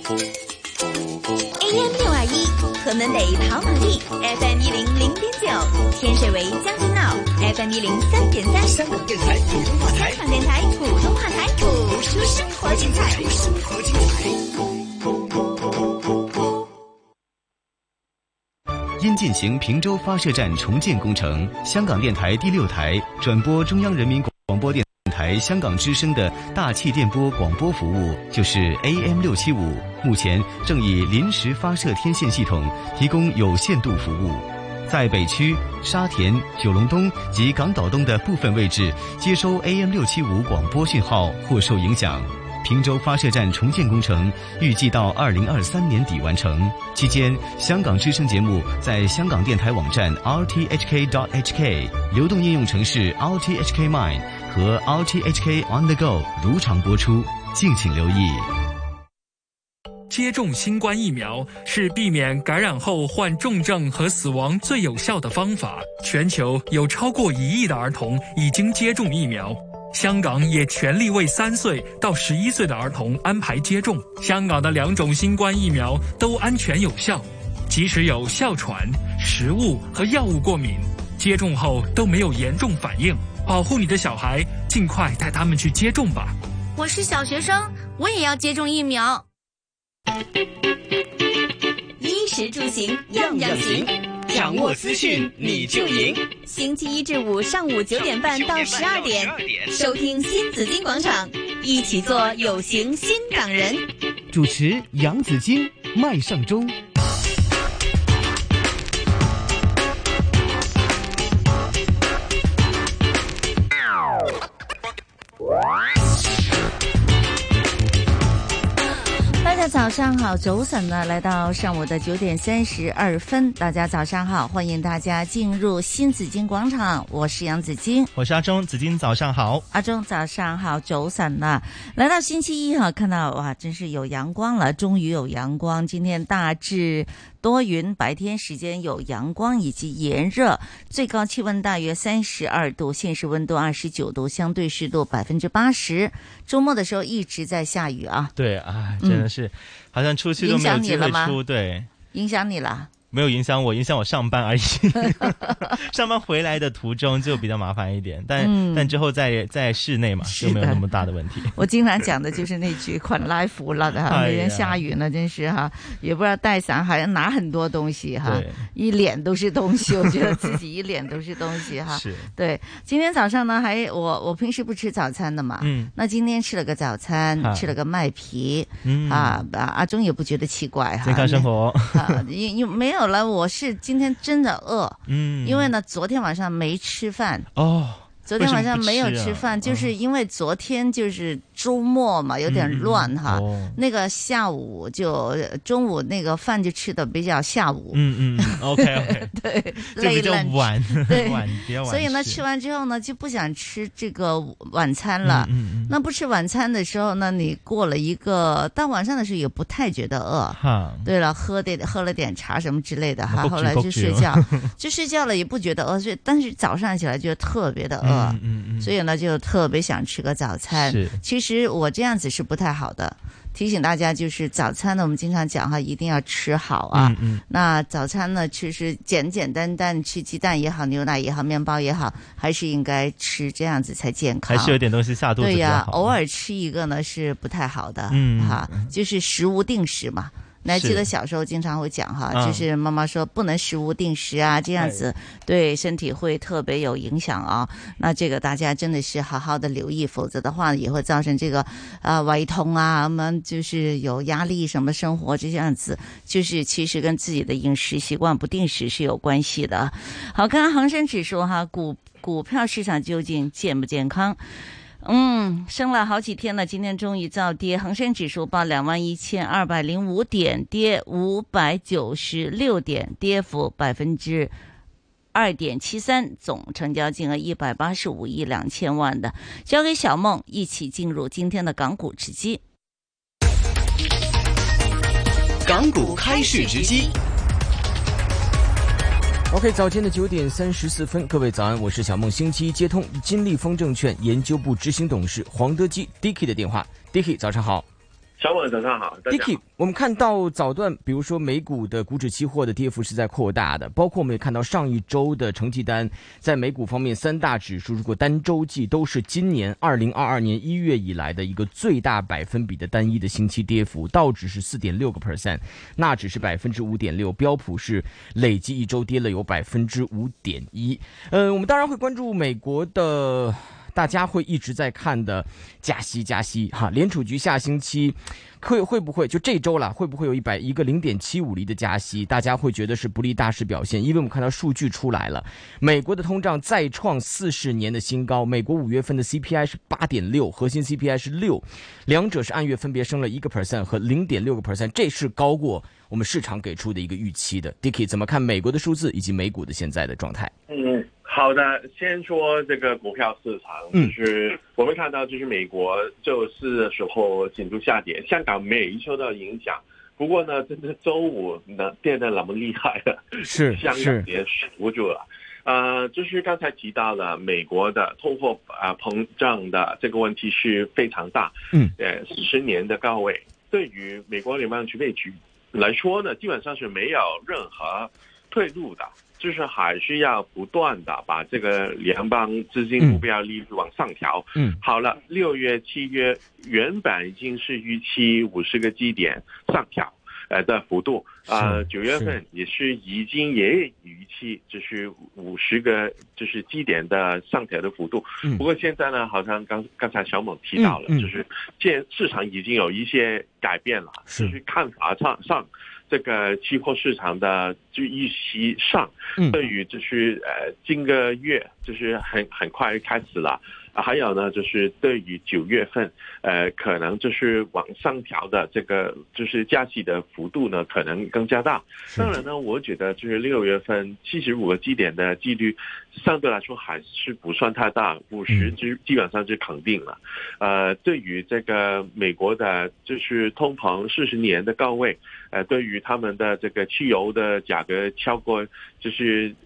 AM621，河门北跑马地 FM100.9，天水围将军澳 FM103.3， 香港电台普通话台， 香港电台普通话台，谱出生活精彩， 生活精彩。 因进行平洲发射站重建工程，香港电台第6台转播中央人民广播电台香港之声的大气电波广播服务，就是 AM675，目前正以临时发射天线系统提供有限度服务。在北区、沙田、九龙东及港岛东的部分位置接收 AM675广播讯号或受影响。平洲发射站重建工程预计到2023年底完成，期间香港之声节目在香港电台网站 rthk.hk、 流动应用程式 rthk Mine 和 rthk On The Go 如常播出，敬请留意。 接种新冠疫苗是避免感染后患重症和死亡最有效的方法。全球有超过1亿的儿童已经接种疫苗，香港也全力为3岁到11岁的儿童安排接种。香港的2种新冠疫苗都安全有效，即使有哮喘、食物和药物过敏，接种后都没有严重反应。保护你的小孩，尽快带他们去接种吧。 我是小学生，我也要接种疫苗。 衣食住行样样行， 掌握资讯你就赢。 星期1至5上午9点半到12点，收听新紫金广场，一起做有型新港人。 主持杨紫金、麦尚中。 大家早上好，早晨呢，来到上午的9点32分，大家早上好，欢迎大家进入新紫金广场，我是杨紫金， 我是阿中，紫金早上好， 阿中早上好，早晨了，来到星期一哈，看到哇，真是有阳光了，终于有阳光，今天大致多云，白天时间有阳光以及炎热，最高气温大约32度，现实温度29度，相对湿度80%。周末的时候一直在下雨啊。 对啊，真的是，好像出去都没有机会出。对， 影响你了。 没有影响我，影响我上班而已。上班回来的途中就比较麻烦一点，但之后在室内嘛，就没有那么大的问题。 我经常讲的就是那句款来福了的哈，每天下雨呢，真是哈，也不知道带伞，好像拿很多东西哈，一脸都是东西，我觉得自己一脸都是东西哈。 是， 对。今天早上呢，我平时不吃早餐的嘛，那今天吃了个早餐，吃了个麦皮，阿中也不觉得奇怪哈， 健康生活也没有。我是今天真的饿，因为呢昨天晚上没吃饭哦。昨天晚上没有吃饭，就是因为昨天就是周末嘛，有点乱哈。那个下午就中午那个饭就吃的比较下午。 OK 对， 就比较晚， 对， 比较晚。 所以呢，吃完之后呢，就不想吃这个晚餐了。那不吃晚餐的时候呢，你过了一个到晚上的时候也不太觉得饿。对了，喝了点茶什么之类的哈，后来就睡觉，就睡觉了也不觉得饿，但是早上起来就特别的饿。所以呢，就特别想吃个早餐。其实我这样子是不太好的，提醒大家，就是早餐呢，我们经常讲哈，一定要吃好啊。那早餐呢，其实简简单单吃鸡蛋也好，牛奶也好，面包也好，还是应该吃，这样子才健康。 还是有点东西下肚子比较好。 对呀，偶尔吃一个呢是不太好的。就是食无定时嘛。你还记得小时候经常会讲哈，就是妈妈说不能食无定时啊，这样子对身体会特别有影响啊。那这个大家真的是好好的留意，否则的话也会造成这个胃痛啊，我们就是有压力什么生活这样子，就是其实跟自己的饮食习惯不定时是有关系的。好，看恒生指数哈，股票市场究竟健不健康？升了好几天了，今天终于造跌，恒生指数报21,205点，跌596点，跌幅2.73%，总成交金额185亿2千万的。交给小梦，一起进入今天的港股直击。 港股开市直击。 OK， 早间的9点34分，各位早安，我是小梦。星期一接通金利丰证券研究部执行董事黄德基 Dicky 的电话。Dicky， 早上好。 小伟早上好 Dicky， 我们看到早段比如说美股的股指期货的跌幅是在扩大的，包括我们也看到上一周的成绩单，在美股方面三大指数如果单周计都是今年2022年1月以来的一个最大百分比的单一的星期跌幅，道指是 4.6%， 纳指是 5.6%， 标普是累计一周跌了有 5.1%。我们当然会关注美国的大家会一直在看的加息哈，联储局下星期会不会就这周了，会不会有一个 0.75 厘的加息？大家会觉得是不利大势表现，因为我们看到数据出来了，美国的通胀再创40年的新高，美国5月份的 CPI 是 8.6%， 核心 CPI 是6%，两者是按月分别升了 1% 和 0.6%， 这是高过我们市场给出的一个预期的。 Dicky 怎么看美国的数字以及美股的现在的状态？ 好的，先说这个股票市场，就是我们看到就是美国周四的时候显著下跌，香港没受到影响，不过呢，真的周五呢跌得那么厉害了， 是香港也扶住了。就是刚才提到了美国的通货膨胀的这个问题是非常大，40年的高位，对于美国联邦储备局来说呢，基本上是没有任何退路的。就是还是要不断的把这个联邦资金目标利率往上调。好了，6月、7月原本已经是预期50个基点上调的幅度，9月份也是已经也预期就是50个就是基点的上调的幅度。不过现在呢，好像刚才小猛提到了，就是市场已经有一些改变了，就是看法上。这个期货市场的就预期上，对于就是今个月就是很快开始了，还有呢就是对于9月份可能就是往上调的这个就是加息的幅度呢可能更加大。当然呢，我觉得就是6月份75个基点的几率相对来说还是不算太大，50基本上是肯定了。对于这个美国的就是通膨40年的高位，对于他们的这个汽油的价格超过就是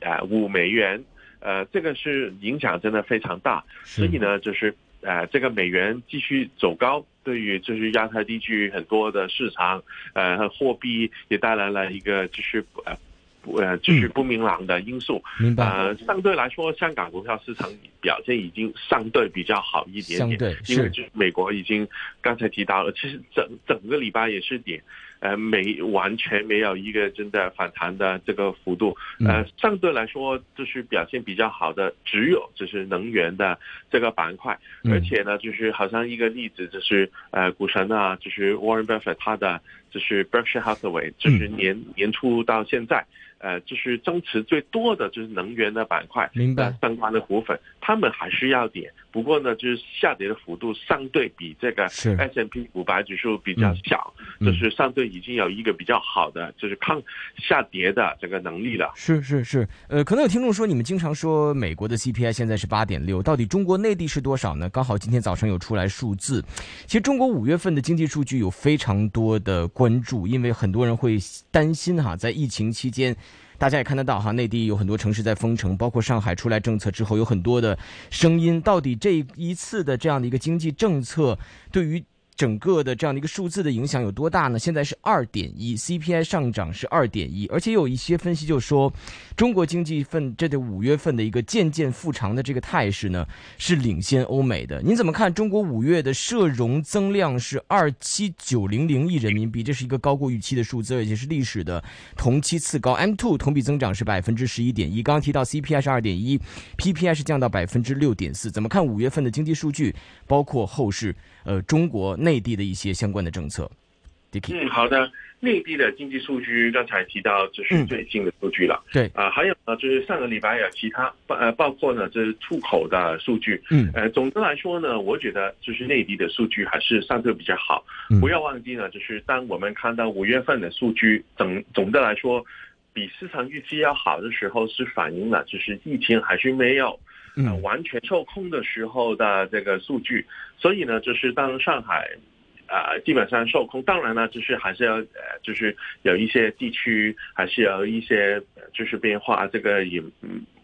$5，这个是影响真的非常大。所以呢，就是这个美元继续走高，对于就是亚太地区很多的市场和货币也带来了一个就是就是不明朗的因素。 明白。 相对来说，香港股票市场表现已经相对比较好一点点，因为就是美国已经刚才提到了，其实整个礼拜也是跌。完全没有一个真的反弹的这个幅度，相对来说就是表现比较好的只有就是能源的这个板块，而且呢就是好像一个例子就是股神啊，就是 Warren Buffett 他的就是 Berkshire Hathaway 就是年初到现在就是增持最多的就是能源的板块， 明白， 相关的股份他们还是要跌，不过呢就是下跌的幅度相对比这个 S&P 500指数比较小，就是相对已经有一个比较好的就是抗下跌的这个能力了。 是，可能有听众说你们经常说美国的 CPI 现在是 8.6， 到底中国内地是多少呢？刚好今天早上有出来数字。其实中国5月份的经济数据有非常多的关注，因为很多人会担心在疫情期间大家也看得到内地有很多城市在封城，包括上海出来政策之后有很多的声音，到底这一次的这样的一个经济政策对于整个的这样的一个数字的影响有多大呢？现在是 2.1， CPI 上涨是 2.1， 而且有一些分析就说中国经济这5月份的一个渐渐复常的这个态势呢是领先欧美的。您怎么看中国5月的社融增量是27900亿人民币，这是一个高过预期的数字，而且是历史的同期次高。 M2 同比增长是 11.1%， 刚刚提到 CPI 是 2.1， PPI 是降到 6.4%。 怎么看5月份的经济数据，包括后市中国内地的一些相关的政策？ Dicky。 好的，内地的经济数据刚才提到就是最新的数据了， 对还有呢就是上个礼拜有其他包括呢就是出口的数据，总的来说呢，我觉得就是内地的数据还是相对比较好，不要忘记呢，就是当我们看到5月份的数据总的来说比市场预期要好的时候，是反映了就是疫情还是没有完全受控的时候的这个数据，所以呢就是当上海基本上受控，当然呢，就是还是要就是有一些地区还是有一些就是变化，这个也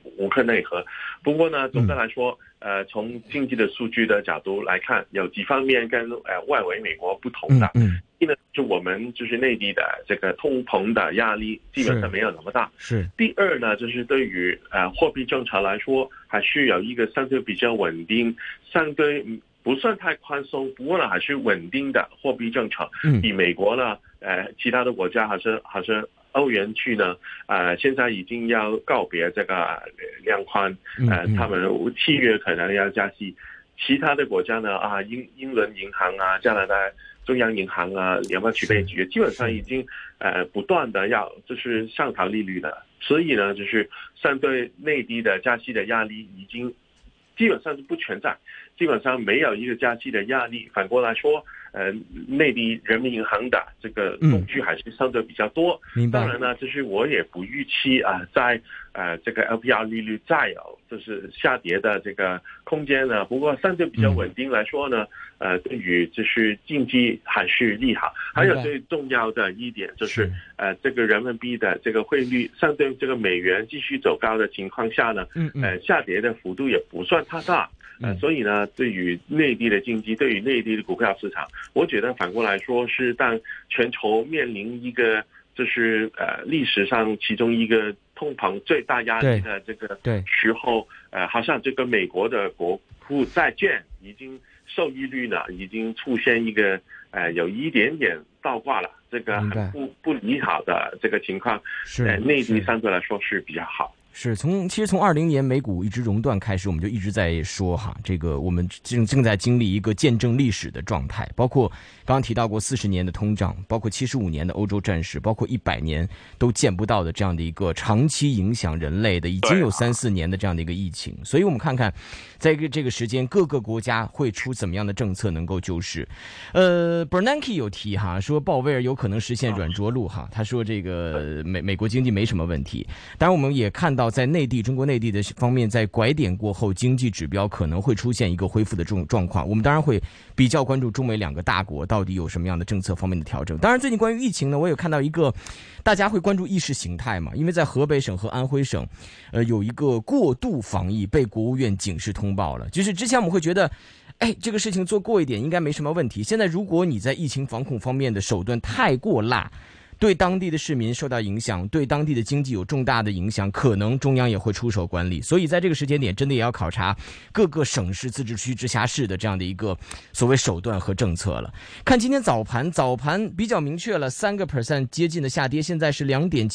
无可奈何。不过呢，总的来说，从经济的数据的角度来看，有几方面跟外围美国不同的。第一呢，就我们就是内地的这个通膨的压力基本上没有那么大。 是。 第二呢，就是对于货币政策来说，还是有一个相对比较稳定，相对不算太宽松，不过呢还是稳定的货币政策。比美国呢，其他的国家还是欧元区呢，现在已经要告别这个量宽，他们7月可能要加息。其他的国家呢，英伦银行啊，加拿大中央银行啊，联邦储备局基本上已经不断的要就是上调利率的，所以呢，就是相对内地的加息的压力已经基本上是不存在，基本上没有一个加息的压力。反过来说，内地人民银行的这个工具还是相对比较多。当然呢，就是我也不预期在这个 LPR 利率再有就是下跌的这个空间呢。不过相对比较稳定来说呢，对于就是经济还是利好。还有最重要的一点就是这个人民币的这个汇率相对这个美元继续走高的情况下呢，下跌的幅度也不算太大。所以呢，对于内地的经济，对于内地的股票市场，我觉得反过来说是当全球面临一个就是历史上其中一个通膨最大压力的这个时候，好像这个美国的国库债券已经收益率呢已经出现一个有一点点倒挂了，这个很不利好的这个情况，内地相对来说是比较好。 其实从20年美股一直熔断开始，我们就一直在说这个我们正在经历一个见证历史的状态，包括刚刚提到过40年的通胀，包括75年的欧洲战事，包括100年都见不到的这样的一个长期影响人类的已经有3-4年的这样的一个疫情。所以我们看看在这个时间各个国家会出怎么样的政策能够救市。Bernanke 有提说鲍威尔有可能实现软着陆他说这个美国经济没什么问题。当然我们也看到在内地中国内地的方面，在拐点过后经济指标可能会出现一个恢复的状况。我们当然会比较关注中美2个大国到底有什么样的政策方面的调整。当然最近关于疫情呢，我有看到一个大家会关注意识形态嘛，因为在河北省和安徽省有一个过度防疫被国务院警示通报了。就是之前我们会觉得这个事情做过一点应该没什么问题，现在如果你在疫情防控方面的手段太过辣，对当地的市民受到影响，对当地的经济有重大的影响，可能中央也会出手管理。所以在这个时间点真的也要考察各个省市自治区直辖市的这样的一个所谓手段和政策了。看今天早盘比较明确了3% 接近的下跌，现在是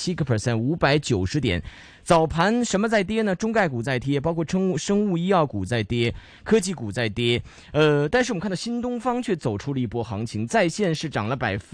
2.7%590点。早盘什么在跌呢？中概股在跌，包括生物医药股在跌，科技股在跌。但是我们看到新东方却走出了一波行情，在线是涨了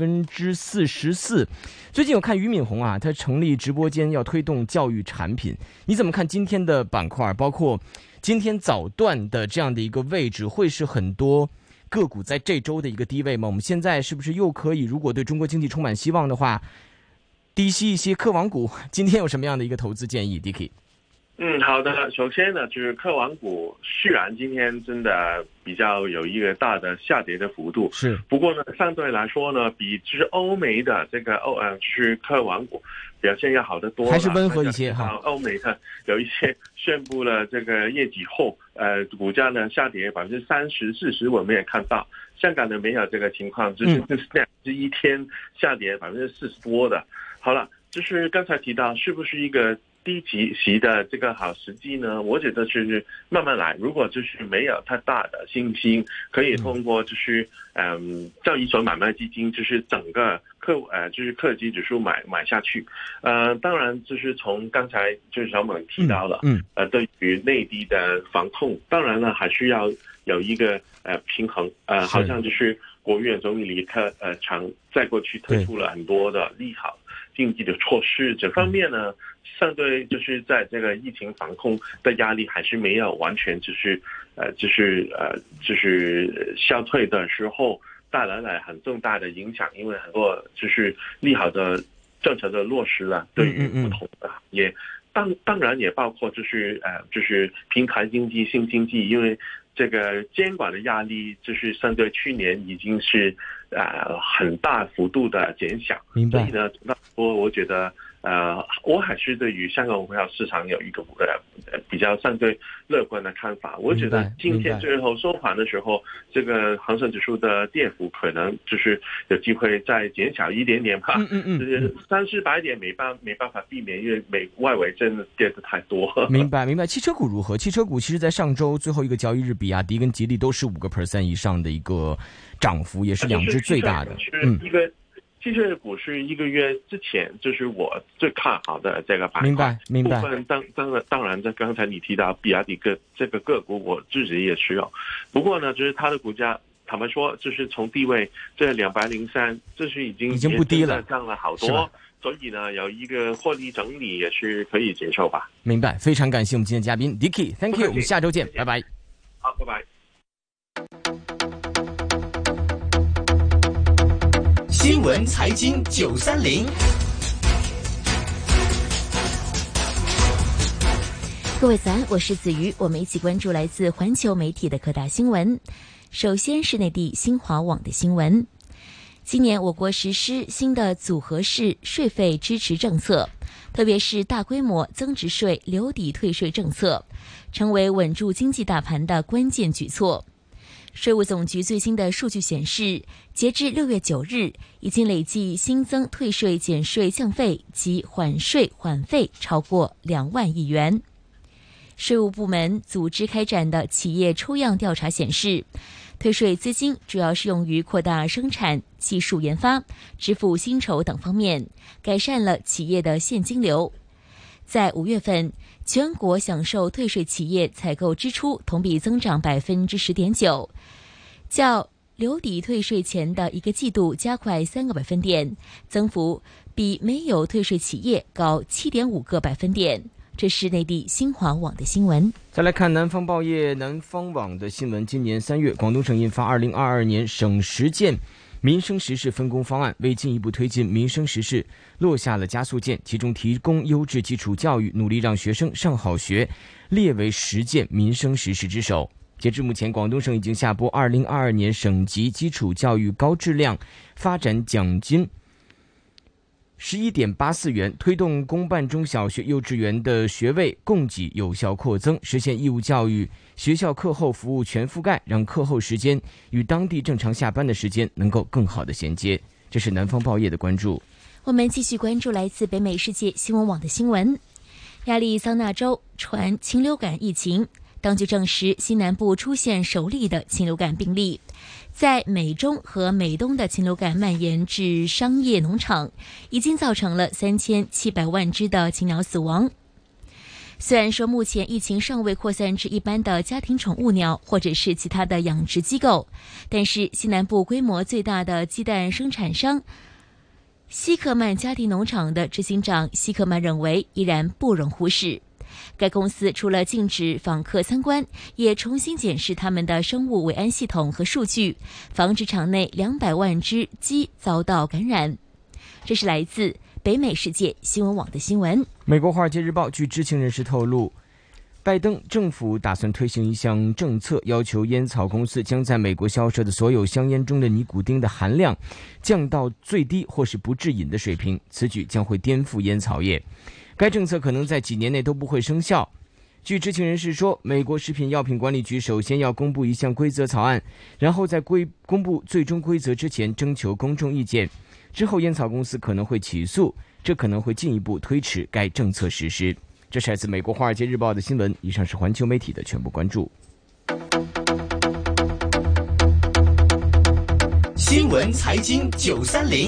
44%。最近有看俞敏洪他成立直播间要推动教育产品，你怎么看今天的板块？包括今天早段的这样的一个位置，会是很多个股在这周的一个低位吗？我们现在是不是又可以，如果对中国经济充满希望的话，低吸一些科网股？今天有什么样的一个投资建议 Dicky？ 好的。首先呢，就是科网股虽然今天真的比较有一个大的下跌的幅度，不过呢，相对来说呢，比就是欧美的这个就是科网股表现要好得多， 还是温和一些欧美的有一些宣布了这个业绩后，股价呢下跌30%-40%，我们也看到。香港的没有这个情况，就是一天下跌40%多的。好了，就是刚才提到是不是一个低息的这个好时机呢？我觉得是慢慢来。如果就是没有太大的信心，可以通过就是交易所买卖基金，就是整个就是科技指数买下去。当然就是从刚才就是小猛提到了，对于内地的防控，当然了还是要有一个平衡。好像就是国务院总理李克强在过去推出了很多的利好经济的措施，这方面呢，相对就是在这个疫情防控的压力还是没有完全就是消退的时候，带来了很重大的影响。因为很多就是利好的政策的落实了，对于不同的行业，当然也包括就是平台经济、新经济，因为这个监管的压力就是相对去年已经是很大幅度的减小。所以呢，我觉得我还是对于香港股票市场有一个比较相对乐观的看法。我觉得今天最后收盘的时候，这个恒生指数的跌幅可能就是有机会再减小一点点吧。就是300-400点没办法避免，因为外围真的跌得太多。 明白。汽车股如何？汽车股其实在上周最后一个交易日，比亚迪跟吉利都是5% 以上的一个涨幅，也是两只最大的。 一个汽车股是1个月之前就是我最看好的这个板块。 明白。 部分当然，在刚才你提到比亚迪这个个股，我自己也持有。不过呢，就是它的股价，坦白说，就是从低位这203，这是已经不低了， 涨了好多。所以呢，有一个获利整理也是可以接受吧。 明白，非常感谢我们今天嘉宾 Dicky，Thank you， 我们下周见，拜拜。 好，拜拜。 新闻财经930， 各位早安，我是子瑜，我们一起关注来自环球媒体的各大新闻。首先是内地新华网的新闻。今年我国实施新的组合式税费支持政策，特别是大规模增值税留抵退税政策，成为稳住经济大盘的关键举措。税务总局最新的数据显示，截至6月9日，已经累计新增退税减税降费及缓税缓费超过2万亿元。税务部门组织开展的企业抽样调查显示，退税资金主要是用于扩大生产、技术研发、支付薪酬等方面，改善了企业的现金流。在5月份，全国享受退税企业采购支出同比增长 10.9%， 较留抵退税前的一个季度加快3个百分点，增幅比没有退税企业高 7.5个百分点。这是内地新华网的新闻。 再来看南方报业南方网的新闻。今年3月，广东省印发2022年省实践民生实事分工方案，为进一步推进民生实事落下了加速键，其中提供优质基础教育，努力让学生上好学，列为实践民生实事之首。截至目前，广东省已经下拨2022年省级基础教育高质量发展奖金11.84元，推动公办中小学、幼稚园的学位供给有效扩增，实现义务教育学校课后服务全覆盖，让课后时间与当地正常下班的时间能够更好的衔接。这是南方报业的关注。 我们继续关注来自北美世界新闻网的新闻。亚利桑那州传禽流感疫情，当局证实西南部出现首例的禽流感病例。在美中和美东的禽流感蔓延至商业农场，已经造成了3700万只的禽鸟死亡。虽然说目前疫情尚未扩散至一般的家庭宠物鸟或者是其他的养殖机构，但是西南部规模最大的鸡蛋生产商希克曼家庭农场的执行长希克曼认为，依然不容忽视。该公司除了禁止访客参观，也重新检视他们的生物维安系统和数据，防止场内200万只鸡遭到感染。这是来自北美世界新闻网的新闻。 美国《华尔街日报》据知情人士透露，拜登政府打算推行一项政策，要求烟草公司将在美国销售的所有香烟中的尼古丁的含量降到最低或是不致瘾的水平，此举将会颠覆烟草业。该政策可能在几年内都不会生效。据知情人士说，美国食品药品管理局首先要公布一项规则草案，然后在公布最终规则之前征求公众意见，之后烟草公司可能会起诉，这可能会进一步推迟该政策实施。这是来自美国《华尔街日报》的新闻。以上是环球媒体的全部关注。 新闻财经930。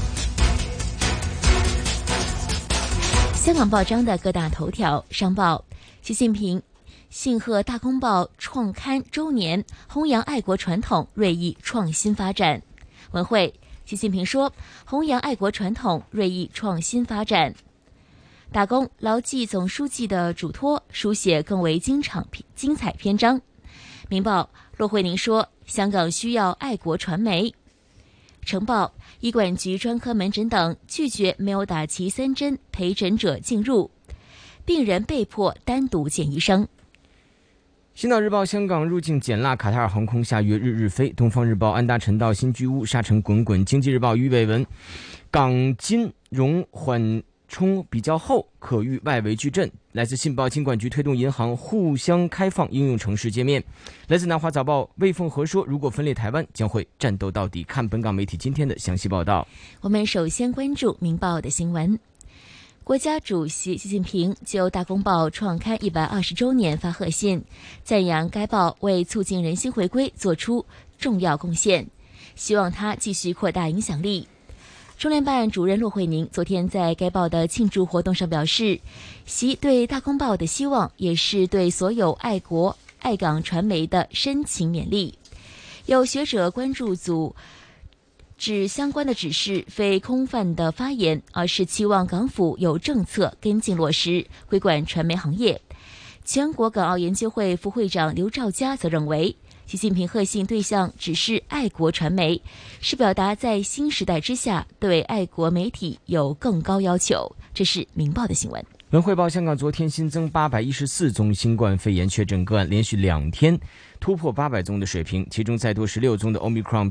香港报章的各大头条：商报，习近平庆贺大公报创刊周年，弘扬爱国传统，锐意创新发展。文汇，习近平说，弘扬爱国传统，锐意创新发展。打工，牢记总书记的嘱托，书写更为精彩篇章。明报，骆惠宁说，香港需要爱国传媒。晨报，医管局专科门诊等拒绝没有打齐3针陪诊者进入，病人被迫单独见医生。 新岛日报，香港入境减辣，卡塔尔航空下月日飞。东方日报，安达臣道新居屋沙尘滚滚。经济日报，俞伟文，港金融缓冲比较厚，可遇外围矩阵。来自信报金管局推动银行互相开放应用程式界面。来自南华早报魏凤和说，如果分裂台湾，将会战斗到底。看本港媒体今天的详细报道。 我们首先关注明报的新闻。国家主席习近平就大公报创刊120周年发贺信，赞扬该报为促进人心回归做出重要贡献，希望它继续扩大影响力。中联办主任骆惠宁昨天在该报的庆祝活动上表示，习对大公报的希望也是对所有爱国爱港传媒的深情勉励。有学者关注组指相关的指示非空泛的发言，而是期望港府有政策跟进落实，规管传媒行业。全国港澳研究会副会长刘兆佳则认为，习近平贺信对象只是爱国传媒，是表达在新时代之下对爱国媒体有更高要求。这是明报的新闻。 文汇报：香港昨天新增814宗新冠肺炎确诊个案，连续2天突破800宗的水平，其中再多16宗的 Omicron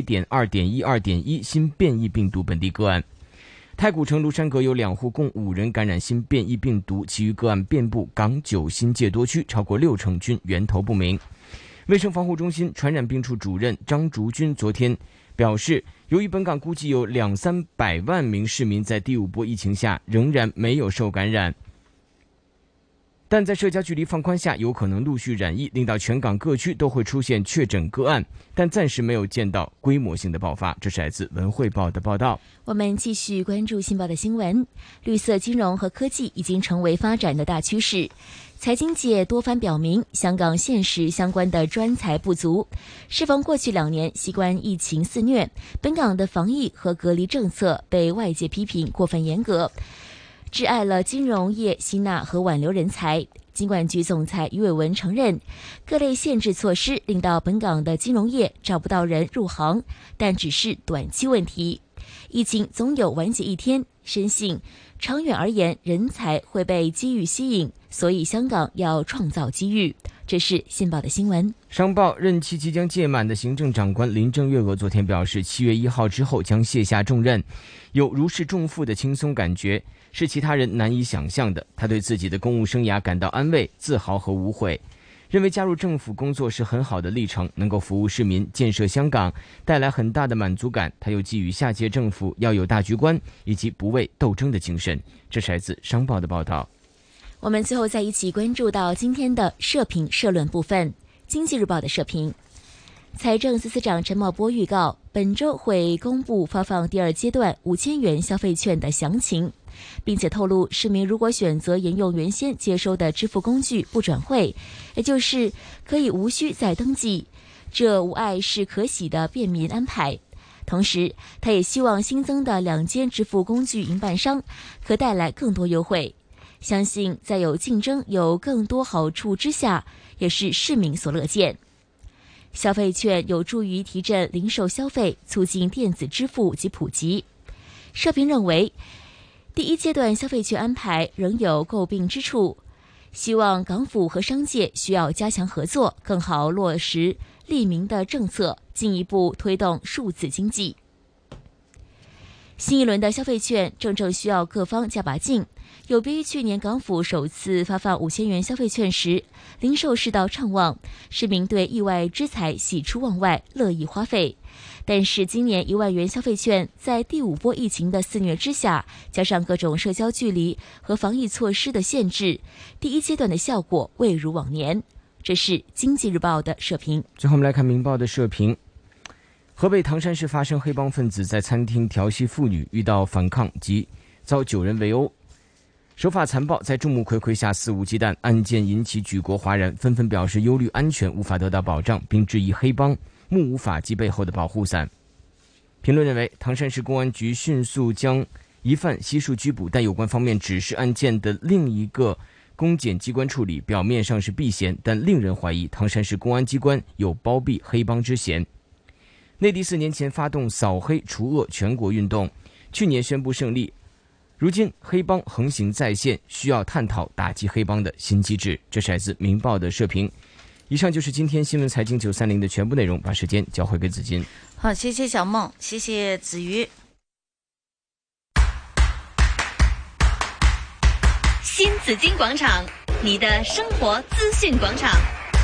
BA.2.12.1 新变异病毒本地个案。太古城庐山阁有2户共5人感染新变异病毒，其余个案遍布港9新界多区，超过60%均源头不明。卫生防护中心传染病处主任张竹君昨天表示，由于本港估计有200-300万名市民在第5波疫情下仍然没有受感染，但在社交距离放宽下，有可能陆续染疫，令到全港各区都会出现确诊个案，但暂时没有见到规模性的爆发。这是来自文汇报的报道。 我们继续关注信报的新闻。绿色金融和科技已经成为发展的大趋势。财经界多番表明，香港现实相关的专才不足。适逢过去2年新冠疫情肆虐，本港的防疫和隔离政策被外界批评过分严格，窒碍了金融业吸纳和挽留人才。金管局总裁余伟文承认，各类限制措施令到本港的金融业找不到人入行，但只是短期问题。疫情总有完结一天，深信长远而言，人才会被机遇吸引，所以香港要创造机遇。这是信报的新闻。 商报：任期即将届满的行政长官林郑月娥昨天表示，7月1号之后将卸下重任，有如释重负的轻松感觉，是其他人难以想象的。他对自己的公务生涯感到安慰、自豪和无悔，认为加入政府工作是很好的历程，能够服务市民、建设香港，带来很大的满足感。他又寄予下届政府要有大局观以及不畏斗争的精神。这是来自商报的报道。 我们最后再一起关注到今天的社评社论部分。经济日报的社评，财政司司长陈茂波预告，本周会公布发放第2阶段5000元消费券的详情，并且透露，市民如果选择沿用原先接收的支付工具不转汇，也就是可以无需再登记，这无碍是可喜的便民安排。同时，他也希望新增的2间支付工具营办商可带来更多优惠。相信在有竞争、有更多好处之下，也是市民所乐见。消费券有助于提振零售消费，促进电子支付及普及。社评认为，第1阶段消费券安排仍有诟病之处，希望港府和商界需要加强合作，更好落实利民的政策，进一步推动数字经济。新一轮的消费券正需要各方加把劲。有别于去年港府首次发放5000元消费券时，零售市道畅旺，市民对意外之财喜出望外，乐意花费。但是今年1万元消费券在第5波疫情的肆虐之下，加上各种社交距离和防疫措施的限制，第1阶段的效果未如往年。这是经济日报的社评。 最后我们来看明报的社评。河北唐山市发生黑帮分子在餐厅调戏妇女，遇到反抗及遭9人围殴，手法残暴，在众目睽睽下肆无忌惮，案件引起举国哗然，纷纷表示忧虑安全无法得到保障，并质疑黑帮目无法纪背后的保护伞。评论认为，唐山市公安局迅速将疑犯悉数拘捕，但有关方面指示案件的另一个公检机关处理，表面上是避嫌，但令人怀疑唐山市公安机关有包庇黑帮之嫌。内地4年前发动扫黑除恶全国运动，去年宣布胜利，如今黑帮横行在线，需要探讨打击黑帮的新机制。这是来自明报的社评。以上就是今天新闻财经930的全部内容，把时间交回给子金。 好，谢谢小梦，谢谢子瑜。 新紫金广场，你的生活资讯广场。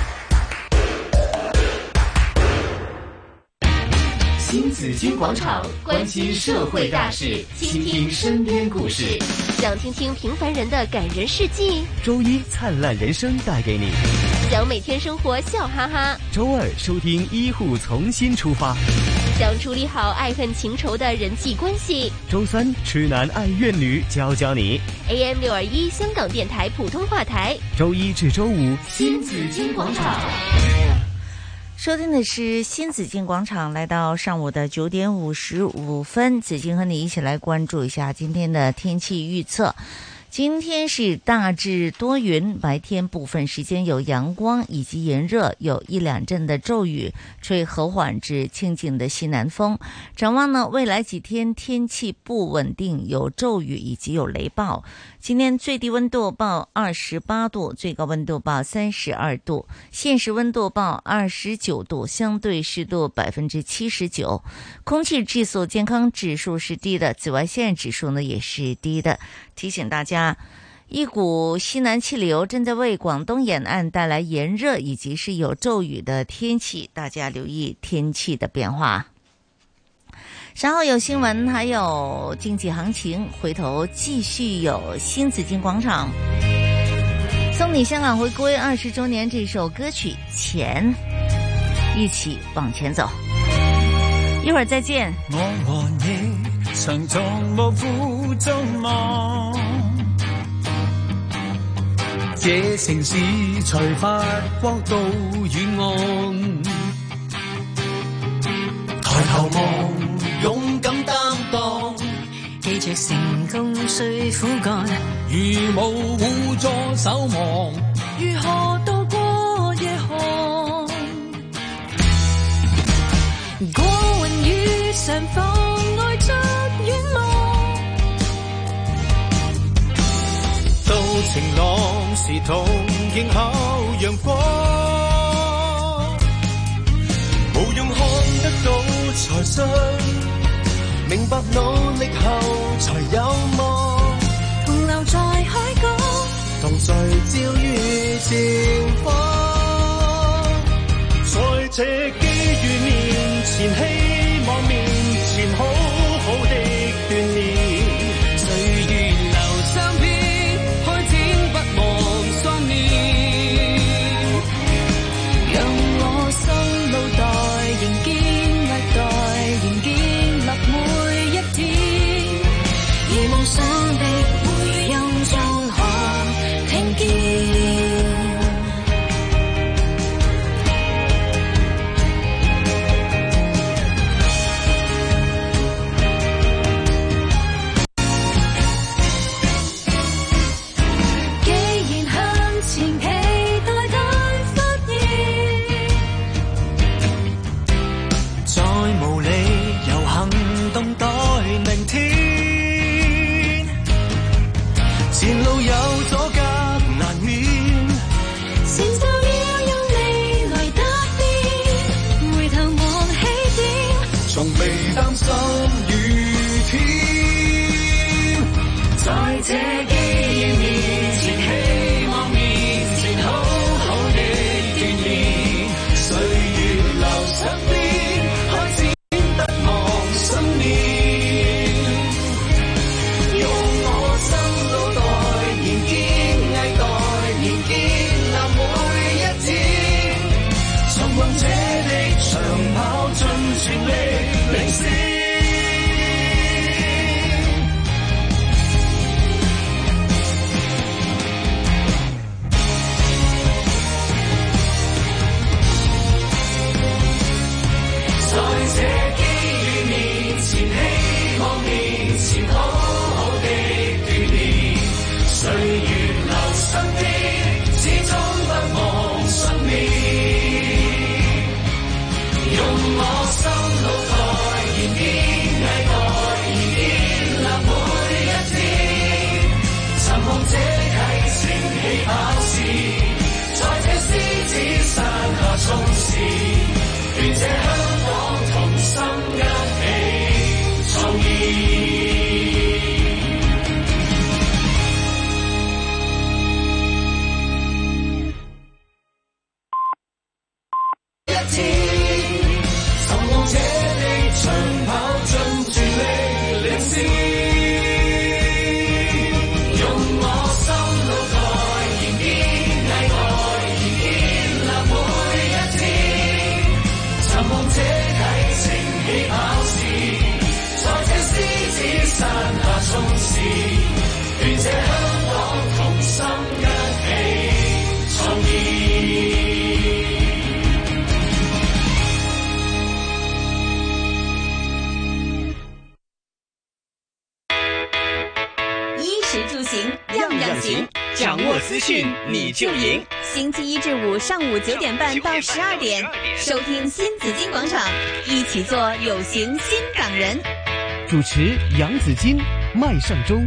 新紫金广场，关心社会大事，倾听身边故事。 想听听平凡人的感人事迹？ 周一灿烂人生带给你。 想每天生活笑哈哈？ 周二收听医护重新出发。 想处理好爱恨情仇的人际关系？ 周三痴男爱怨女，教教你。 AM 621香港电台普通话台， 周一至周五新紫金广场。 收听的是新紫金广场，来到上午的9点55分，紫金和你一起来关注一下今天的天气预测。今天是大致多云，白天部分时间有阳光以及炎热，有一两阵的骤雨，吹和缓至清劲的西南风。展望呢，未来几天天气不稳定，有骤雨以及有雷暴。今天最低温度报28度，最高温度报32度，现时温度报29度，相对湿度79%，空气质素健康指数是低的，紫外线指数呢也是低的。提醒大家，一股西南气流正在为广东沿岸带来炎热以及是有骤雨的天气，大家留意天气的变化。稍后有新闻，还有经济行情，回头继续有新紫金广场，送你香港回归20周年这首歌曲《前》，一起往前走。一会儿再见。 我和你曾從無負中望，這城市才發光到遠岸，抬頭望。勇敢擔當，記着成功需苦幹，如無互助守望，如何渡過夜寒？過雲雨上放愛着遠望，到晴朗時同迎候陽光，無用看得到才信。明白努力後才有望，同留在海角，同聚焦於前方。在這機遇面前，希望面前好好的鍛鍊，歲月留相片，開展不忘雙面，讓我心腦袋仍堅毅待仍堅。夢想的回音中可聽見。 资讯你就赢。 星期一至五上午9点半到12点，收听新紫金广场，一起做有型新港人。 主持杨紫金、麦尚中。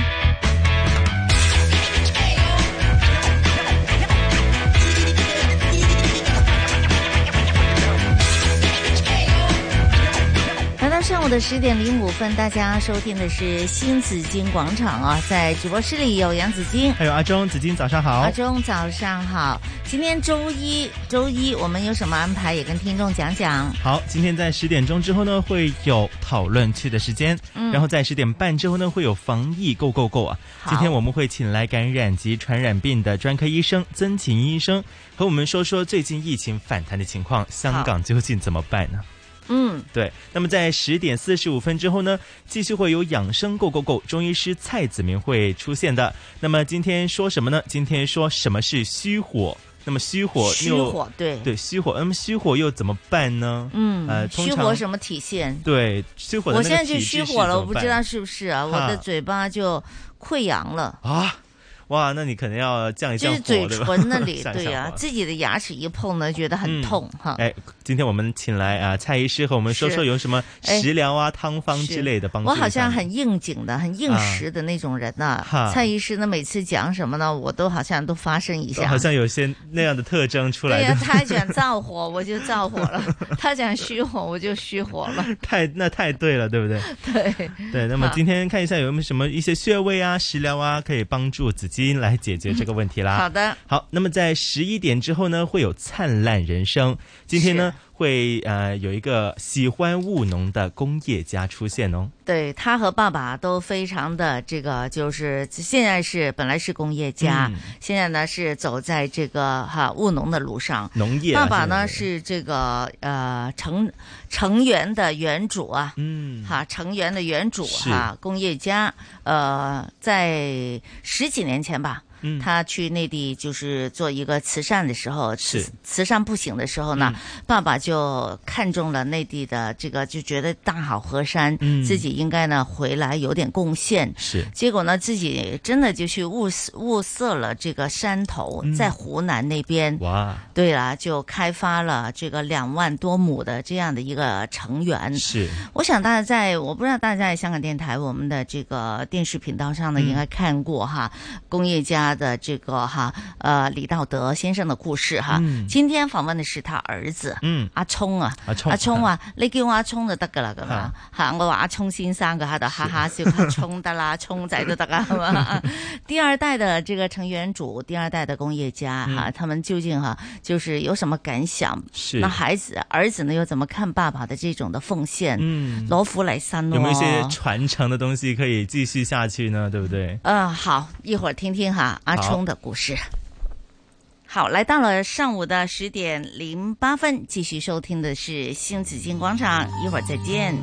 上午的10点05分，大家收听的是新紫金广场啊，在直播室里有杨紫金， 还有阿忠。紫金早上好。 阿忠早上好。今天周一我们有什么安排，也跟听众讲讲。 好，今天在10点钟之后呢，会有讨论区的时间，然后在10点半之后呢，会有防疫 Go Go Go 啊。今天我们会请来感染及传染病的专科医生曾祈殷医生，和我们说说最近疫情反弹的情况，香港究竟怎么办呢？对。那么在10点45分之后呢，继续会有养生 Go Go Go， 中医师蔡子明会出现的。那么今天说什么呢？今天说什么是虚火。那么虚火对虚火，那么虚火又怎么办呢？ 虚火什么体现？ 对，虚火的那个体质是怎么办？ 我现在就虚火了，我不知道是不是啊？我的嘴巴就溃疡了啊！哇，那你可能要降一降火， 就是嘴唇那里，对啊，自己的牙齿一碰呢，觉得很痛哈。 今天我们请来蔡医师和我们说说有什么食疗啊、汤方之类的帮助。 我好像很应景的、很应时的那种人呐。蔡医师呢，每次讲什么呢，我都好像都发生一下， 好像有些那样的特征出来。 对呀，他讲燥火，我就燥火了；他讲虚火，我就虚火了。 太对了，对不对？对。那么今天看一下有没有什么一些穴位啊、食疗啊，可以帮助紫金来解决这个问题啦。 好的。 好，那么在11点之后呢，会有灿烂人生。今天呢，会有一个喜欢务农的工业家出现哦。 对，他和爸爸都非常的这个，就是现在本来是工业家，现在呢是走在这个务农的路上。 农业。 爸爸呢是这个成员的原主啊，成员的原主工业家，在10几年前吧。他去内地就是做一个慈善的时候，慈善不行的时候呢，爸爸就看中了内地的这个，就觉得大好河山，自己应该呢回来有点贡献。结果呢，自己真的就去物色了这个山头，在湖南那边。 哇！ 对了，就开发了这个2万多亩的这样的一个成园。我想我不知道大家在香港电台我们的这个电视频道上呢，应该看过工业家的这个李道德先生的故事今天访问的是他儿子阿聰啊，阿聰啊，你叫我阿聰就得噶啦，咁樣我話阿聰先生嘅喺度哈哈笑，阿聰得啦，聰仔都得啊，係嘛？第二代的這個成員主，第二代的工業家他們究竟就是有什麼感想？那兒子呢又怎麼看爸爸的這種的奉獻？攞苦嚟辛咯， 有沒有一些傳承的東西可以繼續下去呢？對不對？ 好，一會兒聽聽阿聰的故事。好，来到了上午的10點08分，繼續收聽的是新紫荊廣場，一會兒再見。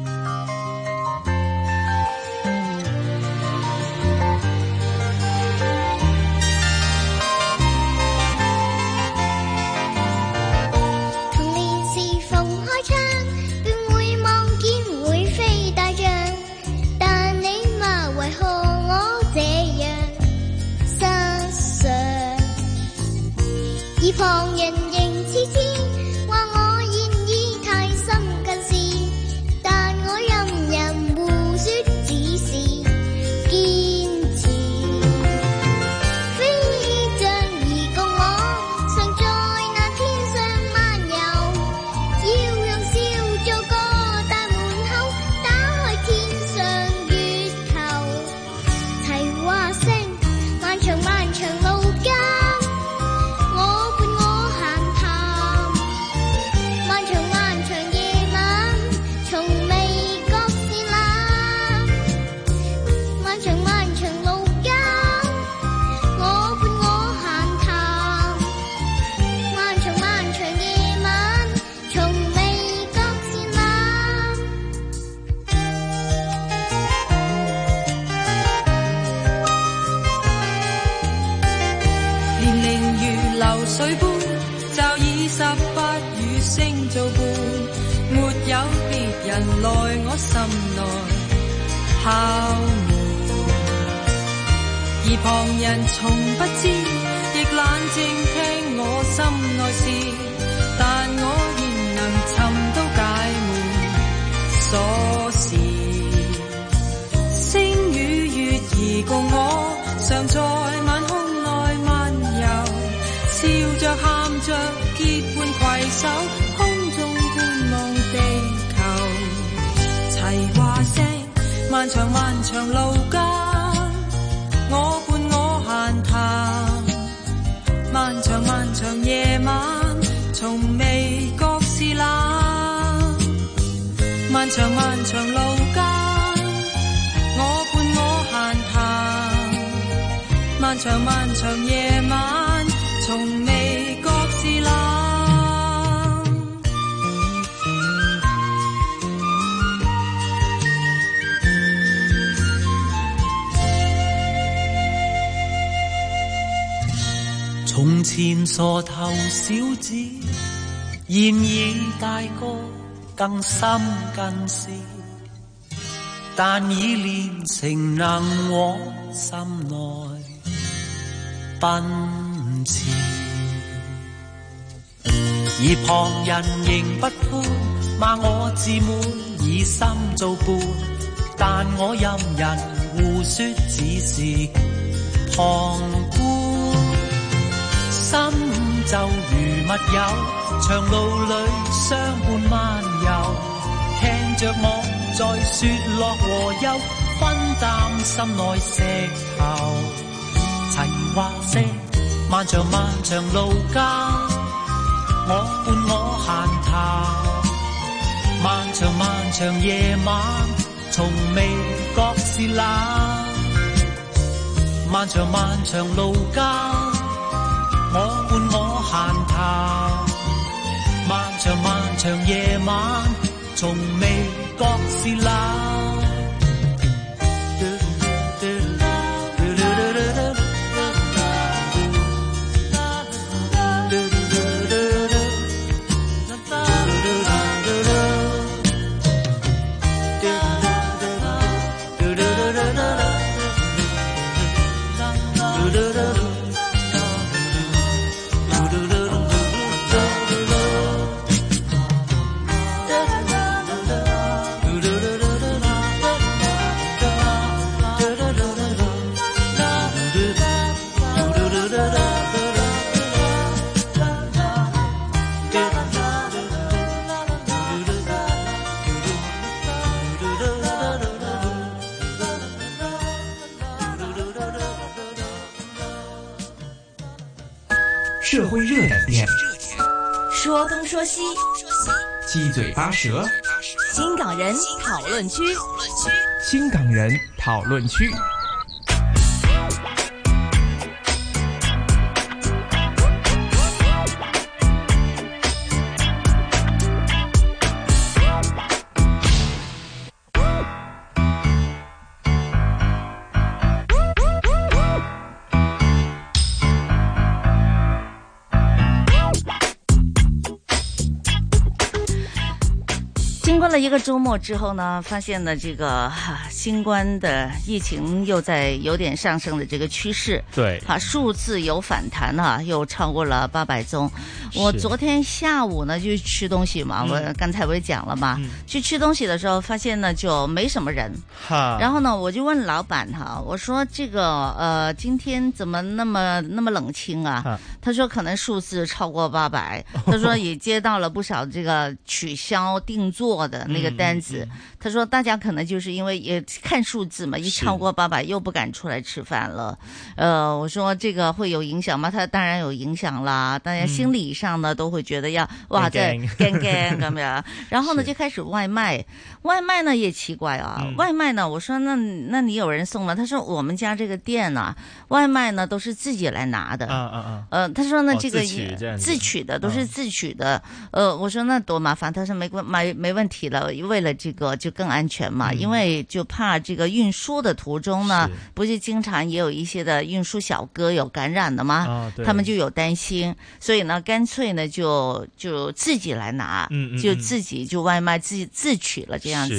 旁人仍痴痴話我現已太深近視，但我任人胡說只是堅持，飛象而共我常在那天上漫遊，要用笑做個大門口，打開天上月球，齊話聲漫長漫長路間。 水般就以18與星做伴，沒有別人來我心內敲門，而旁人從不知冷靜聽我心內事，但我仍能尋到解悶鎖匙。星與月兒共我常在晚空內漫遊，笑着喊着結伴攜手，空中觀望地球。齊話聲漫長漫長路間，我伴我閒談，漫長漫長夜晚從未覺是冷，漫長漫長路間我伴我閒談，漫長漫長夜晚從未覺是冷。 從前傻頭小子，現已大個更深更是，但已練成能往心內奔馳。而旁人仍不歡，罵我自滿以心做伴，但我任人胡說只是旁觀。心就如密友，長路裏相伴漫遊，聽着我在說樂和憂，分擔心內石頭。齊話聲漫長漫長路間，我伴我閒談，漫長漫長夜晚從未覺是冷，漫長漫長路間我伴我閒談，漫長漫長夜晚從未覺是冷。 社会热点点， 说东说西， 七嘴八舌， 新港人讨论区， 新港人讨论区。 经过了一个周末之后呢，发现呢这个新冠的疫情又在有点上升的这个趋势， 对， 数字有反弹又超过了800宗。我昨天下午呢就吃东西嘛，我刚才不是讲了嘛，去吃东西的时候发现呢就没什么人，然后呢我就问老板我说这个今天怎么那么冷清啊？他说可能数字超过800，他说也接到了不少这个取消定做的那个单子，他说大家可能就是因为也看数字嘛，一超过800又不敢出来吃饭了。我说这个会有影响吗？他当然有影响啦，大家心理上呢都会觉得哇这干咁樣，然后呢就开始外卖呢也奇怪外卖呢我说那你有人送吗？他说我们家这个店外卖呢都是自己来拿的。他说呢这个自取的都是自取的。我说那多麻烦，他说没问题了，为了这个就更安全嘛，因为就怕这个运输的途中呢不是经常也有一些的运输小哥有感染的吗？他们就有担心，所以呢干脆呢就自己来拿，就自己就外卖自取了这样子。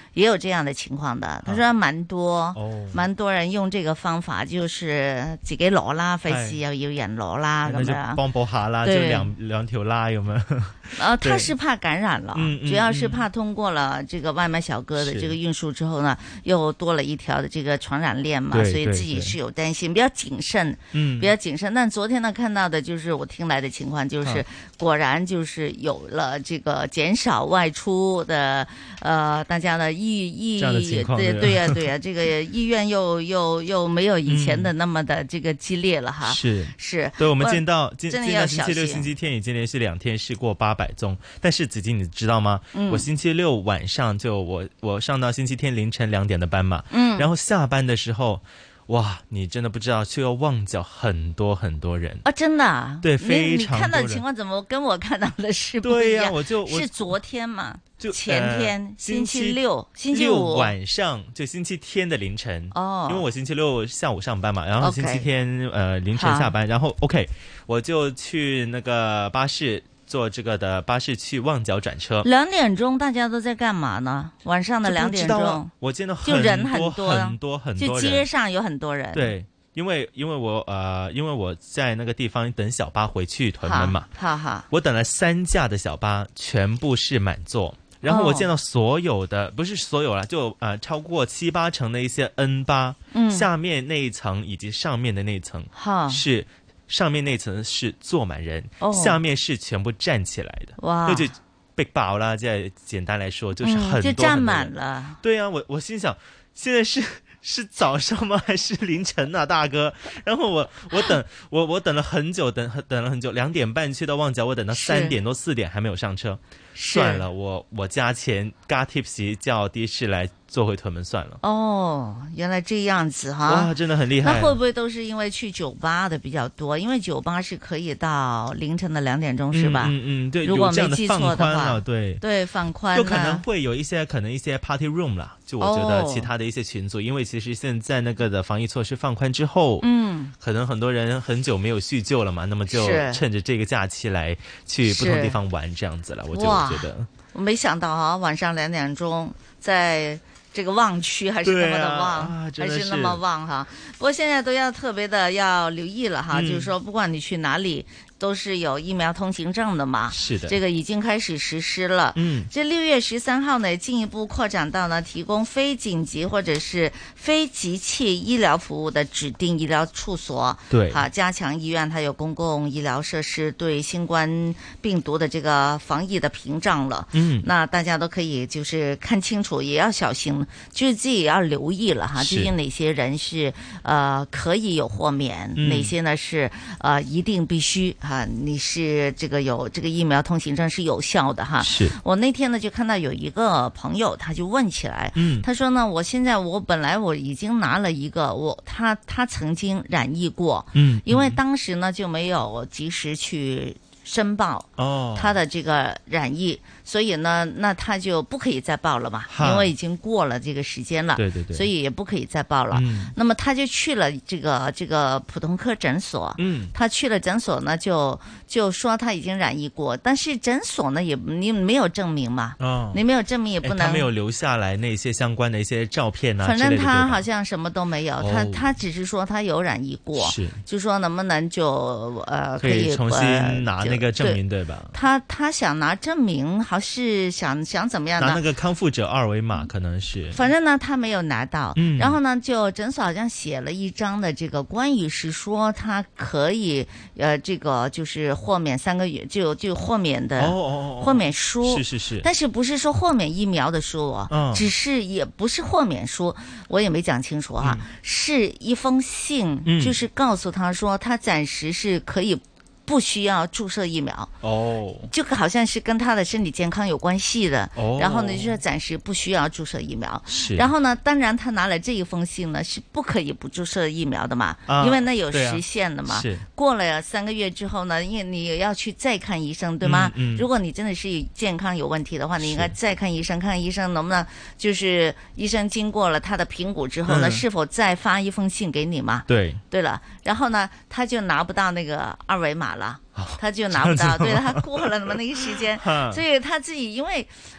也有這樣的情況的。他說蠻多人用這個方法，就是自己攞啦，費事又要人攞啦，咁樣幫補下啦，就兩條拉咁樣。 他是怕感染了，主要是怕通過了這個外賣小哥的這個運輸之後呢，又多了一條的這個傳染鏈嘛，所以自己是有擔心，比較謹慎，比較謹慎。但昨天呢看到的就是我聽來的情況，就是果然就是有了這個減少外出的，大家的對呀，這個意願又沒有以前的那麼的這個激烈了哈。是， 對，我們見到星期六、星期天已經連續2天是過800宗，但是子矜你知道嗎？我星期六晚上就我上到星期天凌晨2點的班嘛，然後下班的時候。哇，你真的不知道，去了旺角很多人啊！真的啊？ 對，非常多人。 你看到的情況怎麼跟我看到的是不一樣？ 對呀，我是昨天嘛，就前天，星期六晚上，就星期天的凌晨。 哦， 因為我星期六下午上班嘛，然後星期天凌晨下班，然後 OK， 我就去那個巴士。坐這個的巴士去旺角轉車 ，2點鐘大家都在幹嘛呢？晚上的2點鐘， 我見到就人很多人， 就街上有很多人。 對，因為我在那個地方等小巴回去屯門嘛，我等了3架的小巴，全部是滿座。然後我見到所有的，不是所有啦，就超過7、8成的一些 N 巴，下面那一層以及上面的那一層是。上面那層是坐滿人，下面是全部站起來的，哇，就逼爆啦！即係簡單來說，就是很多就站滿了。 對啊，我心想，現在是早上嗎？還是凌晨啊，大哥？然後我等了很久，等了很久，2點半去到旺角，我等到3點多4點還沒有上車。算了，我加錢加 tips 叫的士來坐回屯門算了。 哦，原來這樣子哈！ 哇，真的很厲害。 那會不會都是因為去酒吧的比較多？因為酒吧是可以到凌晨的2點鐘，是吧？ 對。 如果沒記錯的話， 對， 放寬。 就可能會有一些party room 啦。就我覺得其他的一些群組，因為其實現在那個的防疫措施放寬之後，可能很多人很久沒有敘舊了嘛，那麼就趁着這個假期來去不同地方玩，這樣子了。我就覺得， 我沒想到啊，晚上2點鐘在這個旺區還是那麼的旺，還是那麼旺哈。不過現在都要特別的要留意了哈，就是說不管你去哪裡，都是有疫苗通行證的嘛， 是的， 這個已經開始實施了。這6月13號呢，進一步擴展到呢，提供非緊急或者是非急切醫療服務的指定醫療處所。 對， 加強醫院它有公共醫療設施對新冠病毒的這個防疫的屏障了。那大家都可以就是看清楚，也要小心，就是自己也要留意了哈，究竟哪些人是可以有豁免，哪些呢是一定必須。你是這個有這個疫苗通行證是有效的哈。 是我那天呢就看到有一個朋友，他就問起來，他說呢，我本來我已經拿了一個，他曾經染疫過，因為當時呢就沒有及時去申報他的這個染疫，所以呢，那他就不可以再報了嘛，因為已經過了這個時間了， 對， 所以也不可以再報了。那麼他就去了這個普通科診所，他去了診所呢，就說他已經染疫過，但是診所呢你沒有證明嘛，你沒有證明也不能， 他沒有留下來那些相關的一些照片啊， 反正他好像什麼都沒有，他只是說他有染疫過，就說能不能就可以重新拿那個證明，對吧？ 他想拿證明，好是想怎麼樣呢？ 拿那個康復者2維碼可能是。 反正呢，他沒有拿到。然後呢，就診所好像寫了一張的這個關於是說他可以這個就是豁免3個月，就豁免的豁免書。 是。 但是不是說豁免疫苗的書只是也不是豁免書，我也沒講清楚哈，是一封信，就是告訴他說他暫時是可以不需要注射疫苗就好像是跟他的身體健康有關係的然後呢就是暫時不需要注射疫苗然後呢當然他拿了這一封信呢是不可以不注射疫苗的嘛因為那有時限的嘛過了3個月之後呢因為你要去再看醫生對嗎如果你真的是健康有問題的話你應該再看醫生看看醫生能不能就是醫生經過了他的評估之後呢是否再發一封信給你嘛對了然後呢他就拿不到那個2維碼了他就拿不到對他過了那麼那個時間所以他自己因為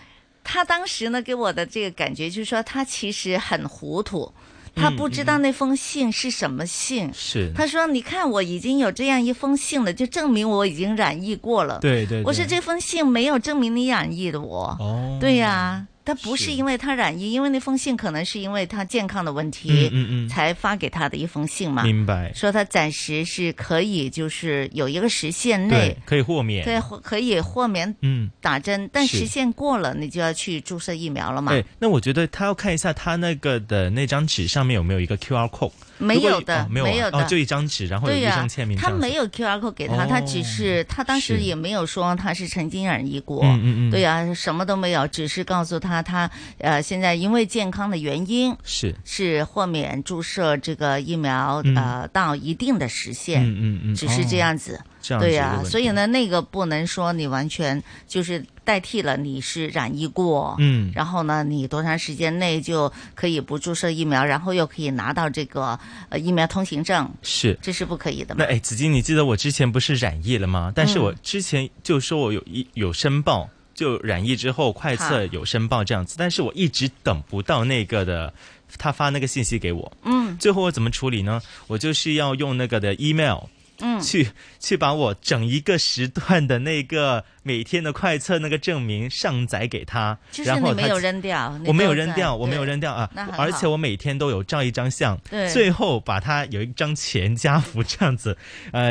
他当时呢给我的这个感觉就是说，他其实很糊涂。他不知道那封信是什么信， 是他说：“你看，我已经有这样一封信了，就证明我已经染疫过了。” 对对， 我说这封信没有证明你染疫的我。哦，对呀。他不是因为他染疫，因为那封信可能是因为他健康的问题，才发给他的一封信嘛。 明白。 说他暂时是可以，就是有一个时限内可以豁免， 对，可以豁免打针，但时限过了，你就要去注射疫苗了嘛。 对，那我觉得他要看一下他那个的那张纸上面有没有一个 QR code。 没有的， 没有的，就一张纸，然后有医生签名。 他没有 QR code 给他，他只是他当时也没有说他是曾经染疫过，对呀，什么都没有，只是告诉他现在因为健康的原因是豁免注射这个疫苗到一定的时限，只是这样子。对呀，所以呢，那个不能说你完全就是代替了你是染疫过，然后呢，你多长时间内就可以不注射疫苗，然后又可以拿到这个疫苗通行证，这是不可以的嘛。 那子金，你记得我之前不是染疫了吗？但是我之前就说我有申报，就染疫之后快测有申报这样子，但是我一直等不到那个的。他发那个信息给我，最后我怎么处理呢？我就是要用那个的 email。去把我整一个时段的那个每天的快测那个证明上载给他， 就是你没有扔掉， 我没有扔掉啊！而且我每天都有照一张相，最后把它有一张全家福这样子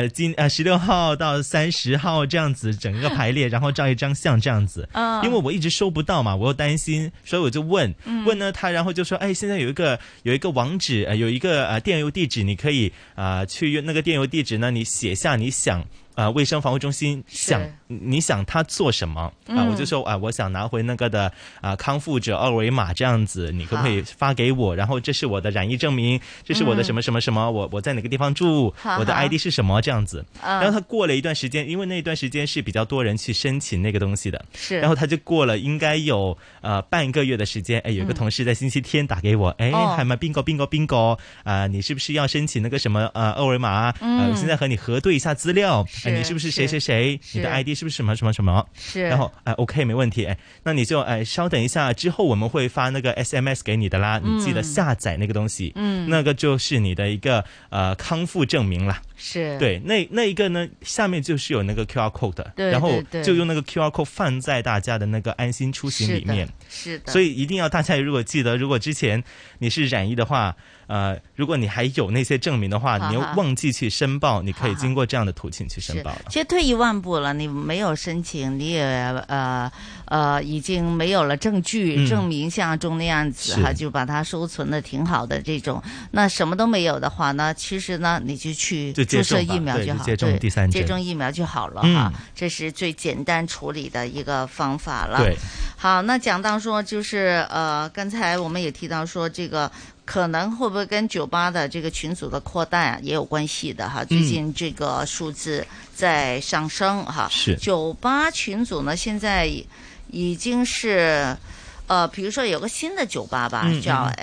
，16号到30号这样子整个排列，然后照一张相这样子。因为我一直收不到嘛，我又担心，所以我就问呢他，然后就说，现在有一个网址，有一个电邮地址，你可以去用那个电邮地址呢，你写下你想。卫生防护中心你想他做什么我就说我想拿回那个的康复者二维码这样子，你可不可以发给我？然后这是我的染疫证明，这是我的什么什么什么，我在哪个地方住，我的 ID 是什么这样子。然后他过了一段时间，因为那段时间是比较多人去申请那个东西的，然后他就过了应该有半个月的时间，有一个同事在星期天打给我，还蛮 bingo 你是不是要申请那个什么二维码我现在和你核对一下资料。你是不是谁谁谁？你的 ID 是不是什么什么什么？然后OK 没问题，那你就稍等一下，之后我们会发那个 SMS 给你的啦，你记得下载那个东西，那个就是你的一个康复证明啦。对，那一个呢，下面就是有那个 QR code 的，然后就用那个 QR code 放在大家的那个安心出行里面。 是的， 所以一定要大家如果记得，如果之前你是染疫的话，如果你还有那些证明的话，你又忘记去申报，你可以经过这样的途径去申报了。 其实退一万步了，你没有申请，你也已经没有了证据证明像中那样子就把它收存的挺好的这种。那什么都没有的话呢，其实呢你就去注射疫苗就好， 接种第3针， 接种疫苗就好了这是最简单处理的一个方法了。 对， 好，那讲到说就是刚才我们也提到说这个。可能会不会跟酒吧的这个群组的扩大也有关系的最近这个数字在上升是酒吧群组呢，现在已经是比如说有个新的酒吧吧，叫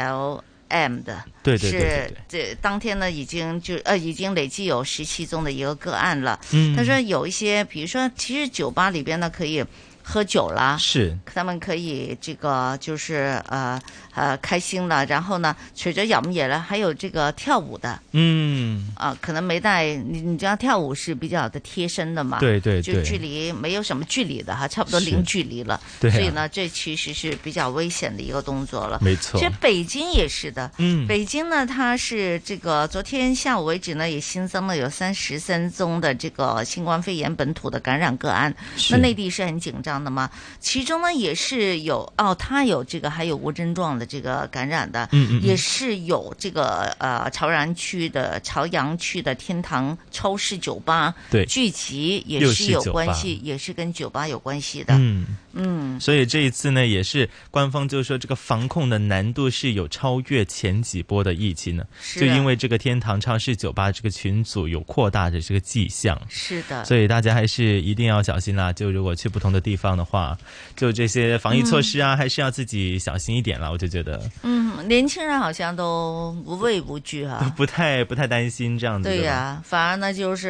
FLM 的， 对， 这当天呢已经累计有17宗的一个个案了。他说有一些，比如说其实酒吧里边呢可以喝酒啦，他们可以这个就是开心了，然后呢除咗飲嘢了，还有这个跳舞的，可能没带你知道跳舞是比较的贴身的嘛， 对， 就距离没有什么距离的差不多零距离了，所以呢这其实是比较危险的一个动作了， 没错。 其实北京也是的，北京呢它是这个昨天下午为止呢也新增了有33宗的这个新冠肺炎本土的感染个案，那内地是很紧张的嘛，其中呢也是有他有这个还有无症状的这个感染的，也是有这个朝阳区的天堂超市酒吧聚集，也是有关系，也是跟酒吧有关系的。 所以这一次呢，也是官方就是说这个防控的难度是有超越前几波的疫情呢，就因为这个天堂超市酒吧这个群组有扩大的这个迹象。 是的， 所以大家还是一定要小心啦。就如果去不同的地方的话，就这些防疫措施还是要自己小心一点啦。我就觉得， 年轻人好像都无畏无惧不太担心这样子。 对呀，反而呢就是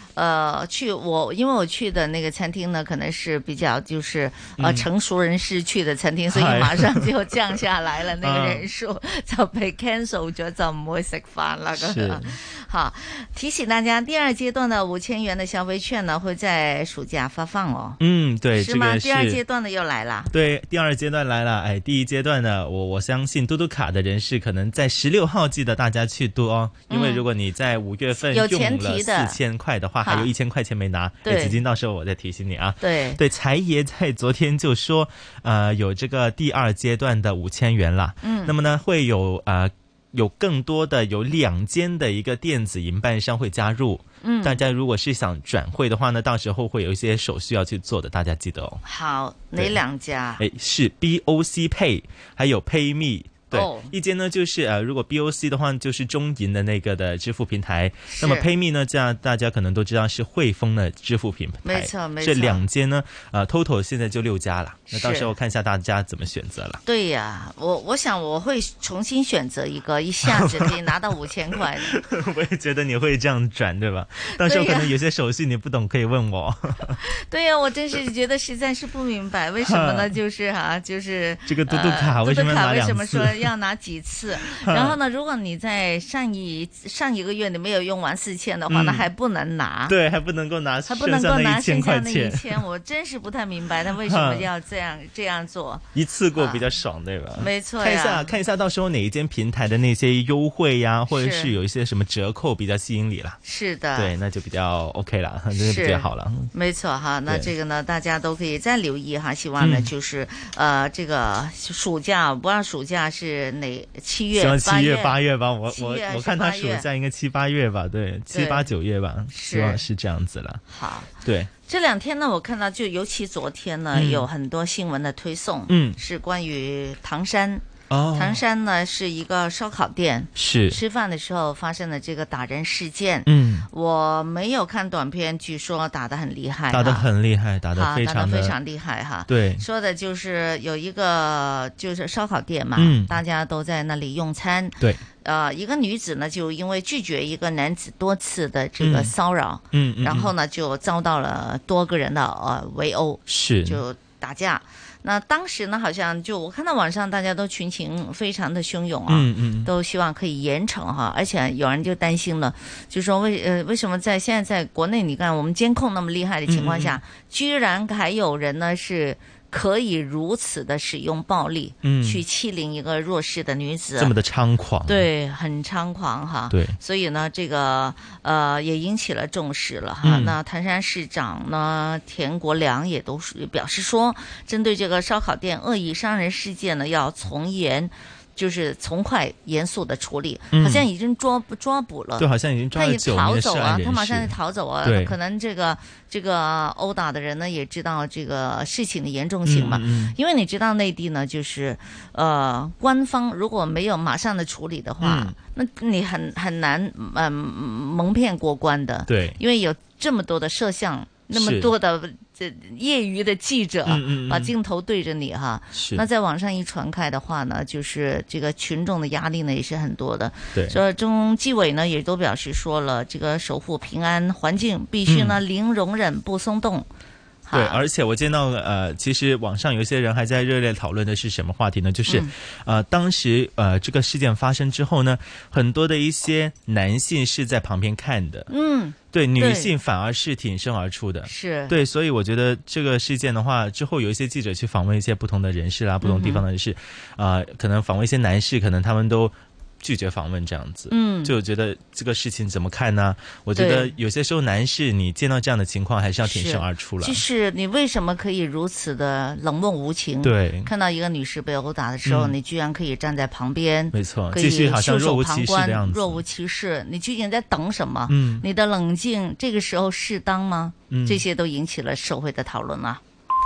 因为我去的那个餐廳呢，可能是比較就是成熟人士去的餐廳，所以馬上就降下來了，那個人數就被 cancel 咗，就唔會食飯啦。好，提醒大家，第二階段的5000元的消費券呢，會在暑假發放哦。 對， 是嗎？第二階段的又來了。 對，第二階段來了。第一階段呢，我相信嘟嘟卡的人士可能在16號記得大家去嘟哦，因為如果你在5月份用了4000塊的話，還有1000塊錢沒拿，基金到時候我再提醒你啊。對，財爺在昨天就說，有這個第二階段的5000元啦。那麼呢，會有更多的有2間的一個電子營辦商會加入。大家如果是想轉匯的話呢，到時候會有一些手續要去做的，大家記得哦。好， 哪2家？ 是 BOC Pay， 還有 PayMe。對，一間呢就是如果 BOC 的話就是中銀的那個的支付平台，那麼 PayMe 呢，這樣大家可能都知道是匯豐的支付平台。沒錯沒錯。這2間呢，total 現在就6家了，那到時候看一下大家怎麼選擇了。對呀，我想我會重新選擇一個一下子可以拿到5000塊的。我也覺得你會這樣轉，對吧？到時候可能有些手續你不懂可以問我。對呀，我真是覺得實在是不明白，為什麼呢？就是就是這個嘟嘟卡為什麼拿2次？要拿幾次？然後呢，如果你在上一個月你沒有用完4000的話，那還不能拿。對，還不能夠拿剩下那1000。我真是不太明白他為什麼要這樣做。一次過比較爽，對吧？沒錯呀。看一下到時候哪一間平台的那些優惠呀，或者是有一些什麼折扣比較吸引你啦。是的。對，那就比較 OK 了，那就比較好了。沒錯哈，那這個呢，大家都可以再留意哈。希望呢，就是這個暑假，不知道暑假是哪7月8月吧，我看他暑假應該7、8月吧，對，7、8、9月吧，希望是這樣子了。好，對，這2天呢，我看到就尤其昨天呢，有很多新聞的推送，是關於唐山。唐山呢是一個燒烤店，是吃飯的時候發生了這個打人事件。我沒有看短片，據說打得很厲害，打得很厲害，打得非常厲害哈。對，說的就是有一個就是燒烤店嘛，大家都在那裡用餐。對，一個女子呢就因為拒絕一個男子多次的這個騷擾，然後呢就遭到了多個人的圍毆，是就打架。那當時呢，好像就我看到網上大家都群情非常的洶湧啊，都希望可以嚴懲哈，而且有人就擔心了，就說為什麼現在在國內，你看我們監控那麼厲害的情況下，居然還有人呢是可以如此的使用暴力，去欺凌一個弱勢的女子，這麼的猖狂，對，很猖狂哈，對，所以呢，這個也引起了重視了哈。那唐山市長呢田國良也都表示說，針對這個燒烤店惡意傷人事件呢，要就是從快嚴肅的處理，好像已經抓捕了，對，好像已經抓了9名的涉案人士，他馬上就逃走啊，可能這個毆打的人呢也知道這個事情的嚴重性嘛，因為你知道內地呢就是官方如果沒有馬上的處理的話，那你很難蒙騙過關的，對，因為有這麼多的攝像，那麼多的業餘的記者把鏡頭對着你哈，那在網上一傳開的話呢，就是這個群眾的壓力呢也是很多的。對，所以中紀委呢也都表示說了，這個守護平安環境必須呢零容忍不鬆動。對，而且我見到其實網上有些人還在熱烈討論的是什麼話題呢？就是當時這個事件發生之後呢，很多的一些男性是在旁邊看的。對，女性反而是挺身而出的。是，對，所以我覺得這個事件的話，之後有一些記者去訪問一些不同的人士啦，不同地方的人士，可能訪問一些男士，可能他們都拒絕訪問這樣子，就覺得這個事情怎麼看呢？我覺得有些時候男士你見到這樣的情況，還是要挺身而出了。就是你為什麼可以如此的冷漠無情？對，看到一個女士被毆打的時候，你居然可以站在旁邊，沒錯，繼續好像袖手旁觀，若無其事。你究竟在等什麼？你的冷靜這個時候適當嗎？這些都引起了社會的討論啊。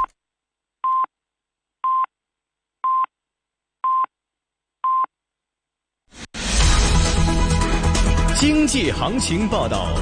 經濟行情報道。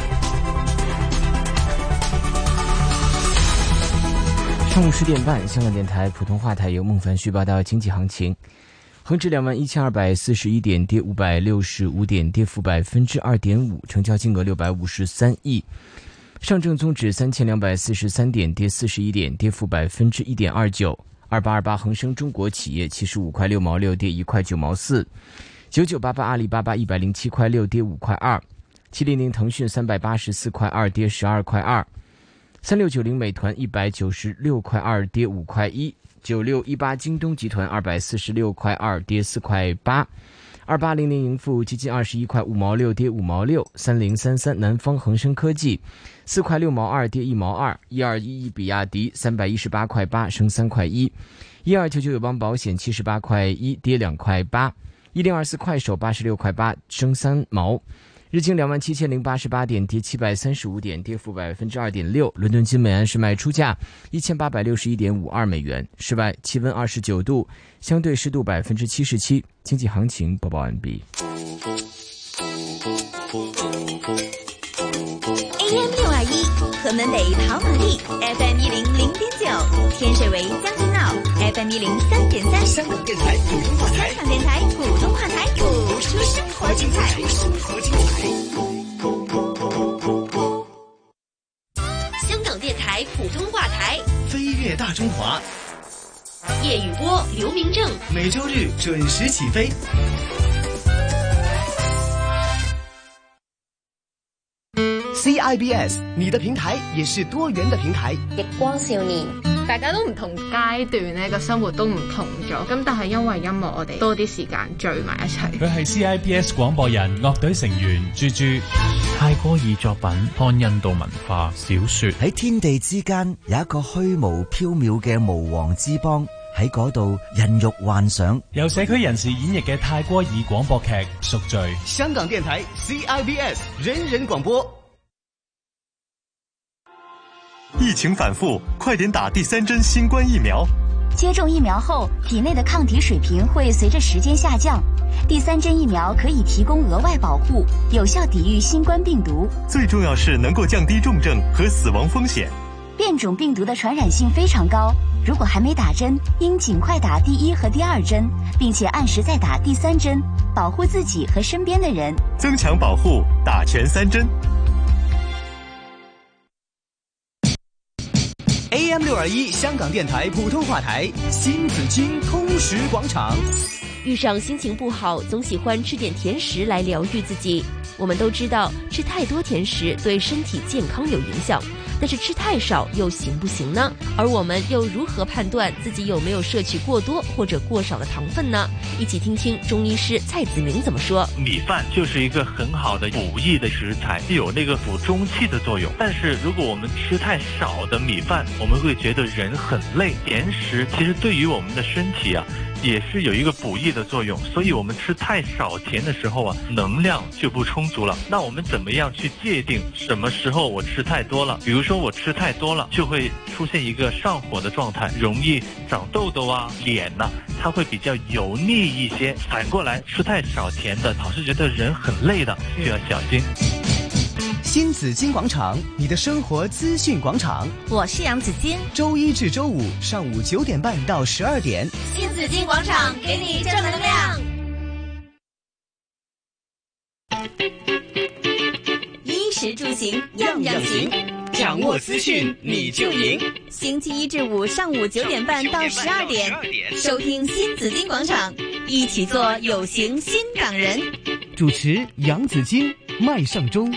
上午10點半，香港電台普通話台由孟凡旭報道經濟行情。恒指21,241點，跌565點，跌幅2.5%，成交金額653億。 上证综指3243点，跌41点，跌幅1.29%。2828恒生中国企业75块6毛6，跌1块9毛4。9988阿里巴巴107块6，跌5块2。700腾讯384块2，跌12块2。3690美团196块2，跌5块1。9618京东集团246块2，跌4块8。2800盈富基金21块5毛6，跌5毛6。3033南方恒生科技4块6毛2，跌1毛2。1211比亚迪318块8，升3块1。1299友邦保险78块1，跌2块8。1024快手86块8，升3毛。日经27088点，跌735点，跌幅2.6%。伦敦金每安士卖出价1861.52美元。室外气温29度，相对湿度77%。经济行情播报完毕。 AM621，河门北跑马地 FM100.9，天水围将军澳 FM103.3， 香港电台普通话台， 香港电台普通话台，播出生活精彩， 香港电台普通话台， 飞跃大中华， 叶宇波、刘明正， 每周日准时起飞。CIBS， 你的平台也是多元的平台。 逆光少年，大家都唔同階段咧，個生活都唔同咗。咁但係因為音樂，我哋多啲時間聚埋一齊。 佢係 CIBS 廣播人樂隊成員朱朱。泰戈爾作品看印度文化小說。 喺天地之間有一個虛無縹緲嘅無王之邦，喺嗰度孕育幻想。 由社區人士演繹嘅泰戈爾廣播劇《贖罪》。 香港電台 CIBS 人人廣播。 疫情反复，快点打第3针新冠疫苗。 接种疫苗后，体内的抗体水平会随着时间下降。第3针疫苗可以提供额外保护，有效抵御新冠病毒。 最重要是能够降低重症和死亡风险。 变种病毒的传染性非常高，如果还没打针，应尽快打第1和第2针，并且按时再打第3针，保护自己和身边的人。 增强保护，打全3针。 AM621香港电台普通话台，新紫荆通识广场。 遇上心情不好，总喜欢吃点甜食来疗愈自己。我们都知道，吃太多甜食对身体健康有影响，但是吃太少又行不行呢？而我们又如何判断自己有没有摄取过多或者过少的糖分呢？一起听听中医师蔡子明怎么说。 米饭就是一个很好的补益的食材，有那个补中气的作用。但是如果我们吃太少的米饭，我们会觉得人很累。甜食其实对于我们的身体也是有一个补益的作用，所以我们吃太少甜的时候能量就不充足了。那我们怎么样去界定什么时候我吃太多了？比如说我吃太多了，就会出现一个上火的状态，容易长痘痘脸它会比较油腻一些。反过来吃太少甜的，老是觉得人很累的，就要小心。 新紫荆广场，你的生活资讯广场。 我是杨子矜， 周一至周五上午9点半到12点。 新紫荆广场给你正能量。衣食住行样样行， 掌握资讯你就赢。 星期1至5上午9点半到12点，收听新紫荆广场，一起做有型新港人。 主持杨子矜、麦尚中。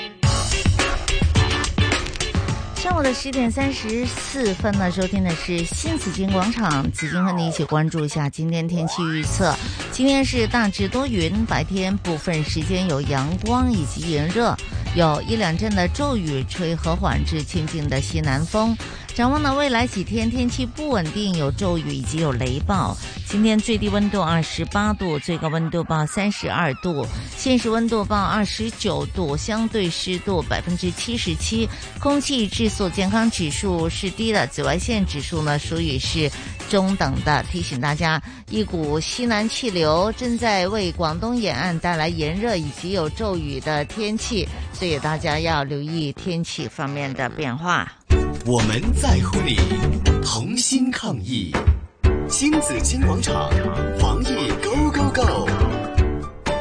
上午的10点34分呢，收听的是新紫荆广场，紫荆和你一起关注一下今天天气预测。今天是大致多云，白天部分时间有阳光以及炎热，有1-2阵的骤雨，吹和缓至清劲的西南风。展望呢，未来几天天气不稳定，有骤雨以及有雷暴。今天最低温度28度，最高温度报32度，现实温度报29度，相对湿度77%，空气质素健康指数是低的，紫外线指数呢属于是中等的。提醒大家，一股西南气流正在为广东沿岸带来炎热以及有骤雨的天气，所以大家要留意天气方面的变化。 我们在乎你，同心抗疫。新紫荆广场，防疫 Go Go Go！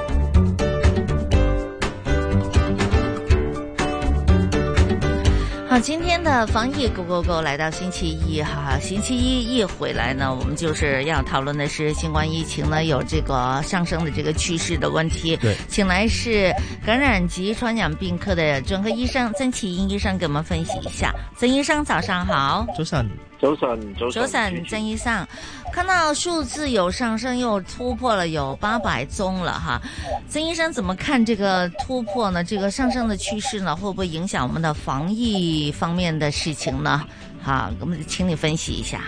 好好，今天的防疫 Go Go Go 来到星期一哈，星期一回来呢，我们就是要讨论的是新冠疫情呢有这个上升的这个趋势的问题。 对， 请来是感染及传染病科的专科医生曾祈殷医生给我们分析一下。曾医生早上好。 早晨。 曾医生，看到数字有上升，又突破了有800宗了哈。曾医生怎么看这个突破呢？这个上升的趋势呢，会不会影響我們的防疫方面的事情呢？好，我們請你分析一下。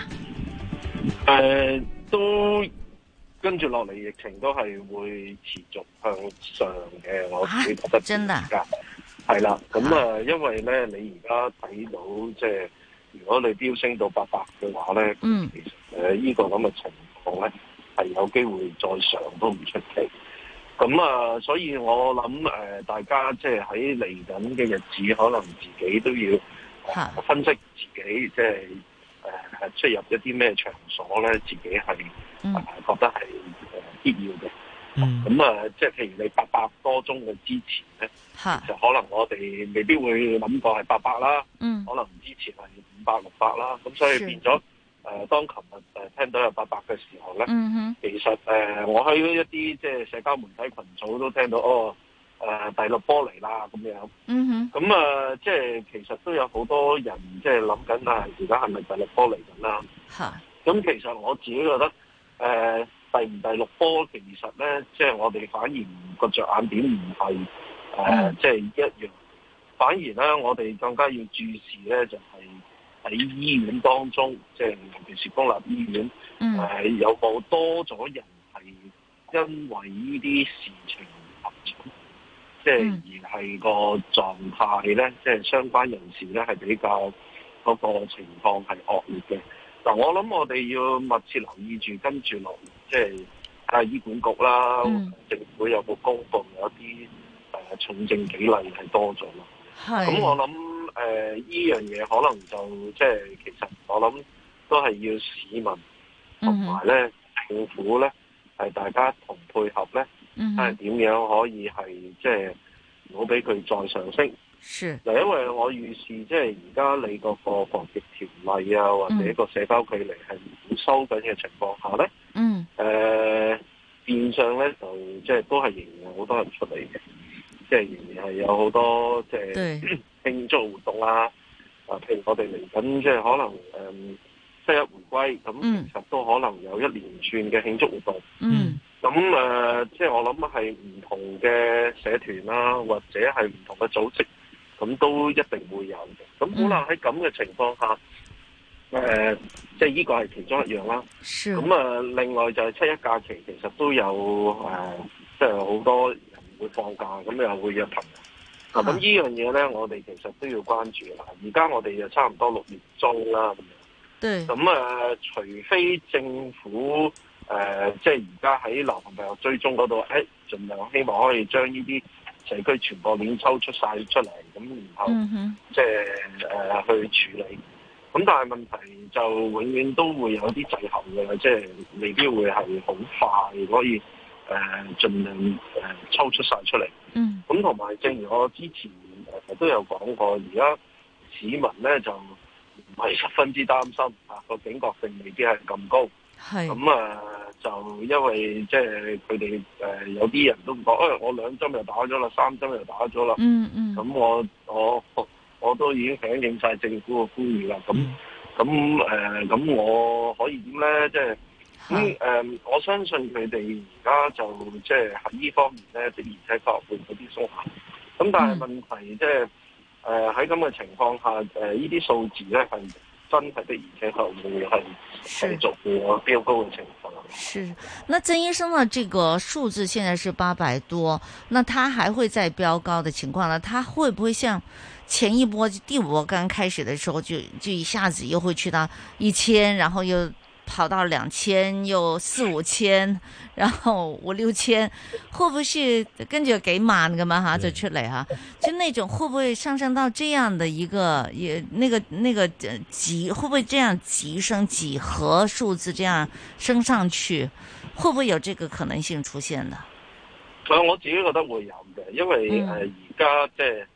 都跟住落嚟，疫情都係會持續向上嘅，我自己覺得真㗎，係啦。咁因為咧，你而家睇到即係。如果你飆升到800嘅話咧，其實呢個咁嘅情況咧係有機會再上都唔出奇。咁所以我諗大家即係喺嚟緊嘅日子，可能自己都要分析自己，即係出入一啲咩場所咧，自己係覺得係必要嘅。咁即係譬如你800多宗嘅之前咧，就可能我哋未必會諗過係800啦，可能之前係500、600啦，咁所以變咗當琴日聽到有800嘅時候咧，其實我喺一啲即係社交媒體群組都聽到第6波嚟啦咁樣，咁即係其實都有好多人即係諗緊而家係咪第6波嚟緊啦？咁其實我自己覺得第6波其實咧，即係我哋反而個着眼點唔係即係一樣，反而咧我哋更加要注視咧就係喺醫院當中，即係尤其是公立醫院，有冇多咗人係因為呢啲事情而確診，即係而係個狀態咧，即係相關人士咧係比較嗰個情況係惡劣嘅。嗱，我諗我哋要密切留意住跟住落嚟，即係醫管局啦，政府有冇公布有啲重症比例係多咗咯？咁我諗呢樣嘢可能就即係其實我諗都係要市民同埋咧政府咧係大家同配合咧，係點樣可以係即係唔好俾佢再上升。嗱，因為我預示即係而家你嗰個防疫條例啊，或者個社交距離係唔收緊嘅情況下咧，變相咧就即係都係仍然有好多人出嚟嘅，即係仍然係有好多即係慶祝活動啊，譬如我哋嚟緊即係可能7·1回歸，咁其實都可能有一連串嘅慶祝活動。咁即係我諗係唔同嘅社團啦，或者係唔同嘅組織。咁都一定會有嘅。咁好啦，喺咁嘅情況下，即係呢個係其中一樣啦。咁另外就係7·1假期，其實都有即係好多人會放假，咁又會約朋友。咁呢樣嘢咧，我哋其實都要關注啦。而家我哋就差唔多6月中啦，咁樣。咁除非政府即係而家喺流行病學追蹤嗰度，盡量希望可以將呢啲社區傳播鏈抽出晒出嚟，咁然後即係去處理。咁但係問題就永遠都會有啲滯後嘅，即係未必會係好快可以盡量抽出晒出嚟。咁同埋正如我之前都有講過，而家市民咧就唔係十分之擔心個警覺性未必係咁高。咁就因為即係佢哋有啲人都唔講，我2針又打咗啦，3針又打咗啦。咁我都已經響應晒政府嘅呼籲啦。咁我可以點咧？即係我相信佢哋而家就即係喺呢方面咧，的而且確會有啲鬆懈。咁但係問題即係喺咁嘅情況下，呢啲數字咧係真係的而且確會係持續有飆高嘅情況。 是，那曾醫生呢？這個數字現在是800多，那它還會再飆高的情況呢？它會不會像前一波第5波剛開始的時候就一下子又會去到1000，然後又跑到2000，又4、5千，然後5、6千，會不會是跟住幾萬㗎嘛？就出嚟哈，就那種會不會上升到這樣的一個也那個會不會這樣急升幾何數字這樣升上去？會不會有這個可能性出現呢？ 我自己覺得會有嘅，因為而家即係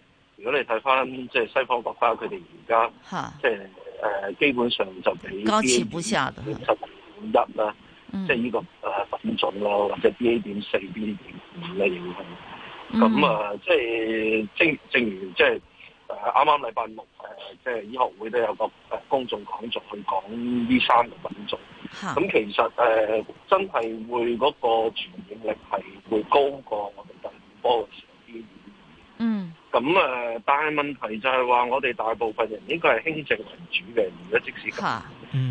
如果你睇翻即係西方國家，佢哋而家即係基本上就俾高持不下的 10.1啦，即係呢個品種咯，或者 BA.4、BA.5 嘅影響。咁即係正如即係啱啱禮拜六即係醫學會都有個公眾講座去講呢3個品種。咁其實真係會嗰個傳染力係會高過我哋第5波嘅時候啲。咁但係問題就係話我哋大部分人應該係輕症為主嘅，如果即使咁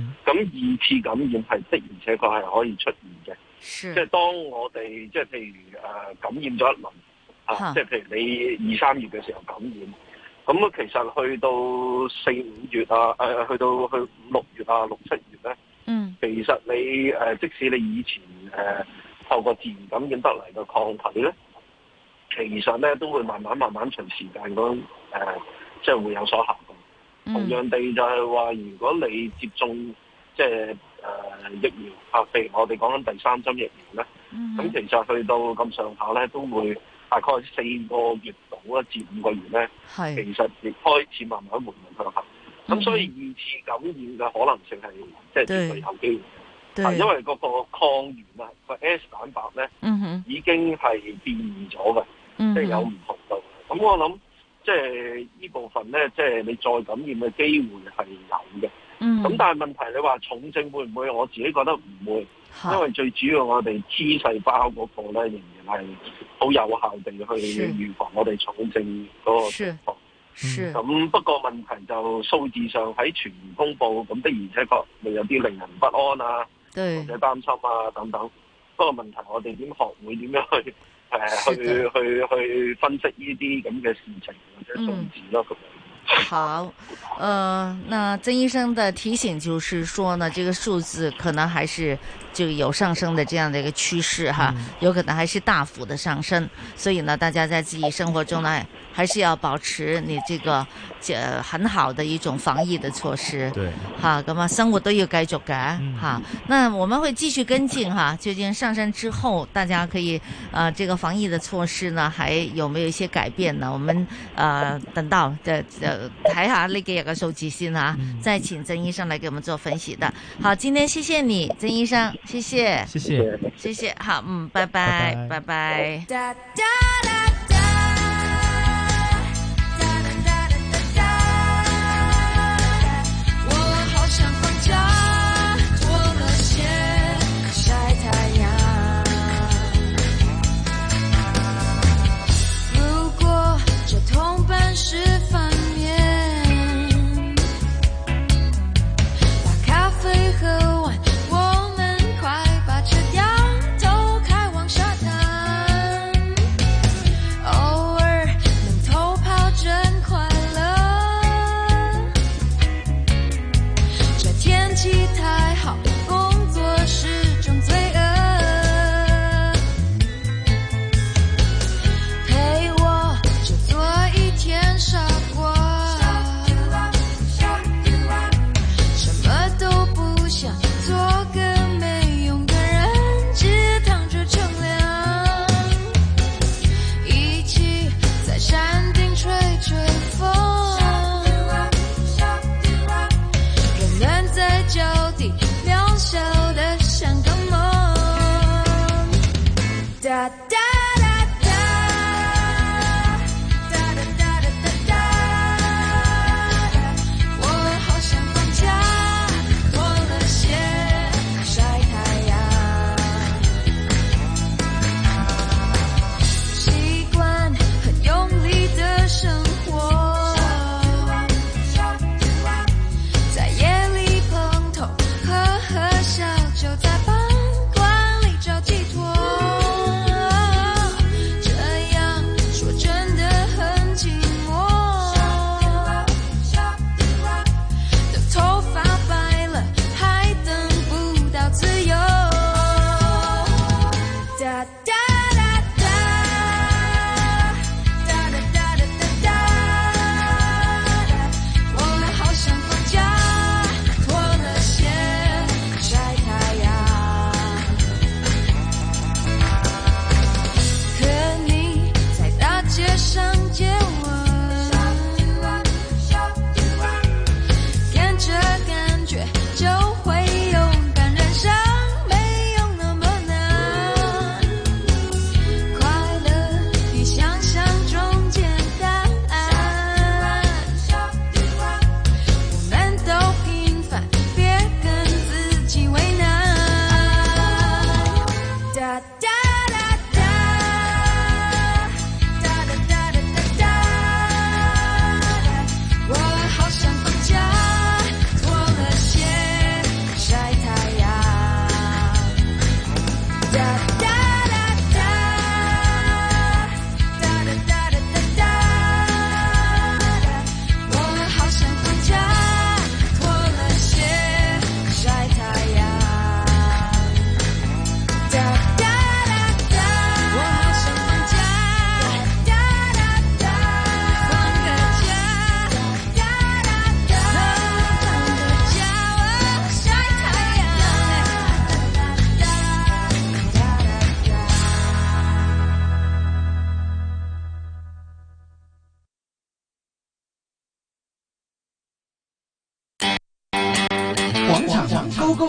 2次感染係的而且確係可以出現嘅。即係當我哋即係譬如感染咗一輪即係譬如你2、3月嘅時候感染，咁其實去到4、5月去到5、6月6、7月咧，其實你即使你以前透過自然感染得嚟嘅抗體咧，其實咧都會慢慢隨時間嗰即係會有所下降。同樣地就係話，如果你接種即係疫苗譬如我哋講緊第3針疫苗咧，咁其實去到咁上下咧，都會大概4個月到至5個月咧，其實亦開始慢慢緩向下。咁所以2次感染嘅可能性係即係絕對有機會。因為嗰個抗原個 S 蛋白咧，已經係變異咗嘅，即係有唔同度。咁我諗即係呢部分咧，即係你再感染嘅機會係有嘅。咁但係問題你話重症會唔會？我自己覺得唔會，因為最主要我哋 T 細胞嗰個咧仍然係好有效地去預防我哋重症嗰個情況。咁不過問題就數字上喺全員公佈，咁的而且確會有啲令人不安啊，或者擔心啊等等。不過問題我哋點學會點樣去去分析呢啲咁嘅事情或者數字咯咁。 好，那曾醫生的提醒就是說呢，這個數字可能還是就有上升的這樣的一個趨勢哈，有可能還是大幅的上升，所以呢，大家在自己生活中呢，還是要保持你這個很好的一種防疫的措施。 對， 好，咁啊，生活都要繼續嘅，好，那我們會繼續跟進哈，究竟上升之後，大家可以這個防疫的措施呢，還有沒有一些改變呢？我們等到睇下呢幾日嘅數字先哈，再請曾醫生來給我們做分析的。好，今天謝謝你，曾醫生，謝謝， 謝謝， 謝謝，好，拜拜，拜拜。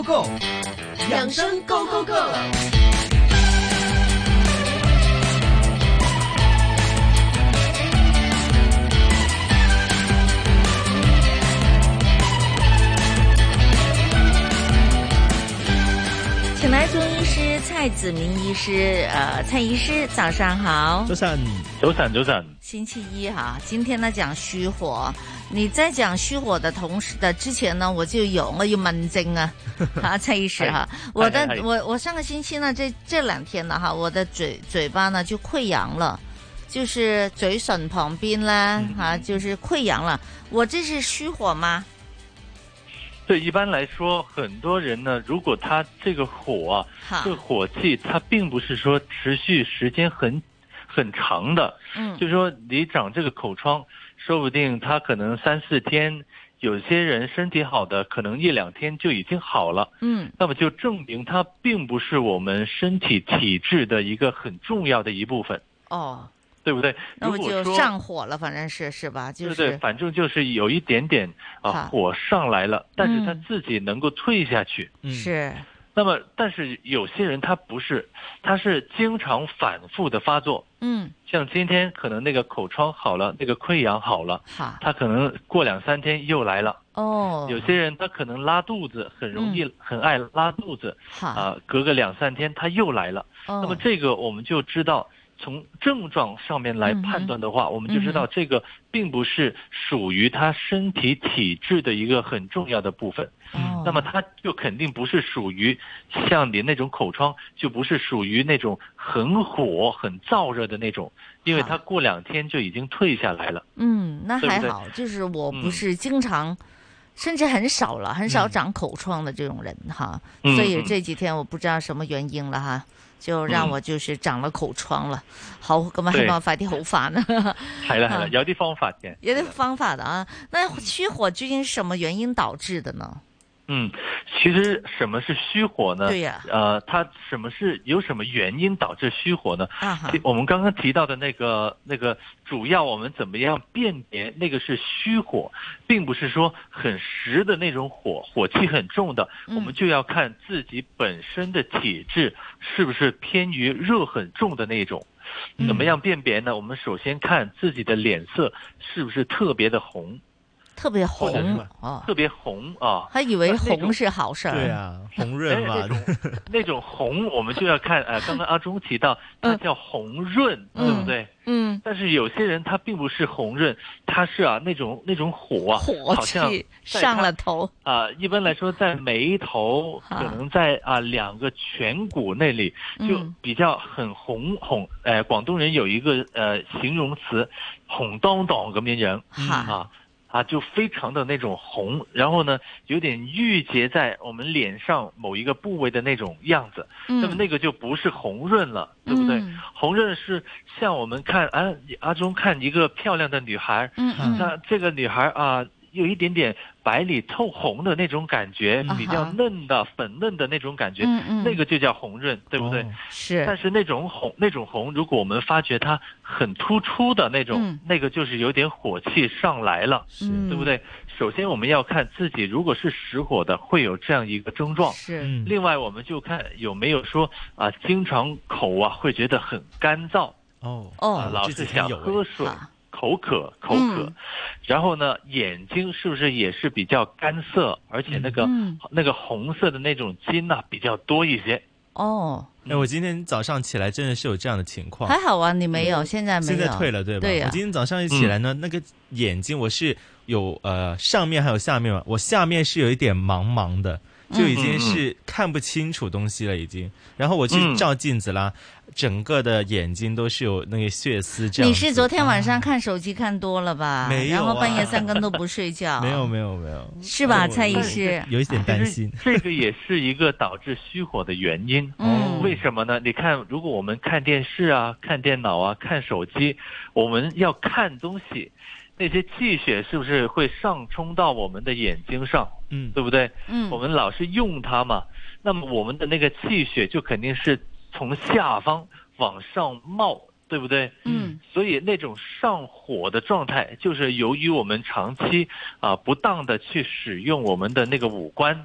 Go Go， 养生 Go Go Go。 请来中医师蔡子明医师，蔡医师早上好。 早晨， 早晨，早晨。 星期一哈，今天呢讲虚火。你在讲虚火的同时的之前呢，我要問症啊，蔡醫師哈，我上個星期呢，這兩天呢哈，我的嘴巴呢就潰瘍了，就是嘴唇旁邊呢就是潰瘍了，我這是虛火嗎？ 对，一般来说，很多人呢，如果他这个火这个火气，它并不是说持续时间很长的，就是说你长这个口疮。说不定他可能3-4天，有些人身体好的可能1-2天就已经好了。那么就证明它并不是我们身体体质的一个很重要的一部分。对不对？ 那我就上火了，反正是吧？就是对，反正就是有一点点火上来了，但是他自己能够退下去。 是。 那么，但是有些人他不是，他是经常反复的发作。像今天可能那个口疮好了，那个溃疡好了，他可能过2-3天又来了。有些人他可能拉肚子，很容易很爱拉肚子，隔个2-3天他又来了。那么这个我们就知道，从症状上面来判断的话，我们就知道这个并不是属于他身体体质的一个很重要的部分。那么它就肯定不是属于像你那种口疮，就不是属于那种很火很燥热的那种，因为它过2天就已经退下来了。 那还好，就是我不是经常甚至很少长口疮的这种人哈，所以这幾天我不知道什麼原因了哈，就讓我就是長了口瘡了。好，咁啊希望快啲好返啊。 係啦，有啲方法嘅。 有啲方法的啊。那虛火究竟是什麼原因導致的呢？ 其实什么是虚火呢？ 对呀， 它有什么原因导致虚火呢？我们刚刚提到的那个主要我们怎么样辨别那个是虚火，并不是说很实的那种火气很重的，我们就要看自己本身的体质是不是偏于热很重的那种。怎么样辨别呢？我们首先看自己的脸色是不是特别的红。 特别红特别红啊！ 还以为红是好事儿。 对啊，红润嘛。 那种红，我们就要看刚刚阿忠提到，它叫红润，对不对？但是有些人他并不是红润，他是那种火火气上了头一般来说，在眉头，可能在2个颧骨那里就比较很红。广东人有一个形容词，紅當當咁樣就非常的那种红，然后呢有点郁结在我们脸上某一个部位的那种样子，那么那个就不是红润了，对不对？红润是像我们看阿忠看一个漂亮的女孩，那这个女孩有一点点白里透红的那种感觉，比较嫩的粉嫩的那种感觉，那个就叫红润，对不对？ 是。 但是那种红，如果我们发觉它很突出的那种，那个就是有点火气上来了，对不对？首先我们要看自己如果是实火的，会有这样一个症状。 是。 另外我们就看有没有说经常口会觉得很干燥，老是想喝水。口渴，然后呢，眼睛是不是也是比较干涩，而且那个红色的那种筋比较多一些。 我今天早上起来真的是有这样的情况。 还好啊，你没有，现在没有， 现在退了对吧？ 对呀。 我今天早上一起来呢，那个眼睛我是有上面还有下面嘛，我下面是有一点茫茫的。就已经是看不清楚东西了已经，然后我去照镜子啦，整个的眼睛都是有那个血丝这样。 你是昨天晚上看手机看多了吧？ 没有然后半夜3更都不睡觉。 没有， 是吧，蔡医师？ 有一点担心。 这个也是一个导致虚火的原因。为什么呢？你看，如果我们看电视看电脑看手机，我们要看东西。那些气血是不是会上冲到我们的眼睛上？对不对？我们老是用它嘛，那么我们的那个气血就肯定是从下方往上冒，对不对？所以那种上火的状态，就是由于我们长期不当的去使用我们的那个五官，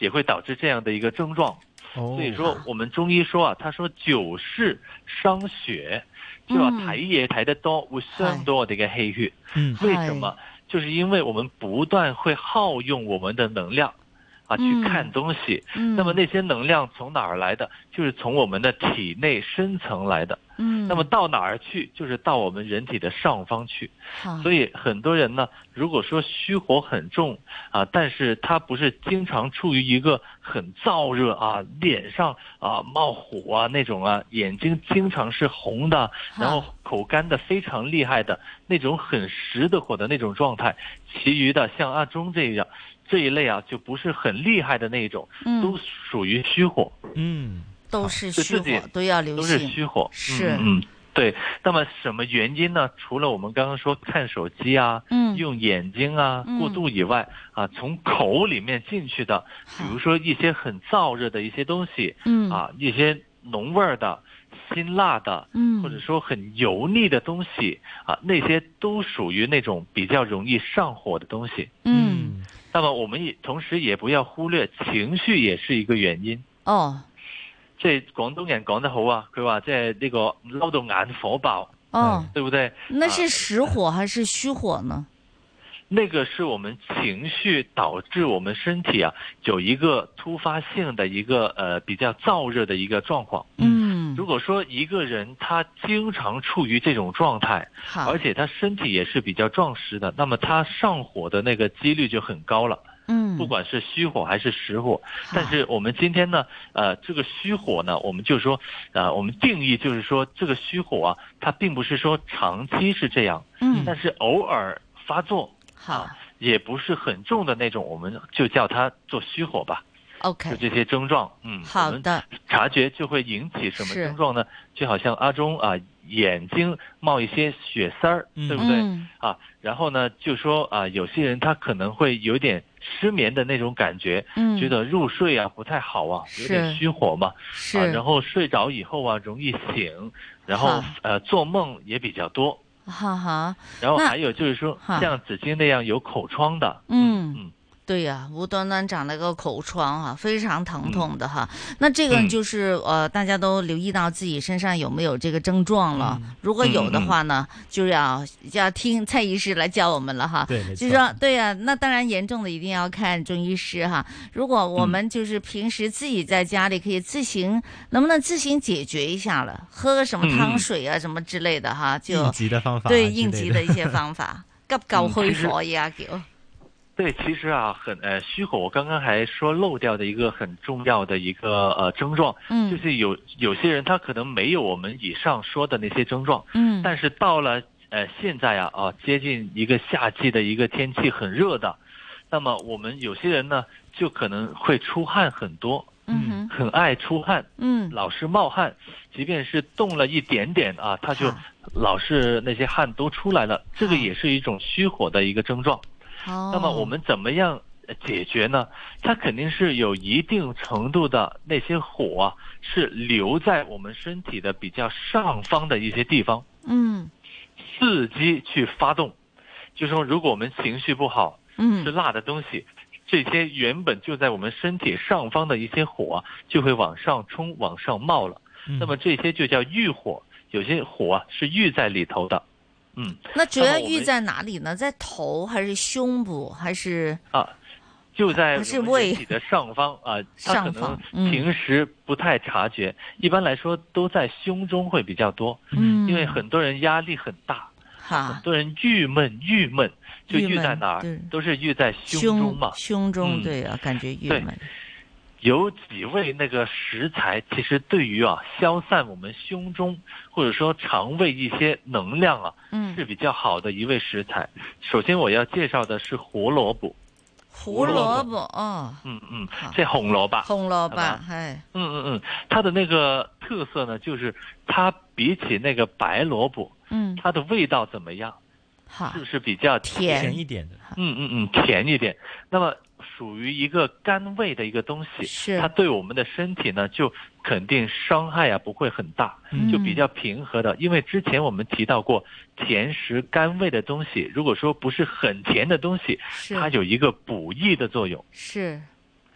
也会导致这样的一个症状。所以说我们中医说啊，他说久视伤血，就話睇嘢睇得多會傷到我哋嘅氣血。為什麼？就是因為我們不斷會耗用我們的能量啊，去看東西。那麼那些能量從哪兒來的？就是從我們的體內深層來的。那麼到哪兒去？就是到我們人體的上方去。所以很多人呢，如果說虛火很重啊，但是他不是經常處於一個很燥熱啊，臉上啊冒火啊那種啊，眼睛經常是紅的，然後口乾的非常厲害的那種很實的火的那種狀態，其餘的像阿中這一類啊，就不是很厲害的那種，都屬於虛火。 都是虛火，都要留心。 都是虛火， 是。 對。那麼什麼原因呢？除了我們剛剛說看手機啊，用眼睛啊過度以外啊，從口裡面進去的，比如說一些很燥熱的一些東西，啊，一些濃味的、辛辣的，或者說很油膩的東西啊，那些都屬於那種比較容易上火的東西。那麼我們同時也不要忽略情緒也是一個原因。即係廣東人講得好啊，佢話即係呢個嬲到眼火爆，對不對？ 那是實火還是虛火呢？ 那個是我們情緒導致我們身體啊有一個突發性的一個比較燥熱的一個狀況。如果說一個人他經常處於這種狀態，而且他身體也是比較壯實的，那麼他上火的那個幾率就很高了。不管是虛火還是實火，但是我們今天呢，這個虛火呢，我們就說，我們定義就是說，這個虛火啊，它並不是說長期是這樣，但是偶爾發作，也不是很重的那種，我們就叫它做虛火吧。 OK， 就這些症狀， 好的， 察覺就會引起什麼症狀呢？就好像阿中啊，眼睛冒一些血絲兒，對不對？啊，然後呢，就說啊，有些人他可能會有點失眠的那種感覺，覺得入睡啊不太好啊，有點虛火嘛，啊，然後睡着以後啊容易醒，然後做夢也比較多，然後還有就是說像子矜那樣有口瘡的， 對呀，無端端長了個口瘡啊，非常疼痛的哈。那這個就是大家都留意到自己身上有沒有這個症狀了。如果有的話呢，就要聽蔡醫師來教我們了哈。對，就是說對呀，那當然嚴重的一定要看中醫師哈。如果我們就是平時自己在家裏可以自行，能不能自行解決一下了？喝個什麼湯水啊，什麼之類的哈，就應急的方法。 對，應急的一些方法，急救虛火呀叫。 對，其實啊，虛火，我剛剛還說漏掉的一個很重要的一個症狀，就是有些人他可能沒有我們以上說的那些症狀，但是到了現在啊接近一個夏季的一個天氣很熱的，那麼我們有些人呢就可能會出汗很多，很愛出汗，老是冒汗，即便是動了一點點啊，他就老是那些汗都出來了，這個也是一種虛火的一個症狀。那麼我們怎麼樣解決呢？它肯定是有一定程度的那些火啊，是留在我們身體的比較上方的一些地方，伺機去發動。就是說，如果我們情緒不好，吃辣的東西，這些原本就在我們身體上方的一些火啊，就會往上衝、往上冒了。那麼這些就叫鬱火，有些火啊是鬱在裏頭的。 那主要鬱在哪裡呢？在頭還是胸部還是就在我們人體的上方啊，它可能平時不太察覺，一般來說都在胸中會比較多，因為很多人壓力很大，很多人鬱悶，就鬱在哪兒？都是鬱在胸中嘛。 胸中對啊，感覺鬱悶。 有幾味那個食材，其實對於消散我們胸中或者說腸胃一些能量啊，是比較好的一味食材。首先我要介紹的是胡蘿蔔。 胡蘿蔔哦， 這紅蘿蔔。 紅蘿蔔，係。 它的那個特色呢，就是它比起那個白蘿蔔，它的味道怎麼樣？是不是比較甜一點的？ 甜一點。那麼屬於一個甘味的一個東西，它對我們的身體呢，就肯定傷害啊不會很大，就比較平和的。因為之前我們提到過，甜食甘味的東西，如果說不是很甜的東西，它有一個補益的作用。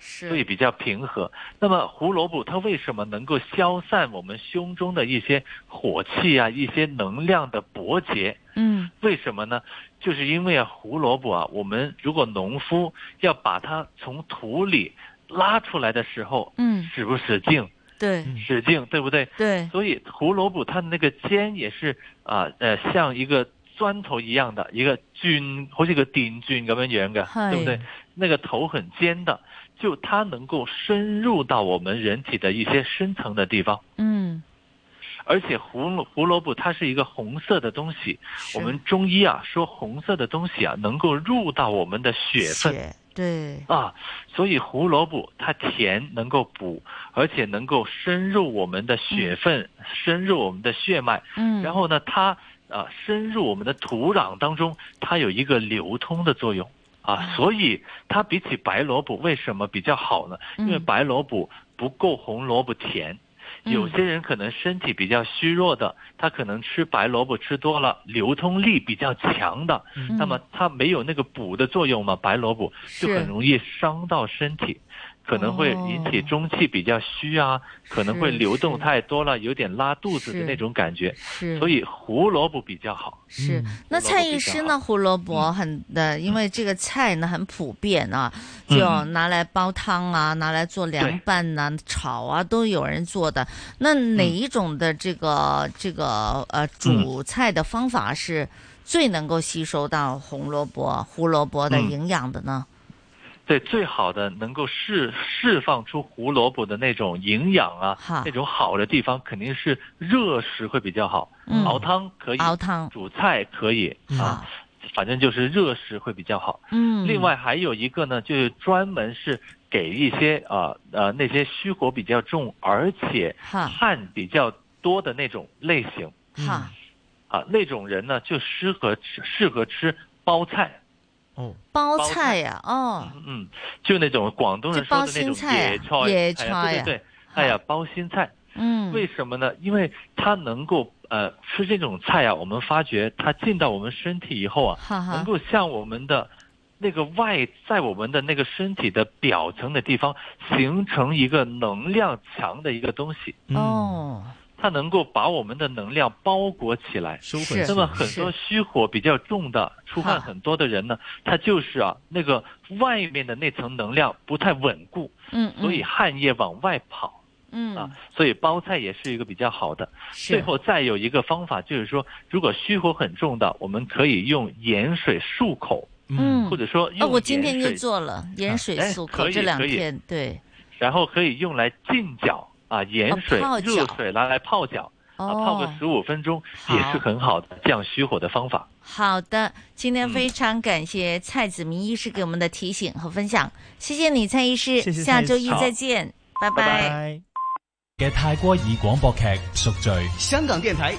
所以比较平和。那么胡萝卜它为什么能够消散我们胸中的一些火气啊，一些能量的搏结？为什么呢？就是因为胡萝卜啊，我们如果农夫要把它从土里拉出来的时候，使不使劲？ 对， 使劲，对不对？ 对。 所以胡萝卜它的那个尖也是像一个砖頭一樣的一個鑽，好似個電鑽咁樣嘅，對不對？那個頭很尖的，就它能夠深入到我們人體的一些深層的地方。而且胡蘿蔔它是一個紅色的東西，我們中醫啊說紅色的東西啊能夠入到我們的血分。 對啊，所以胡蘿蔔它甜能夠補，而且能夠深入我們的血分，深入我們的血脈。然後呢，它深入我們的土壤當中，它有一個流通的作用啊，所以它比起白蘿蔔為什麼比較好呢？因為白蘿蔔不夠紅蘿蔔甜。有些人可能身體比較虛弱的，他可能吃白蘿蔔吃多了，流通力比較強的，那麼它沒有那個補的作用嘛，白蘿蔔就很容易傷到身體，可能會引起中氣比較虛啊，可能會流動太多了，有點拉肚子的那種感覺，所以胡蘿蔔比較好。 是，那蔡醫師呢？胡蘿蔔因為這個菜呢很普遍啊，就拿來煲湯啊，拿來做涼拌啊、炒啊，都有人做的。那哪一種的這個煮菜的方法是最能夠吸收到胡蘿蔔的營養的呢？ 對，最好的能夠釋放出胡蘿蔔的那種營養啊，那種好的地方肯定是熱食會比較好。熬湯可以， 熬湯煮菜可以啊，反正就是熱食會比較好。另外還有一個呢，就是專門是給一些那些虛火比較重而且汗比較多的那種類型。那種人呢就適合吃包菜。 包菜呀， 就那種廣東人說的那種野菜，對，包心菜。為什麼呢？因為它能夠吃這種菜啊，我們發覺它進到我們身體以後啊，能夠向我們的那個在我們的那個身體的表層的地方形成一個能量強的一個東西。它能夠把我們的能量包裹起來。那麼很多虛火比較重的、出汗很多的人呢，他就是那個外面的那層能量不太穩固，所以汗液往外跑。所以包菜也是一個比較好的。最後再有一個方法，就是說如果虛火很重的，我們可以用鹽水漱口，或者說用鹽水我今天就做了鹽水漱口，這兩天對。 然後可以用來浸腳。鹽水、熱水拿來泡腳，泡個15分鐘也是很好的降虛火的方法。 好的，今天非常感謝蔡梓銘醫師給我們的提醒和分享，謝謝你蔡醫師，下周一再見，拜拜。 嘅泰戈爾廣播劇《贖罪》， 香港電台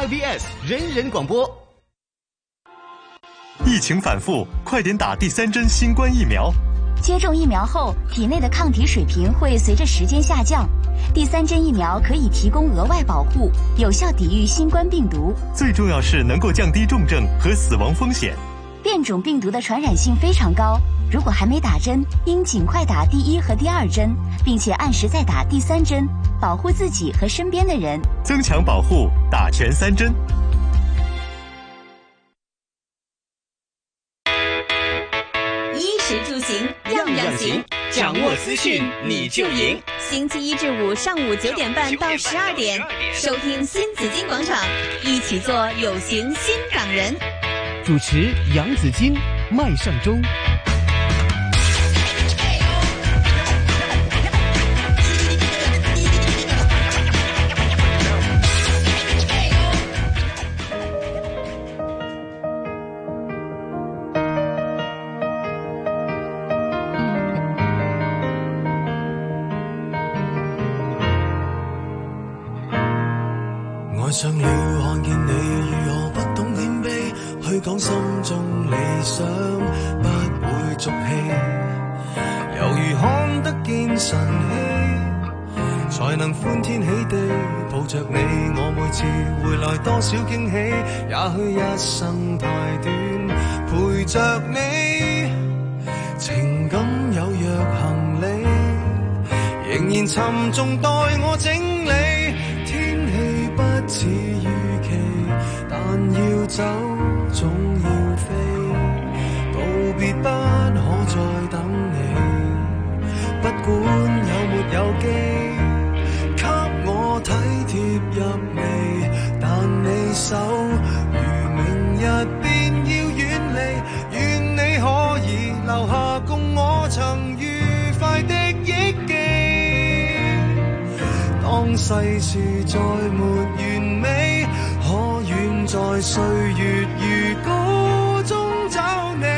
CIBS 人人廣播。 疫情反覆，快點打第3針新冠疫苗。 接種疫苗後，體內的抗體水平會隨着時間下降。第3針疫苗可以提供額外保護，有效抵禦新冠病毒。 最重要是能夠降低重症和死亡風險。 變種病毒的傳染性非常高，如果還沒打針，應盡快打第1和第2針，並且按時再打第3針，保護自己和身邊的人。 增強保護，打全3針。 衣食住行樣樣行， 掌握資訊你就贏。 星期1至5上午9點半到12點，收聽新紫荊廣場，一起做有型新港人。 主持楊紫荊、麥尚中。 愛上了看見你如何不懂謙卑，去講心中理想，不會俗氣，猶如看得見晨曦，才能歡天喜地抱着你。我每次回來多少驚喜，也許一生太短，陪着你，情感有若行李。 然沉重待我整理。天氣不似預期，但要走總要飛，道別不可再等你，不管有沒有機，給我體貼入微，但你手如明日便要遠離，願你可以留下共我曾愉快的憶記。當世事再沒完美，可願在歲月如歌中找你。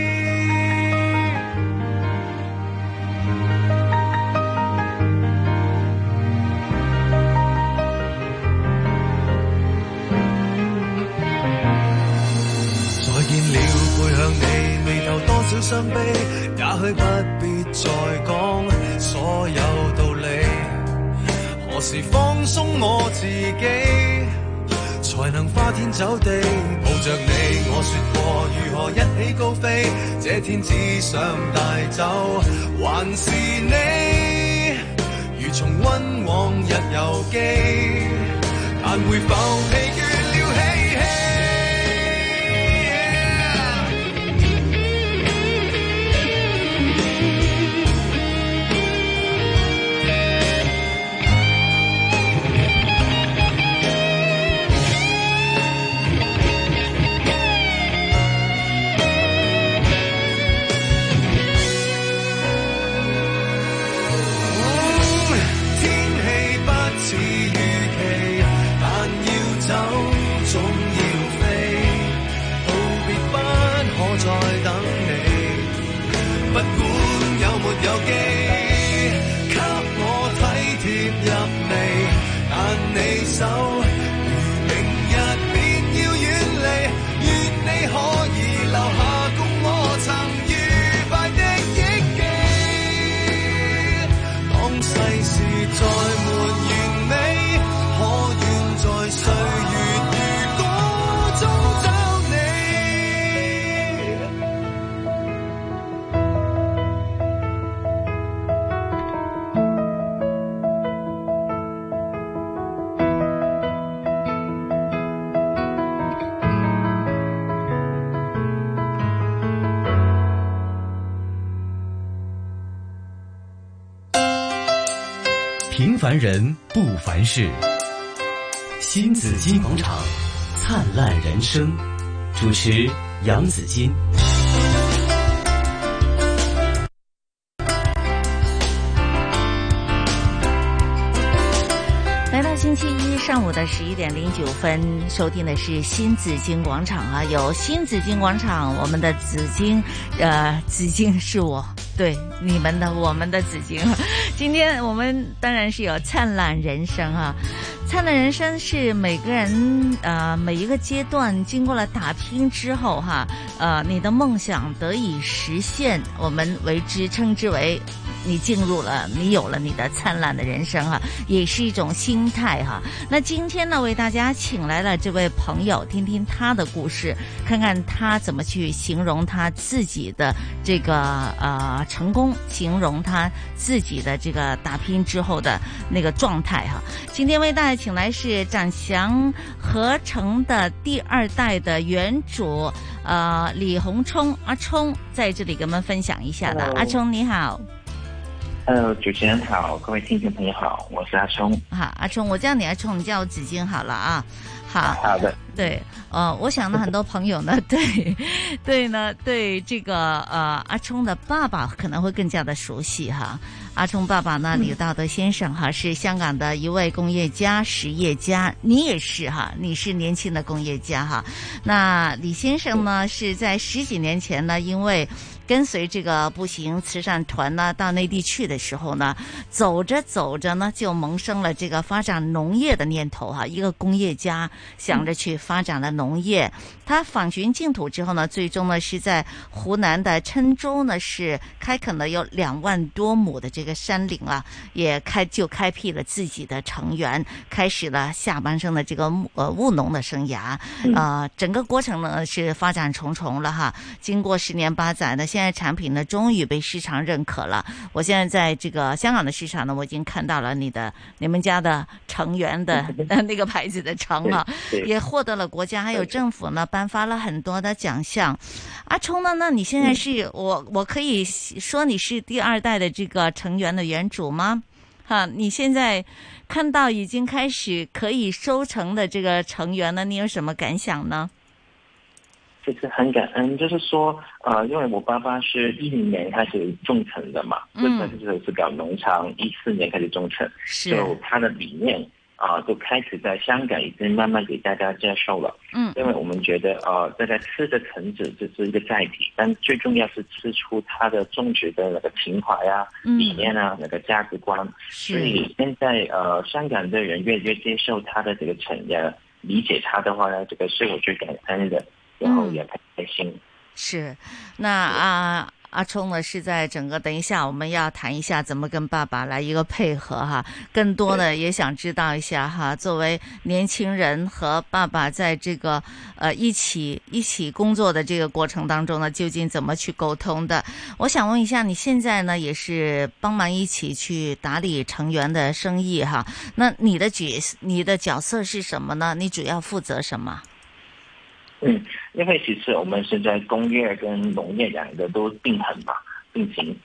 再見了，背向你，眉頭多少傷悲，也許不必再講所有道理。何時放鬆我自己，才能花天酒地抱着你？我說過如何一起高飛，這天只想帶走還是你，如重溫往日遊記，但會否疲倦了嬉戲？有機給我體貼入微，但你手如明日便要遠離，願你可以留下共我曾愉快的憶記。當世事再沒完美，可願在歲月如歌中找你。 平凡人不凡事，新紫金广场，灿烂人生。主持杨紫金。 来到星期一上午的11点09分，收听的是新紫金广场啊，有新紫金广场，我们的紫金，紫金是我。对，你们的我们的紫金，今天我们当然是有灿烂人生啊。灿烂人生是每个人每一个阶段经过了打拼之后哈，你的梦想得以实现，我们称之为你有了你的灿烂的人生哈，也是一种心态哈。那今天呢，为大家请来了这位朋友，听听他的故事，看看他怎么去形容他自己的这个成功，形容他自己的这个打拼之后的那个状态哈。今天为大家请来是展翔合成的第2代的原主李洪冲阿冲，在这里跟我们分享一下的。阿冲你好。 主持人好，各位听众朋友好，我是阿冲。好， 阿冲，我叫你阿冲，你叫我紫金好了啊。 好的。 对，我想呢，很多朋友呢，对这个阿冲的爸爸可能会更加的熟悉哈。阿冲爸爸呢，李道德先生哈，是香港的一位工业家、实业家，你也是哈，你是年轻的工业家哈。那李先生呢，是在10几年前呢，因为跟随这个步行慈善团呢到内地去的时候呢，走着走着呢，就萌生了这个发展农业的念头哈。一个工业家想着去发展了农业，他访寻净土之后呢，最终呢是在湖南的郴州呢是开垦了有2万多亩的这个山岭啊，也开辟了自己的成园，开始了下半生的这个务农的生涯。整个过程呢是发展重重了哈。经过10年8载呢， 现在产品呢终于被市场认可了。我现在在这个香港的市场呢，我已经看到了你们家的成员的那个牌子的橙啊，也获得了国家还有政府呢颁发了很多的奖项。阿冲呢，那你现在是我可以说你是第2代的这个成员的原主吗？哈，你现在看到已经开始可以收成的这个成员呢，你有什么感想呢？ 其实很感恩，就是说，因为我爸爸是10年开始种橙的嘛，就是搞农场，14年开始种橙，就他的理念就开始在香港已经慢慢给大家接受了。因为我们觉得大家吃的橙子只是一个载体，但最重要是吃出它的种植的那个情怀啊、理念啊、那个价值观。所以现在香港的人越来越接受他的这个橙业，理解他的话呢，这个是我最感恩的。然后也开心。 是，那阿冲呢是在整个，等一下我们要谈一下怎么跟爸爸来一个配合哈，更多的也想知道一下哈，作为年轻人和爸爸在这个一起工作的这个过程当中呢，究竟怎么去沟通的？我想问一下，你现在呢也是帮忙一起去打理成员的生意哈，那你的角色是什么呢？你主要负责什么？ 因为其实我们现在工业跟农业两个都并行嘛，并行。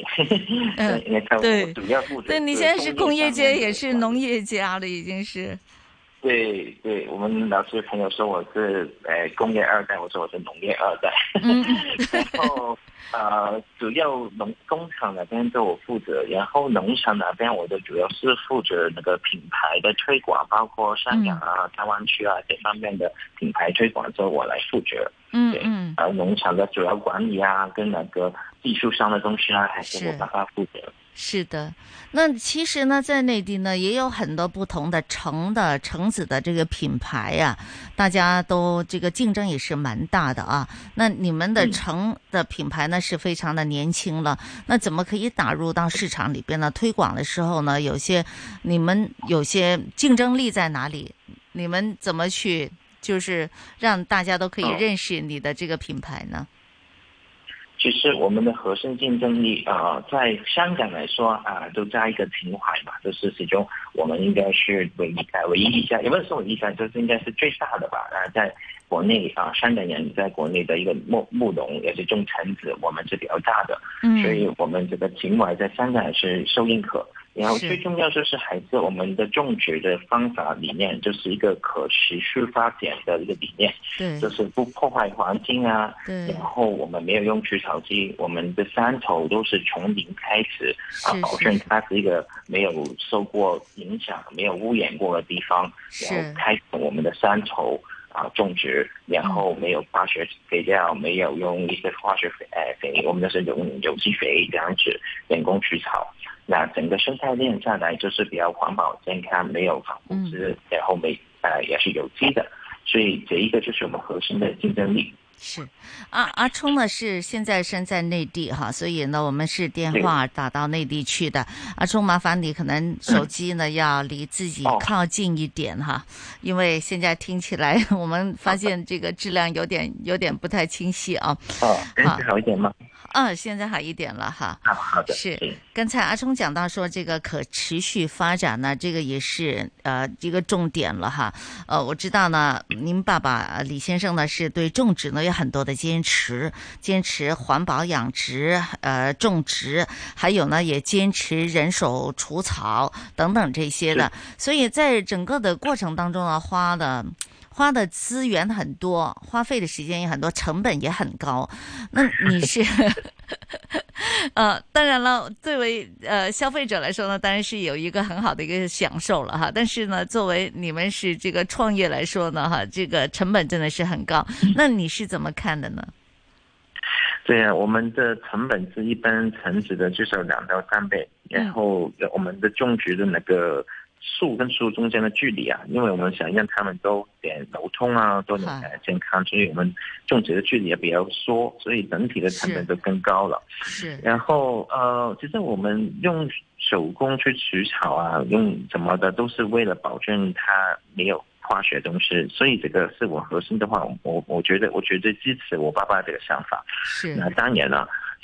对，主要负责。 对，你现在是工业界也是农业家了，已经是。 对，我们老师朋友说我是工业2代，我说我是农业2代。然后主要工厂那边都我负责，然后农场那边我的主要是负责那个品牌的推广，包括香港啊、大湾区啊这方面的品牌推广，就我来负责。农场的主要管理啊，跟那个技术上的东西啊，还是我爸爸负责。 是的，那其实呢，在内地呢也有很多不同的橙子的这个品牌呀，大家都这个竞争也是蛮大的啊。那你们的橙的品牌呢是非常的年轻了，那怎么可以打入到市场里边呢？推广的时候呢，你们有些竞争力在哪里？你们怎么去就是让大家都可以认识你的这个品牌呢？ 其实我们的核心竞争力在香港来说都加一个情怀嘛，就是其中我们应该是唯一一家，也不是说唯一一家，就是应该是最大的吧。在国内香港人在国内的一个牧农也是种橙子，我们是比较大的，所以我们这个情怀在香港也是受认可。然后最重要就是还是我们的种植的方法理念，就是一个可持续发展的一个理念，就是不破坏环境啊。然后我们没有用除草剂，我们的山头都是从零开始保证它是一个没有受过影响、没有污染过的地方，然后开始我们的山头种植，然后没有化学肥料，没有用一些化学肥，我们都是用有机肥这样子人工除草。那整个生态链下来就是比较环保健康，没有防腐剂，然后也是有机的，所以这一个就是我们核心的竞争力。 是阿冲呢是现在身在内地哈，所以呢我们是电话打到内地去的。阿冲，麻烦你可能手机呢要离自己靠近一点哈，因为现在听起来我们发现这个质量有点不太清晰啊。 好一点吗？ 现在好一点了哈。 好的。 是刚才阿冲讲到说这个可持续发展呢，这个也是一个重点了哈。我知道呢，您爸爸李先生呢是对种植呢有很多的坚持环保养殖种植，还有呢也坚持人手除草等等这些的，所以在整个的过程当中呢，花的资源很多，花费的时间也很多，成本也很高。那你是当然了，作为消费者来说呢，当然是有一个很好的一个享受了哈。但是呢，作为你们是这个创业来说呢，哈，这个成本真的是很高。那你是怎么看的呢？ 对啊，我们的成本是一般橙子的至少2到3倍，然后我们的种植的那个树跟树中间的距离啊，因为我们想让他们都流通啊，都能健康，所以我们种植的距离也比较缩，所以整体的成本就更高了。 是。 然后其实我们用手工去除草啊，用什么的，都是为了保证它没有化学东西，所以这个是我核心的话，我觉得支持我爸爸这个想法。 是。 那当然了，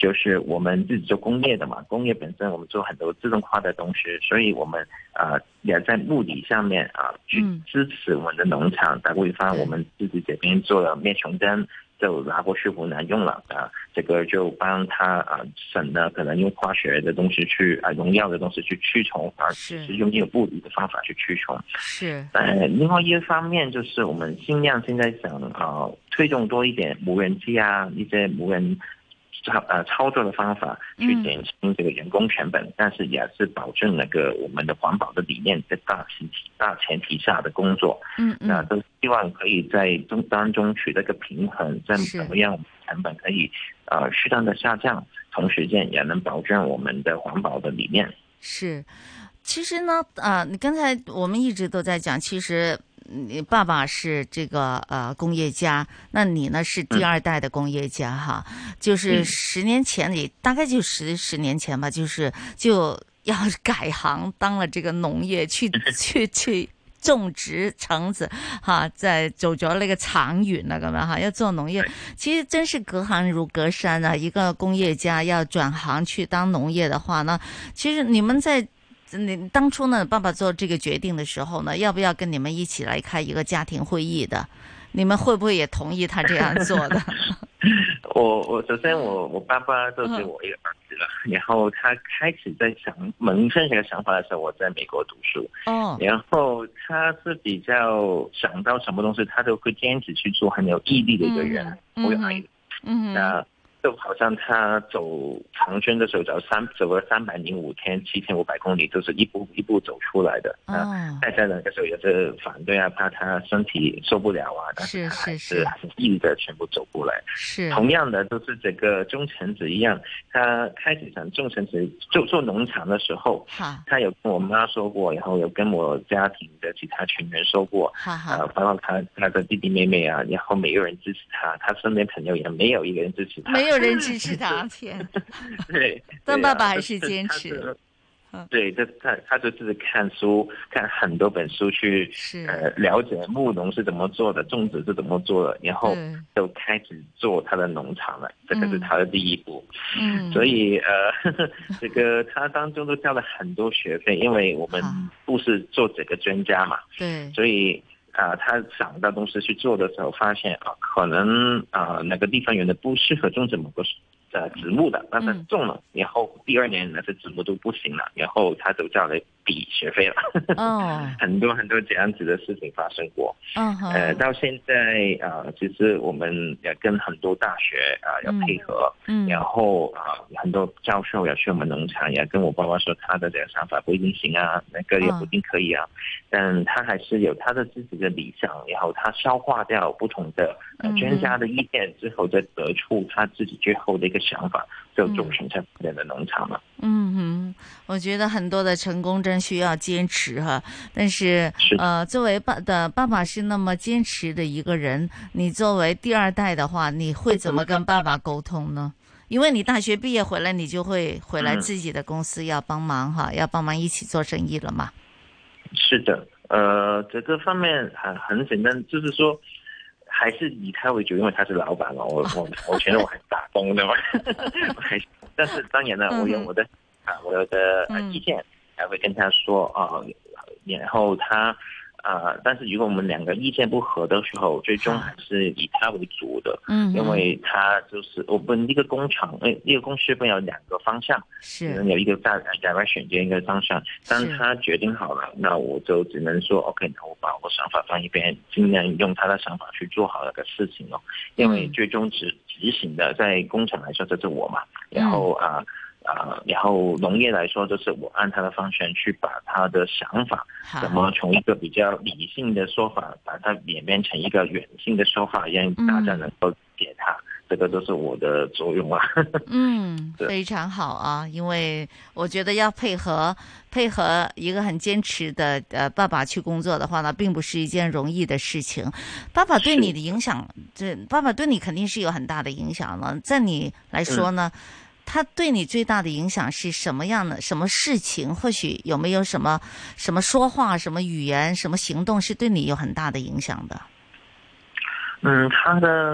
就是我们自己做工业的嘛，工业本身我们做很多自动化的东西，所以我们也在目的上面去支持我们的农场。打个比方，我们自己这边做了灭虫针，就拿过去湖南用了这个就帮他省了可能用化学的东西去农药的东西去驱虫，是用这个物理的方法去驱虫。 是。 另外一个方面就是我们尽量现在想推动多一点无人机一些无人操作的方法去减轻这个人工成本，但是也是保证那个我们的环保的理念在大前提下的工作。那都希望可以在当中取得个平衡，在怎么样成本可以适当的下降，同时间也能保证我们的环保的理念。 是，其实呢你刚才我们一直都在讲，其实你爸爸是这个工业家，那你呢是第二代的工业家哈，就是10年前你大概就十年前吧，就要改行当了这個農業去種植橙子哈，在做咗呢個廠園啦咁樣哈，要做農業，其實真是隔行如隔山啊！一個工業家要轉行去當農業的話呢，其實你當初呢，爸爸做這個決定的時候呢，要不要跟你們一起來開一個家庭會議的？你們會不會也同意他這樣做的？ 我首先我爸爸就是我一個兒子了，然後他開始在萌生這個想法的時候，我在美國讀書，然後他是比較想到什麼東西，他都會堅持去做，很有毅力的一個人，我有愛的，那就好像他走長春的時候走了305天7500公里，都是一步一步走出來的。大家那個時候也是反對怕他身體受不了但是他還是很毅力的全部走過來。是同樣的都是這個種橙子一樣，他開始想種橙子就做農場的時候，他有跟我媽說過，然後有跟我家庭的其他成員說過，包括他的弟弟妹妹然後沒有人支持他，他身邊朋友也沒有一個人支持他。 沒有人支持他，天！對，但爸爸還是堅持。 對，他就自己看書，看很多本書去了解務農是怎麼做的，種植是怎麼做的，然後就開始做他的農場了。這個是他的第一步。所以這個他當中都交了很多學費，因為我們不是做這個專家嘛。對，所以。他想到東西去做的時候，發現可能那個地方原來不適合種植某個植物的，但是種了，然後第2年那些植物都不行了，然後他就叫來抵學費了。很多很多這樣子的事情發生過。到現在其實我們也跟很多大學要配合，然後很多教授也去我們農場，也跟我爸爸說他的這個想法不一定行那個也不一定可以但他還是有他的自己的理想，然後他消化掉不同的專家的意見之後，再得出他自己最後的一個想法，就組成這樣的農場了。 我覺得很多的成功真需要堅持哈，但是作為爸爸是那麼堅持的一個人，你作為第2代的話，你會怎麼跟爸爸溝通呢？因為你大學畢業回來，你就會回來自己的公司要幫忙要幫忙一起做生意了嘛。 是的，這個方面很簡單，就是說還是以他為主，因為他是老闆嘛，我覺得我還是打工的嘛，但是當然了，我有我的意見，還會跟他說然後他但是如果我們兩個意見不合的時候，最終還是以他為主的，因為他就是我們一個工廠，一個公司會有2個方向，有一個direction，一個方向。當他決定好了，那我就只能說 OK， 那我把我想法放一邊，盡量用他的想法去做好那個事情因為最終執行的在工廠來說就是我嘛，然後然後農業來說，就是我按他的方向去把他的想法，怎麼從一個比較理性的說法，把它演變成一個軟性的說法，讓大家能夠解他。這個都是我的作用非常好因為我覺得要配合一個很堅持的爸爸去工作的話呢，並不是一件容易的事情。爸爸對你的影響，爸爸對你肯定是有很大的影響了。在你來說呢，他對你最大的影響是什麼樣的？什麼事情？或許有沒有什麼說話、什麼語言、什麼行動是對你有很大的影響的？ 他的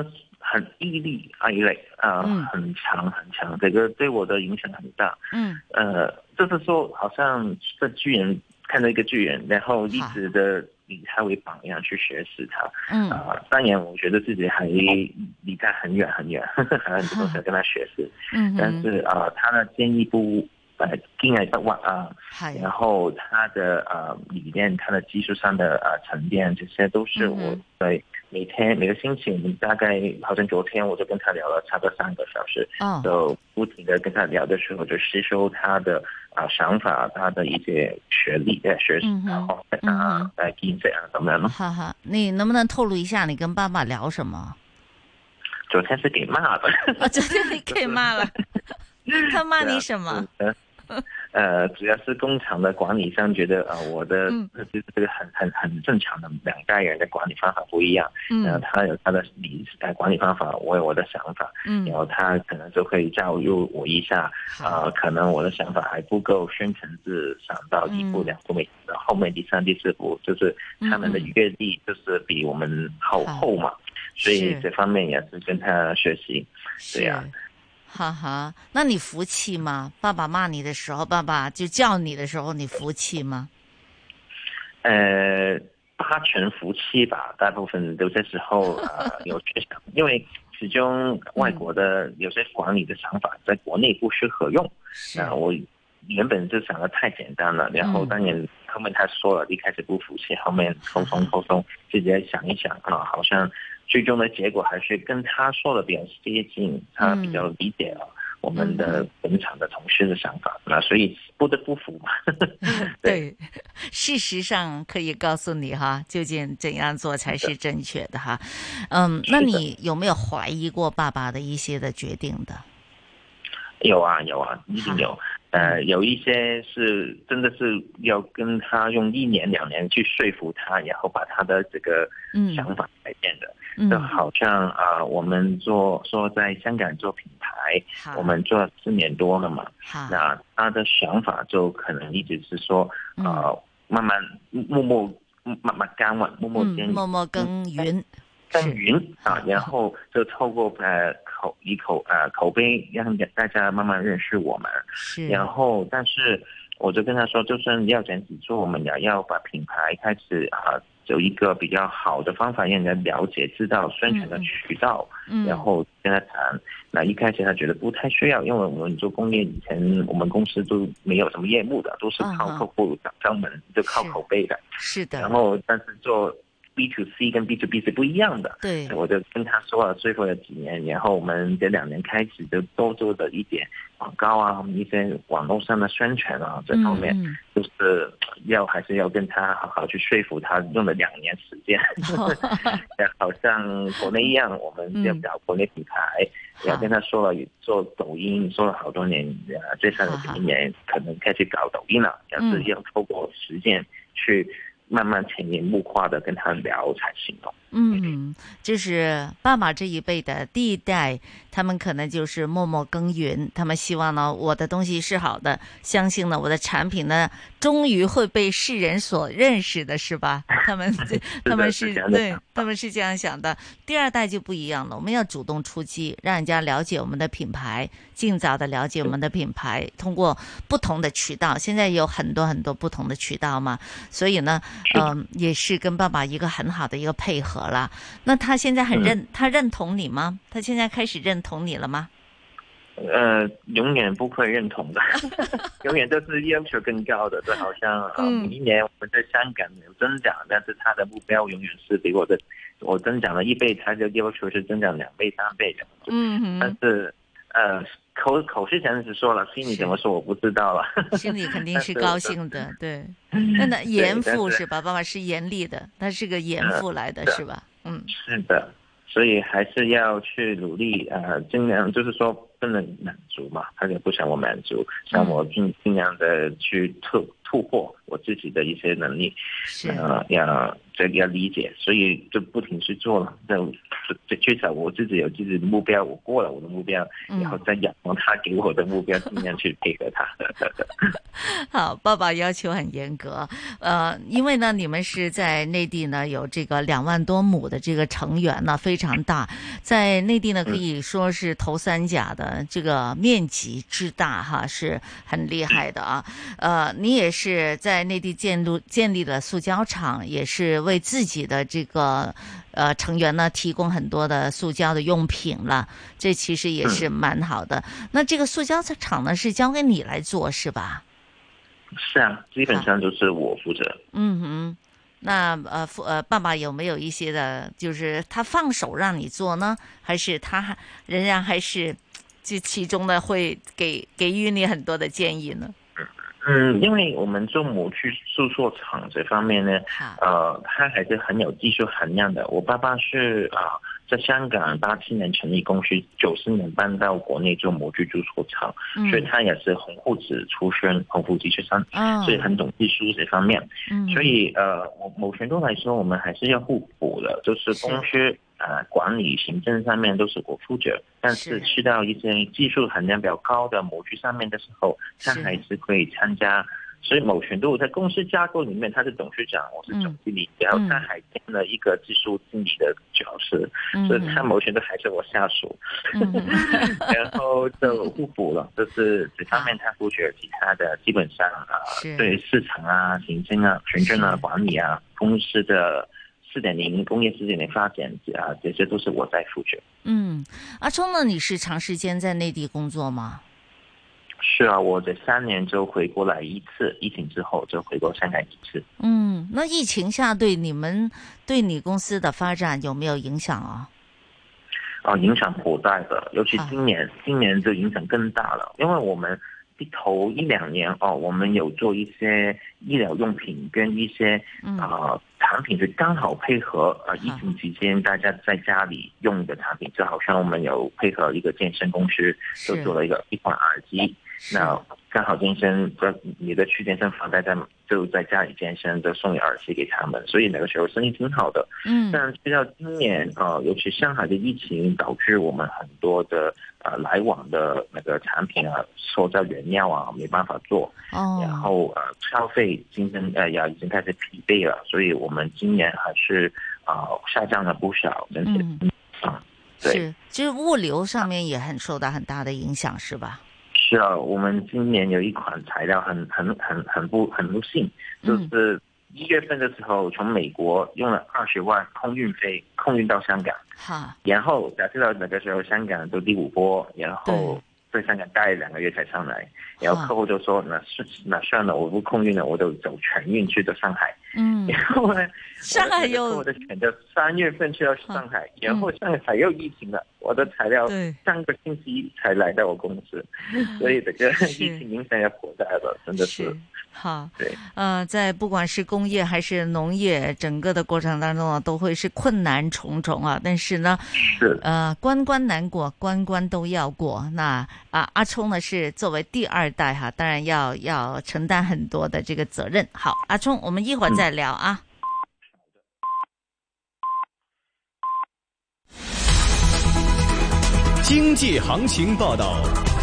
很毅力，很强，这个对我的影响很大。就是说好像这巨人看到一个巨人，然后一直的以他为榜样去学习他。当然我觉得自己还离他很远，还有很多东西要跟他学习。但是他的建议不经验不然后他的理念，他的技术上的沉淀，这些都是我在每个星期，我们大概好像昨天我就跟他聊了差不多3个小时，就不停的跟他聊的时候，就吸收他的想法，他的一些学历学习，然后经验怎么样呢？ 哈哈，你能不能透露一下你跟爸爸聊什么？ 昨天是给骂的。 昨天你给骂了。他骂你什么？ 主要是工厂的管理上觉得我的这个很正常的2代人的管理方法不一样，他有他的管理方法，我有我的想法，然后他可能就会教育我一下，可能我的想法还不够深层次，想到1步2步没到后面第3、第4步，就是他们的阅历就是比我们厚嘛，所以这方面也是跟他学习，对呀。 哈哈，那你服气吗？爸爸骂你的时候，爸爸就叫你的时候，你服气吗他全服气吧，大部分有些时候有缺想，因为始终外国的有些管理的想法在国内不适合用。我原本就想的太简单了，然后当然后面他说了，一开始不服气，后面沟通，自己想一想好像最终的结果还是跟他说的比较接近，他比较理解了我们的本厂的同事的想法，所以不得不服嘛。 对，事实上可以告诉你究竟怎样做才是正确的哈。那你有没有怀疑过爸爸的一些的决定的？ 有啊，一定有。有一些是真的是要跟他用1年2年去说服他，然后把他的这个想法改变的。就好像我们说在香港做品牌，我们做了4年多了嘛。那他的想法就可能一直是说慢慢默默耕耘。然后就透过口碑让大家慢慢认识我们。然后但是我就跟他说，就算要这样子做，我们也要把品牌开始有一个比较好的方法让人家了解知道宣传的渠道，然后跟他谈。那一开始他觉得不太需要，因为我们做工业以前我们公司都没有什么业务的，都是靠客户找门，就靠口碑的。 是的。 然后但是做B2C 跟 B2B 是不一样的。对，我就跟他说了，说服了几年，然后我们这2年开始就多做的一点广告一些网络上的宣传这方面，就是还是要跟他好好去说服他，用了2年时间。好像国内一样，我们要搞国内品牌，要跟他说了做抖音，说了好多年，最上的1年可能开始搞抖音了，但是要透过实践去慢慢潜移默化的跟他聊才行哦。 就是爸爸这一辈的第1代，他们可能就是默默耕耘，他们希望呢我的东西是好的，相信呢我的产品呢终于会被世人所认识的，是吧？他们是对，他们是这样想的。第2代就不一样了，我们要主动出击，让人家了解我们的品牌，尽早的了解我们的品牌，通过不同的渠道，现在有很多不同的渠道嘛，所以呢也是跟爸爸一个很好的一个配合了。那他现在他认同你吗？他现在开始认同你了吗？ 永远不会认同的，永远都是要求更高的。就好像每一年我们在香港有增长，但是他的目标永远是比我增长了1倍，他就要求是增长2倍3倍的。但是口是这样子说了，心里怎么说我不知道了。 心里肯定是高兴的，对。那严父是吧？爸爸是严厉的，他是个严父来的，是吧？ 是的，所以还是要去努力尽量就是说不能满足嘛，他也不想我满足，像我尽量的去突破我自己的一些能力，要理解，所以就不停去做了。就至少我自己有自己的目标，我过了我的目标，然后再仰望他给我的目标，尽量去配合他。 好，爸爸要求很严格，因为呢，你们是在内地呢有这个2万多亩的这个成员呢非常大，在内地呢可以说是头3甲的这个面积之大哈，是很厉害的啊。你也是在内地建立了塑胶厂，也是为自己的这个成员呢提供很多的塑胶的用品了，这其实也是蛮好的。那这个塑胶厂呢是交给你来做是吧？ 是啊，基本上就是我负责。 那爸爸有没有一些的，就是他放手让你做呢，还是他仍然还是这其中的会给予你很多的建议呢？ 因为我们做模具塑塑厂这方面呢，它还是很有技术含量的。我爸爸是在香港87年成立公司，90年搬到国内做模具铸塑厂，所以他也是红裤子出身，红腹肌出身，所以很懂技术这方面。所以我某程度来说，我们还是要互补的，就是公司管理行政上面都是我负责，但是去到一些技术含量比较高的模具上面的时候，他还是会参加。所以某程度在公司架构里面，他是董事长，我是总经理，然后他还兼了一个技术经理的角色，所以他某程度还是我下属，然后就互补了，就是这方面他负责，其他的基本上对市场行政行政管理公司的4.0工业4.0发展这些都是我在负责。 阿聪呢，你是长时间在内地工作吗？ 是啊，我这3年就回过来一次，疫情之后就回过香港一次。 那疫情下对你公司的发展有没有影响啊？ 影响颇大的，尤其今年就影响更大了，因为我们头1-2年我们有做一些医疗用品跟一些产品，就刚好配合疫情期间大家在家里用的产品，就好像我们有配合一个健身公司，就做了一款耳机。那刚好健身，你的去健身房，大家就在家里健身，就送耳机给他们，所以那个时候生意挺好的。但是到今年尤其上海的疫情导致我们很多的来往的那个产品受到原料没办法做，然后消费竞争也已经开始疲惫了，所以我们今年还是下降了不少，真是对， 是，就是物流上面也很受到很大的影响，是吧？ 是啊，我们今年有一款材料很不幸，就是1月份的时候从美国用了20万空运费空运到香港，然后假设到那个时候香港都第5波，然后在香港待2个月才上来，然后客户就说那算了，我不空运了，我就走全运去到上海。然后呢， 上海有我的选择3月份去到上海，然后上海又疫情了，我的材料上个星期才来到我公司，所以这个疫情影响也颇大的，真的是。 好，对，在不管是工业还是农业，整个的过程当中都会是困难重重但是呢，关关难过，关关都要过。那阿聪呢是作为第2代当然要承担很多的这个责任。好，阿聪，我们一会儿再聊啊。 经济行情报道。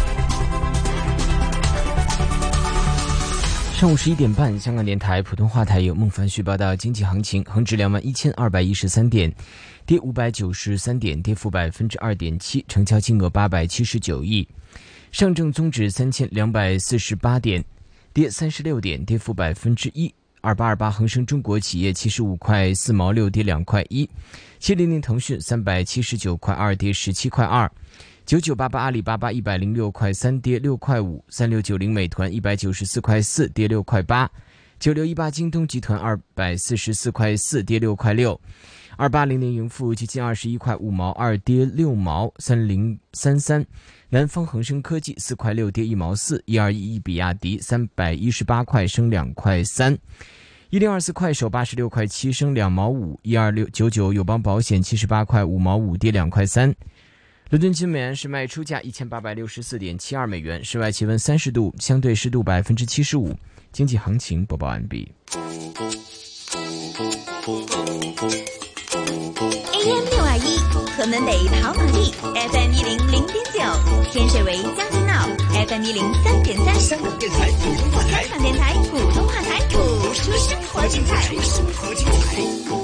上午11点半，香港电台普通话台有孟凡旭报道经济行情。恒指21213点，跌593点，跌幅2.7%，成交金额879亿。上证综指3248点，跌36点，跌幅1%。2828恒生中国企业75块4毛6，跌2块1。700腾讯379块2，跌17块2。9988阿里巴巴106块3，跌6块5。3690美团194块4，跌6块8。9618京东集团244块4，跌6块6。2800盈富基金21块5毛2，跌6毛。3033南方恒生科技4块6，跌1毛4。1211比亚迪318块，升2块3。1024快手86块7，升2毛5。1299友邦保险78块5毛5，跌2块3。 伦敦金美元是卖出价1864.72美元，室外气温30度，相对湿度75%。经济行情播报完毕。 AM621，河门北跑马地 FM100.9，天水围将军澳 FM103.3， 香港电台普通话台， 香港电台普通话台，谱出生活精彩， 生活精彩。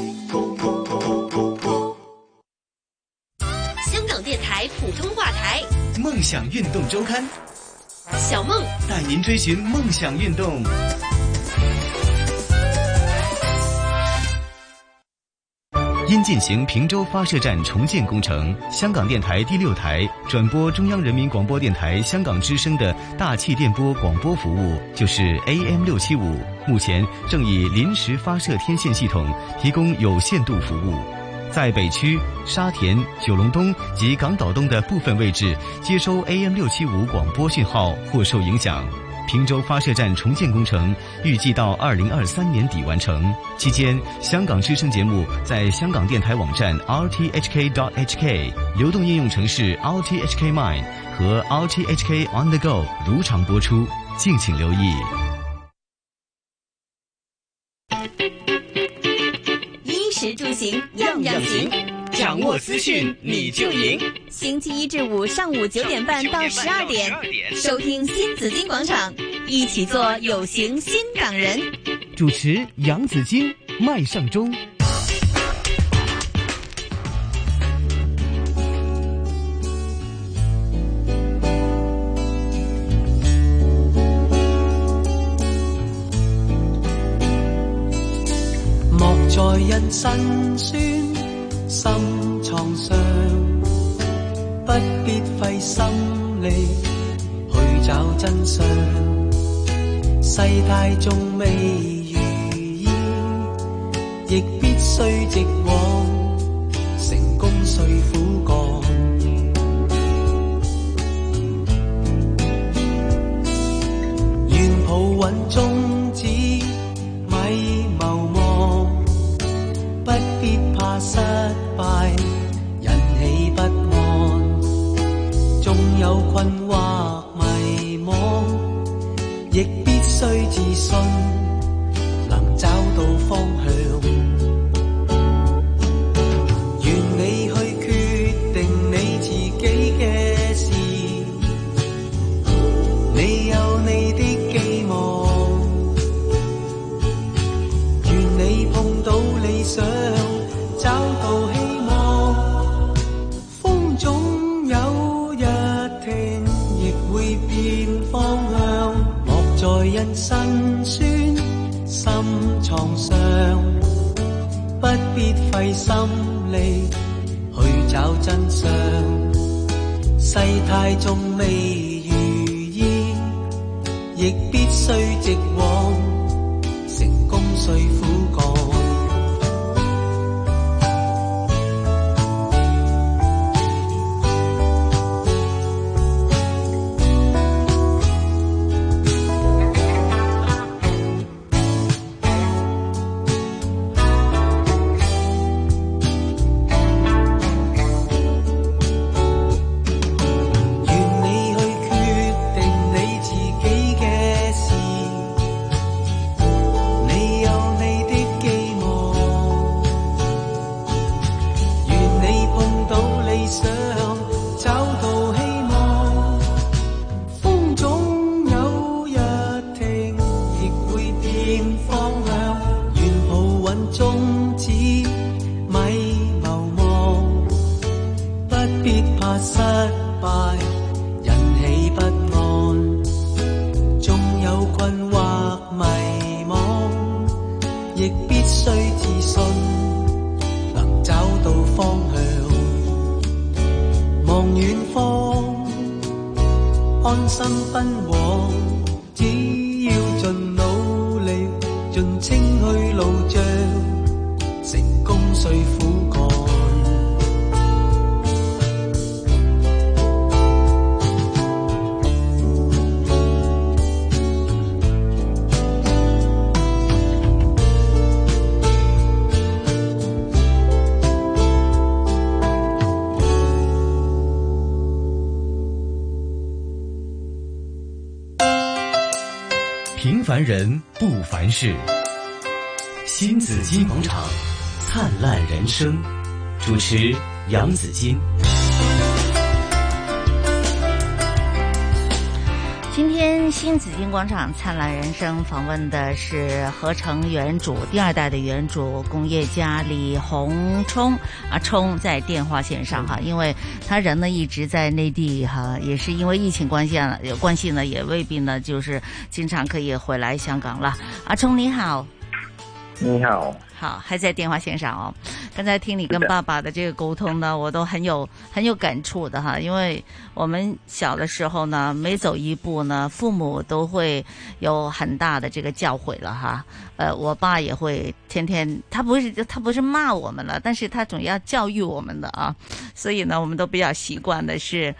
香港电台普通话台， 梦想运动周刊， 小梦带您追寻梦想运动。因进行平洲发射站重建工程，香港电台第6台转播中央人民广播电台香港之声的大气电波广播服务，就是 AM675，目前正以临时发射天线系统提供有限度服务。在北区、沙田、九龙东及港岛东的部分位置接收 AM675 广播讯号或受影响。平洲发射站重建工程预计到2023年底完成，期间香港之声节目在香港电台网站 rthk.hk、 流动应用程式 rthk Mine 和 rthk On The Go 如常播出，敬请留意。 衣食住行样样行， 掌握资讯你就赢。 星期1至5上午9点半到12点，收听新紫金广场，一起做有型新港人。 主持杨紫金、麦尚中。 莫在因辛酸心創傷，不必費心力去找真相。世態仲未如意，亦必須直往，成功需苦幹。願抱穩宗旨，咪謀望，不必怕失敗，人起不安，縱有困惑迷惘，亦必須自信，能找到方向。願你去決定你自己嘅事，你有你的寄望，願你碰到理想，找到希望，風總有日停，亦會變方向。莫再因辛酸心創傷，不必費心力去找真相。世態仲未如意，亦必須直往，成功需苦幹。 凡人不凡事，新紫金广场，灿烂人生。主持杨紫金。 今天新紫金广场灿烂人生访问的是合成原主第2代的原主工业家李洪冲，阿冲在电话线上哈，因为他人呢一直在内地哈，也是因为疫情关系呢，也未必呢就是经常可以回来香港了。阿冲你好。 你好。 好，还在电话线上哦。刚才听你跟爸爸的这个沟通呢，我都很有感触的哈，因为我们小的时候呢，每走一步呢，父母都会有很大的这个教诲了哈。我爸也会天天，他不是骂我们了，但是他总要教育我们的啊。所以呢，我们都比较习惯的是，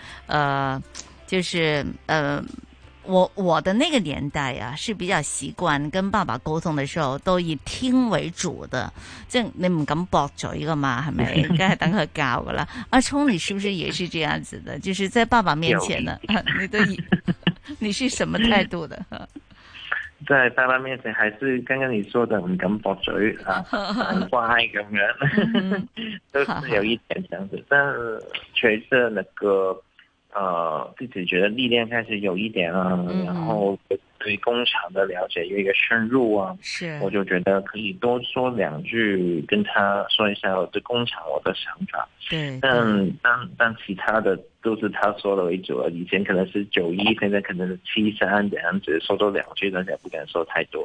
我的那个年代啊，是比較習慣跟爸爸溝通的時候都以聽為主的，即係你唔敢駁嘴噶嘛，係咪？梗係等佢教噶啦。阿聰，你是不是也是這樣子的？就是在爸爸面前呢，你是什麼態度的？ 在爸爸面前，還是剛剛你說的唔敢駁嘴啊，很乖咁樣，都是有一點這樣子。但隨着那個自己覺得歷練開始有一點啊，然後對工廠的了解有一個深入啊，是，我就覺得可以多說兩句，跟他說一下我對工廠我的想法。對，但其他的都是他說的為主了。以前可能是91，現在可能是73這樣子，說多兩句，但是也不敢說太多。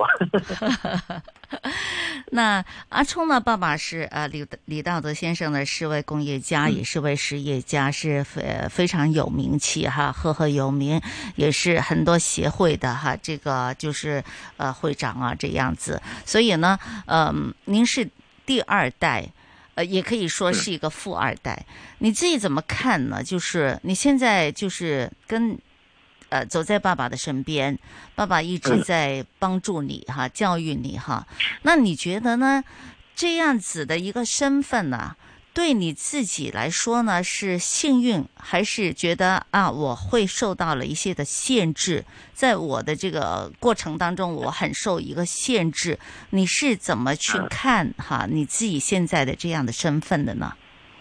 那阿聰呢？爸爸是李道德先生呢，是位工業家，也是位實業家，是非常有名氣哈，赫赫有名，也是很多協會的哈，這個就是會長啊這樣子。所以呢，您是第2代。也可以說是一個富2代，你自己怎麼看呢？就是你現在就是跟走在爸爸的身邊，爸爸一直在幫助你哈，教育你哈。那你覺得呢？這樣子的一個身份呢，對你自己來說呢，是幸運，還是覺得啊，我會受到了一些的限制，在我的這個過程當中，我很受一個限制？你是怎麼去看哈你自己現在的這樣的身份的呢？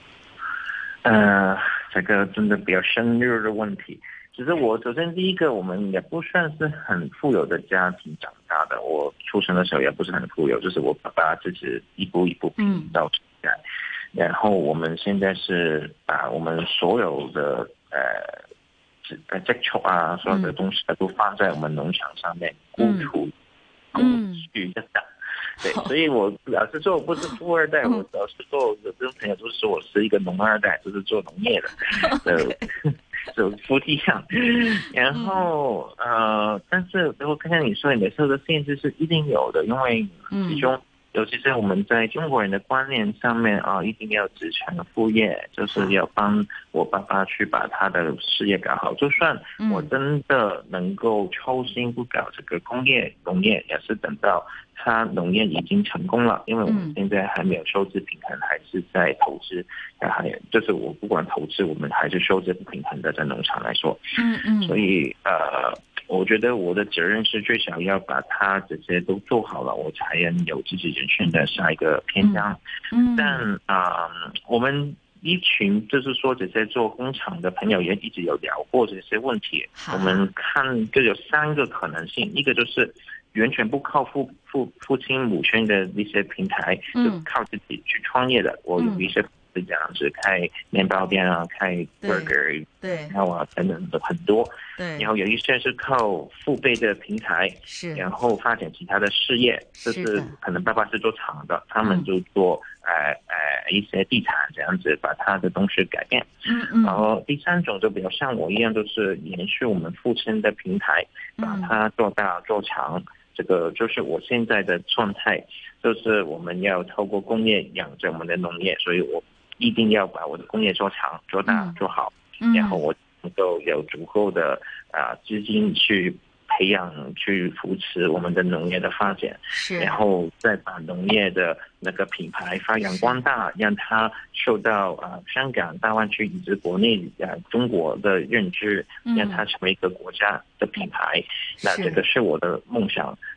這個真的比較深入的問題。其實我首先第一個，我們也不算是很富有的家庭長大的，我出生的時候也不是很富有，就是我爸爸自己一步一步拼到現在。然後我們現在是把我們所有的積蓄啊，所有的東西都放在我們農場上面，孤處一下。對，所以我老實說我不是富2代，我老實說我跟朋友都說我是一個農2代，就是做農業的，就不一樣。然後但是我看看你說你受的限制是一定有的，因為其中尤其是我們在中國人的觀念上面啊，一定要子承父業，就是要幫我爸爸去把他的事業搞好。就算我真的能夠抽心不搞這個工業農業，也是等到他農業已經成功了，因為我們現在還沒有收支平衡，還是在投資，還就是我不管投資，我們還是收支不平衡的，在農場來說。所以我覺得我的責任是最少要把它這些都做好了，我才能有自己人生的下一個篇章。但我們一群就是說這些做工廠的朋友也一直有聊過這些問題。我們看就有3個可能性，一個就是完全不靠父親母親的一些平台，就靠自己去創業的。我有一些這樣子開麵包店啊，開 burger，對，然後啊等等的很多。對，然後有一些是靠父輩的平台，是，然後發展其他的事業，就是可能爸爸是做廠的，他們就做一些地產這樣子，把他的東西改變。然後第3種就比較像我一樣，就是延續我們父親的平台，把它做大做長。這個就是我現在的狀態，就是我們要透過工業養着我們的農業，所以我一定要把我的工業做長、做大、做好，然後我能夠有足夠的資金去培養、去扶持我們的農業的發展，然後再把農業的那個品牌發揚光大，讓它受到香港、大灣區以及國內中國的認知，讓它成為一個國家的品牌。那這個是我的夢想。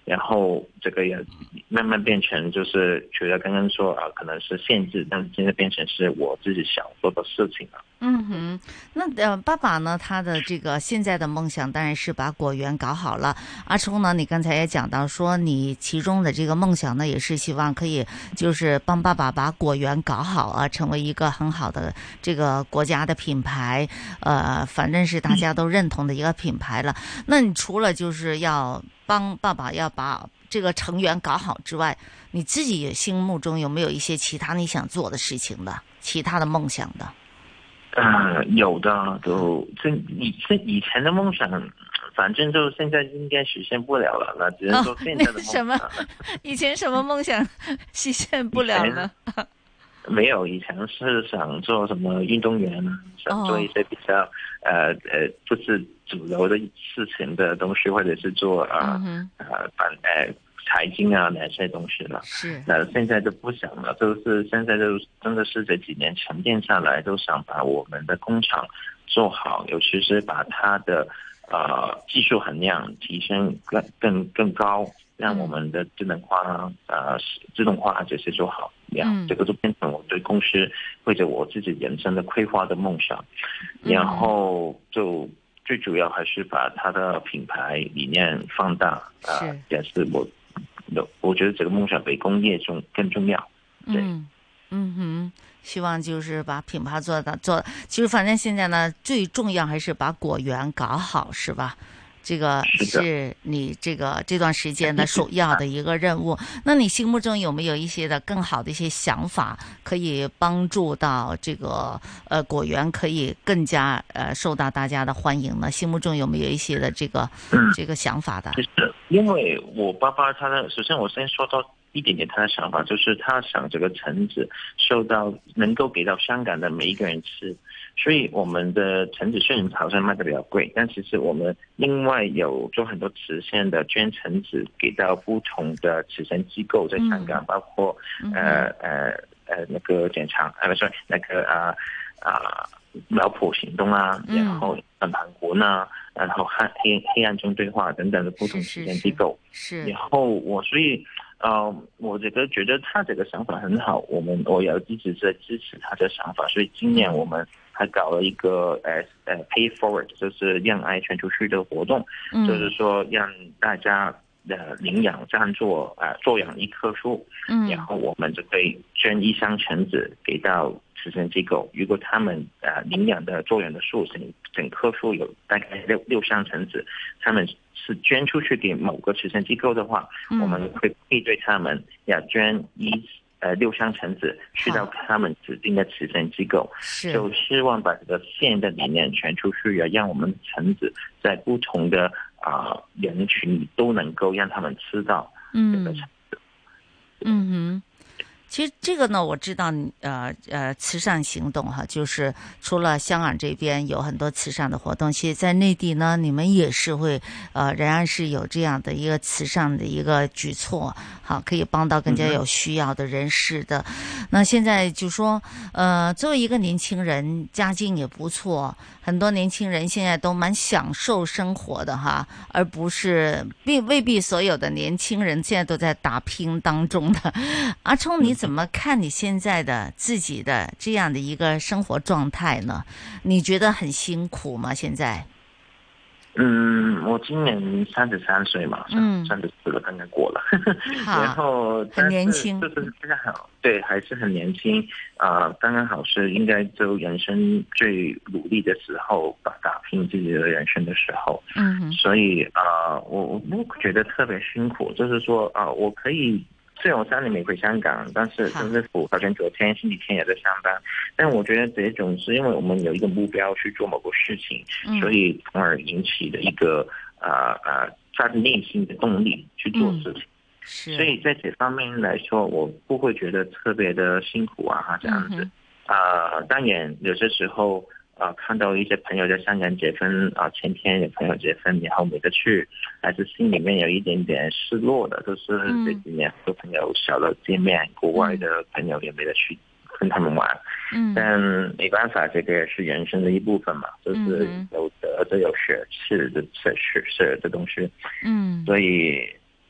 然后这个也慢慢变成就是除了刚刚说可能是限制，但现在变成是我自己想做的事情了。 那爸爸呢，他的这个现在的梦想当然是把果园搞好了。阿冲呢，你刚才也讲到说你其中的这个梦想呢，也是希望可以就是帮爸爸把果园搞好啊，成为一个很好的这个国家的品牌，反正是大家都认同的一个品牌了。那你除了就是要帮爸爸要把这个成员搞好之外，你自己心目中有没有一些其他你想做的事情的，其他的梦想的？ 有的，都以前的梦想，反正就现在应该实现不了了。那只能说现在的梦想。 什么？以前什么梦想实现不了呢？ 没有，以前是想做什么运动员啊，想做一些比较不是主流的事情的东西，或者是做财经啊那些东西了。 是。 那现在就不想了，就是现在就真的是这几年沉淀下来，都想把我们的工厂做好，尤其是把它的技术含量提升更高，让我们的智能化自动化这些做好。这个就变成我对公司或者我自己人生的规划的梦想。然后就最主要还是把它的品牌理念放大，也是我觉得这个梦想比工业更重要。对， 希望就是把品牌做，其实反正现在呢，最重要还是把果园搞好，是吧？这个是你这段时间的首要的一个任务。那你心目中有没有一些的更好的一些想法，可以帮助到这个果园可以更加受到大家的欢迎呢？心目中有没有一些的这个想法的？ 就是因为我爸爸首先我先说到一点点他的想法，就是他想这个橙子能够给到香港的每一个人吃。所以我们的橙子虽然好像卖的比较贵，但其实我们另外有做很多慈善的捐橙子给到不同的慈善机构在香港，包括那个检察苗圃行动啊，然后韩国呢，然后黑暗中对话等等的不同慈善机构。 是。 然后所以我觉得他这个想法很好，我也一直在支持他的想法，所以今年我们还搞了一个Pay Forward， 就是让爱传出去的活动，就是说让大家领养赞助助养一棵树，然后我们就可以捐1箱橙子给到慈善机构。如果他们领养的助养的树整棵树有大概6箱橙子，他们是捐出去给某个慈善机构的话，我们会配对他们要捐6箱橙子去到他们指定的慈善机构，就希望把这个线的理念传出去，让我们的橙子在不同的人群里都能够让他们吃到这个橙子。 其实这个呢，我知道慈善行动哈，就是除了香港这边有很多慈善的活动，其实在内地呢，你们也是会仍然是有这样的一个慈善的一个举措，好，可以帮到更加有需要的人士的。那现在就说作为一个年轻人，家境也不错，很多年轻人现在都蛮享受生活的哈，而不是未必所有的年轻人现在都在打拼当中的。阿冲，你怎么看你现在的自己的这样的一个生活状态呢？你觉得很辛苦吗？现在？ 我今年33岁嘛，34了，刚刚过了。然后很年轻， 就是非常好，对，还是很年轻刚刚好是应该就人生最努力的时候，打拼自己的人生的时候。所以我不觉得特别辛苦，就是说我可以。虽然我3年没回香港，但是政府好像昨天星期天也在上班。但我觉得这种是因为我们有一个目标去做某个事情，所以从而引起的一个发自内心的动力去做事情。所以在这方面来说，我不会觉得特别的辛苦这样子。当然有些时候看到一些朋友在香港结婚前天有朋友结婚，然后没得去，还是心里面有一点点失落的。就是这几年很多朋友少了见面，国外的朋友也没得去跟他们玩。但没办法，这个也是人生的一部分嘛，就是有得就有失，是的东西。所以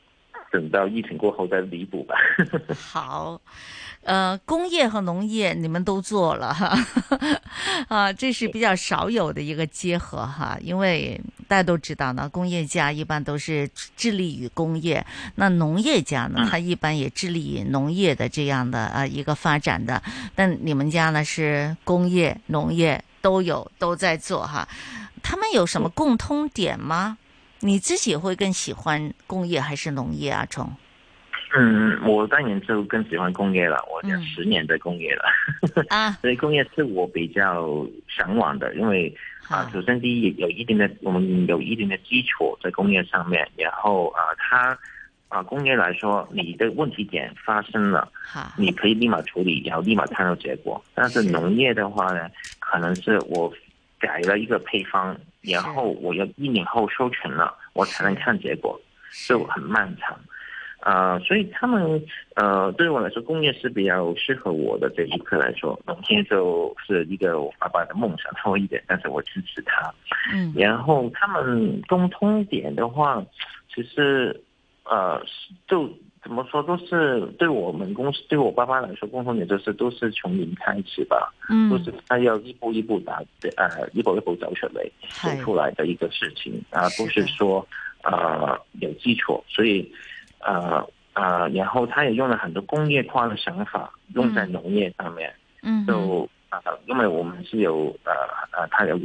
等到疫情过后再弥补吧。 好。工业和农业你们都做了哈，啊，这是比较少有的一个结合哈，因为大家都知道呢，工业家一般都是致力于工业，那农业家呢，他一般也致力于农业的这样的一个发展的，但你们家呢是工业、农业都在做哈，他们有什么共通点吗？你自己会更喜欢工业还是农业啊，冲？ 我当然就更喜欢工业了，我讲10年的工业了，所以工业是我比较向往的，因为首先第一我们有一定的基础在工业上面，然后工业来说，你的问题点发生了，你可以立马处理，然后立马看到结果。但是农业的话呢，可能是我改了一个配方，然后我要1年后收成了，我才能看结果，就很漫长。所以他们对我来说，工业是比较适合我的这一刻来说，农业就是一个我爸爸的梦想多一点，但是我支持他。然后他们共通点的话，其实就怎么说，都是对我们公司对我爸爸来说，共同点就是都是从零开始吧，都是他要一步一步一步一步走出来的一个事情不是说有基础，所以然后他也用了很多工业化的想法用在农业上面，就因为我们是他有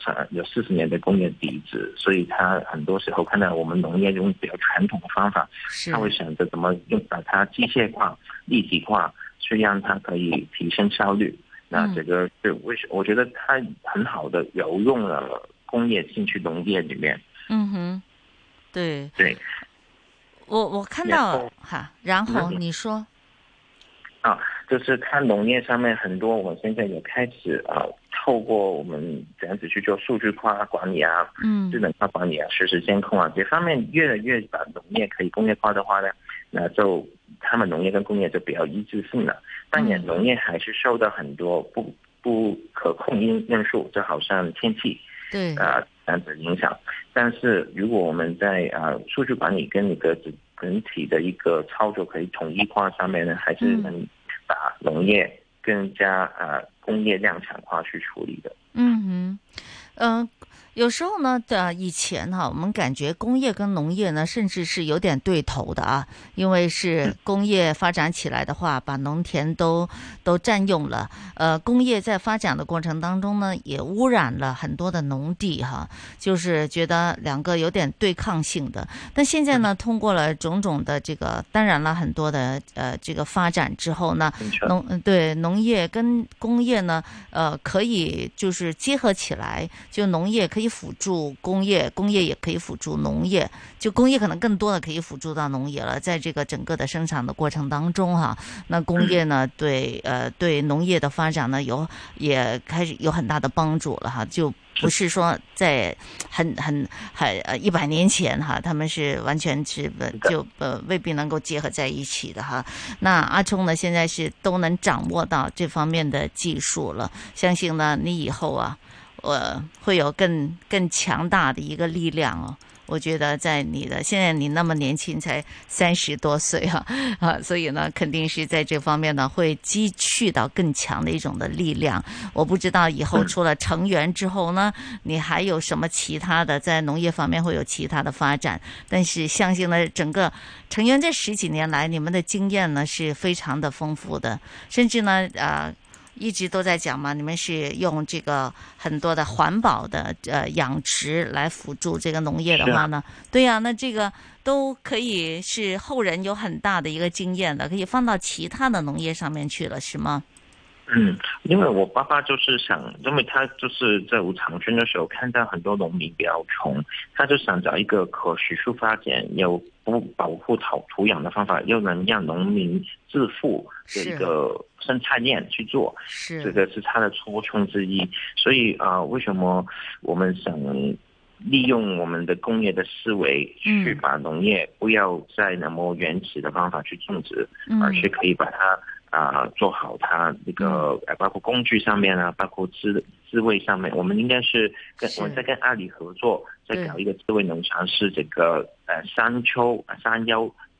40年的工业底子，所以他很多时候看到我们农业用比较传统的方法，他会想着怎么把它机械化、立体化，去让它可以提升效率。那这个是我觉得他很好的有用了工业进去农业里面。 对。我看到然后你说就是看农业上面很多，我们现在也开始透过我们怎样子去做数据化管理智能化管理实时监控这方面越来越把农业可以工业化的话呢，那就他们农业跟工业就比较一致性了。当然农业还是受到很多不可控因素，就好像天气这样子影响。但是如果我们在数据管理跟一个整体的一个操作可以统一化上面呢，还是能把农业更加工业量产化去处理的。 有时候呢以前我们感觉工业跟农业呢甚至是有点对头的因为是工业发展起来的话，把农田都占用了，工业在发展的过程当中呢也污染了很多的农地就是觉得两个有点对抗性的。但现在呢通过了种种的这个，当然了很多的这个发展之后呢，农业跟工业呢可以就是结合起来，就农业可以辅助工业，工业也可以辅助农业，就工业可能更多的可以辅助到农业了。在这个整个的生产的过程当中那工业呢对农业的发展呢也开始有很大的帮助了就不是说在很100年前他们是完全是就未必能够结合在一起的那阿冲呢现在是都能掌握到这方面的技术了，相信呢你以后会有更强大的一个力量我觉得在现在你那么年轻，才30多岁所以呢肯定是在这方面呢会积蓄到更强的一种的力量。我不知道以后除了成员之后呢，你还有什么其他的在农业方面会有其他的发展，但是相信呢整个成员这10几年来，你们的经验呢是非常的丰富的，甚至呢一直都在讲嘛，你们是用这个很多的环保的养殖来辅助这个农业的话呢，对呀，那这个都可以是后人有很大的一个经验的，可以放到其他的农业上面去了，是吗？ 因为我爸爸就是想，因为他就是在长春的时候看到很多农民比较穷，他就想找一个可持续发展又不保护土壤的方法，又能让农民致富的一个生态链去做，这个是他的初衷之一。所以为什么我们想利用我们的工业的思维去把农业不要再那么原始的方法去种植，而是可以把它做好它那个包括工具上面包括智慧上面，我们应该是我们在跟阿里合作，在搞一个智慧农场，是这个山腰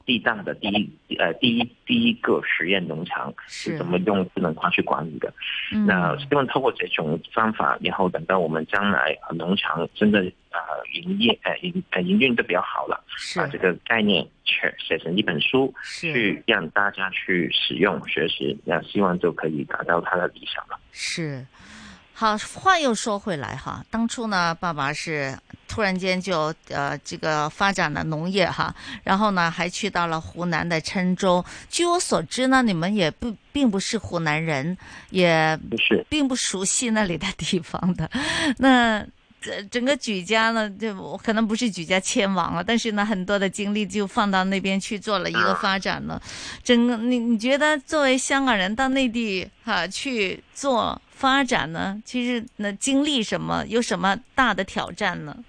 地大的第一个实验农场是怎么用智能化去管理的。那希望透过这种方法，然后等到我们将来农场真的营运的比较好了，把这个概念写成一本书，去让大家去使用学习，那希望就可以达到他的理想了。 是。好，话又说回来哈，当初呢，爸爸是突然间就这个发展了农业哈，然后呢还去到了湖南的郴州。据我所知呢，你们也并不是湖南人，也并不熟悉那里的地方的。那整个举家呢，就可能不是举家迁往了，但是呢，很多的精力就放到那边去做了一个发展了。你觉得作为香港人到内地去做发展呢，其实经历什么，有什么大的挑战呢？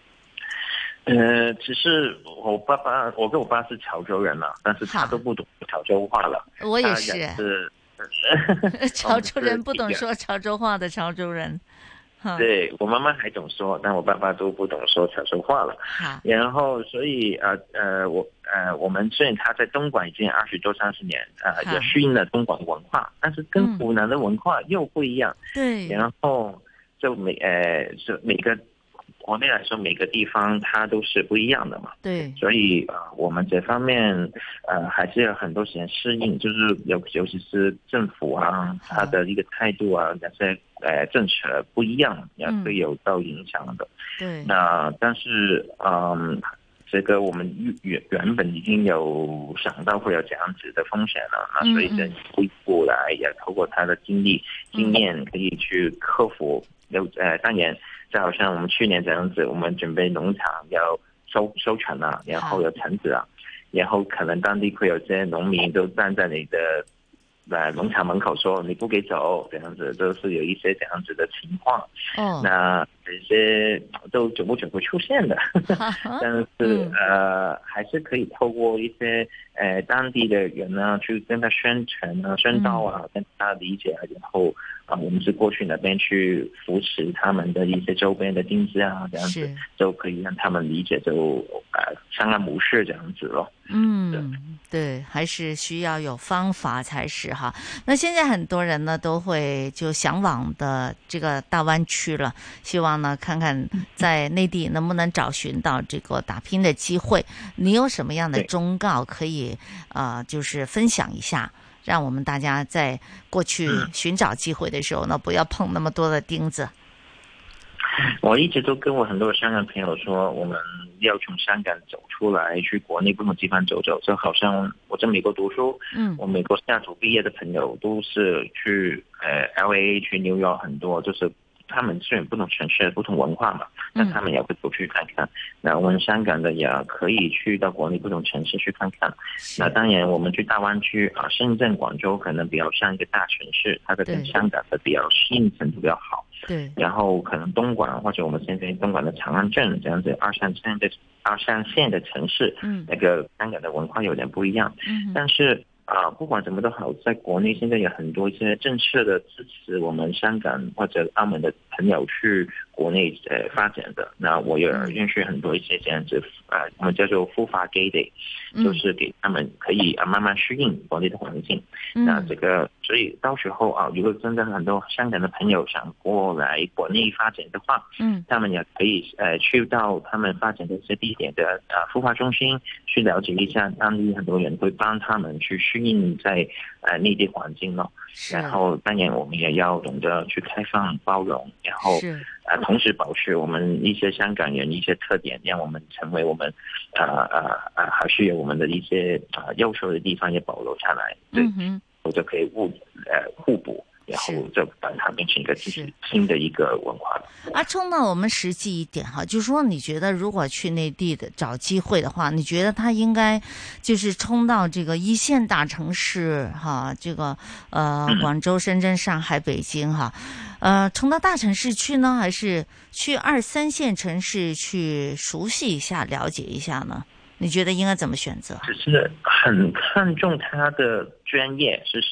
只是我跟我爸是潮州人嘛，但是他都不懂潮州话了。 我也是潮州人，不懂说潮州话的潮州人。 对，我妈妈还懂说，但我爸爸都不懂说潮州话了。然后所以我们虽然他在东莞已经20多30年，也适应了东莞的文化，但是跟湖南的文化又不一样。对。然后就每个国内来说，每个地方它都是不一样的嘛。对。所以我们这方面还是有很多时间适应，就是尤其是政府他的一个态度那些政策不一样，也会有到影响的。对。那但是这个我们原本已经有想到会有这样子的风险了，那所以这一步来也透过他的经验可以去克服。当然就好像我们去年这样子，我们准备农场要收成了，然后有橙子了，然后可能当地会有些农民都站在你的农场门口说你不给走，这样子都是有一些这样子的情况。那这些都久不出现的但是还是可以透过一些当地的人呢去跟他宣传宣导跟他理解，然后我们是过去那边去扶持他们的一些周边的经济这样子就可以让他们理解，就相安无事这样子咯。对，还是需要有方法才是哈。那现在很多人呢都会就向往的这个大湾区了，希望呢看看在内地能不能找寻到这个打拼的机会。你有什么样的忠告可以就是分享一下，让我们大家在过去寻找机会的时候呢，不要碰那么多的钉子。我一直都跟我很多香港朋友说，我们要从香港走出来，去国内不同地方走走。就好像我在美国读书，我美国下图毕业的朋友都是去LA 去纽约，很多就是他们虽然不同城市不同文化嘛，但他们也会出去看看。那我们香港的也可以去到国内不同城市去看看。那当然我们去大湾区深圳广州可能比较像一个大城市，它的跟香港的比较适应程度比较好。对。然后可能东莞或者我们现在东莞的长安镇这样子二三线的城市，那个香港的文化有点不一样。但是不管怎么都好，在国内现在有很多一些政策的支持我们香港或者澳门的朋友去国内发展的。那我也认识很多一些这样子我们叫做孵化基地，就是给他们可以慢慢适应国内的环境。那这个所以到时候如果真的很多香港的朋友想过来国内发展的话，他们也可以去到他们发展的一些地点的孵化中心去了解一下，当地很多人会帮他们去适应在内地环境咯。然后当然我们也要懂得去开放包容，然后同时保持我们一些香港人一些特点，让我们成为我们还是有我们的一些优秀的地方也保留下来。对，我就可以互补，然后就把它变成一个新的一个文化了。 阿聪呢，我们实际一点哈，就是说你觉得如果去内地的找机会的话，你觉得他应该就是冲到这个一线大城市哈，这个广州、深圳、上海、北京哈，冲到大城市去呢，还是去2、3线城市去熟悉一下、了解一下呢？你觉得应该怎么选择？ 只是很看重他的专业是什么。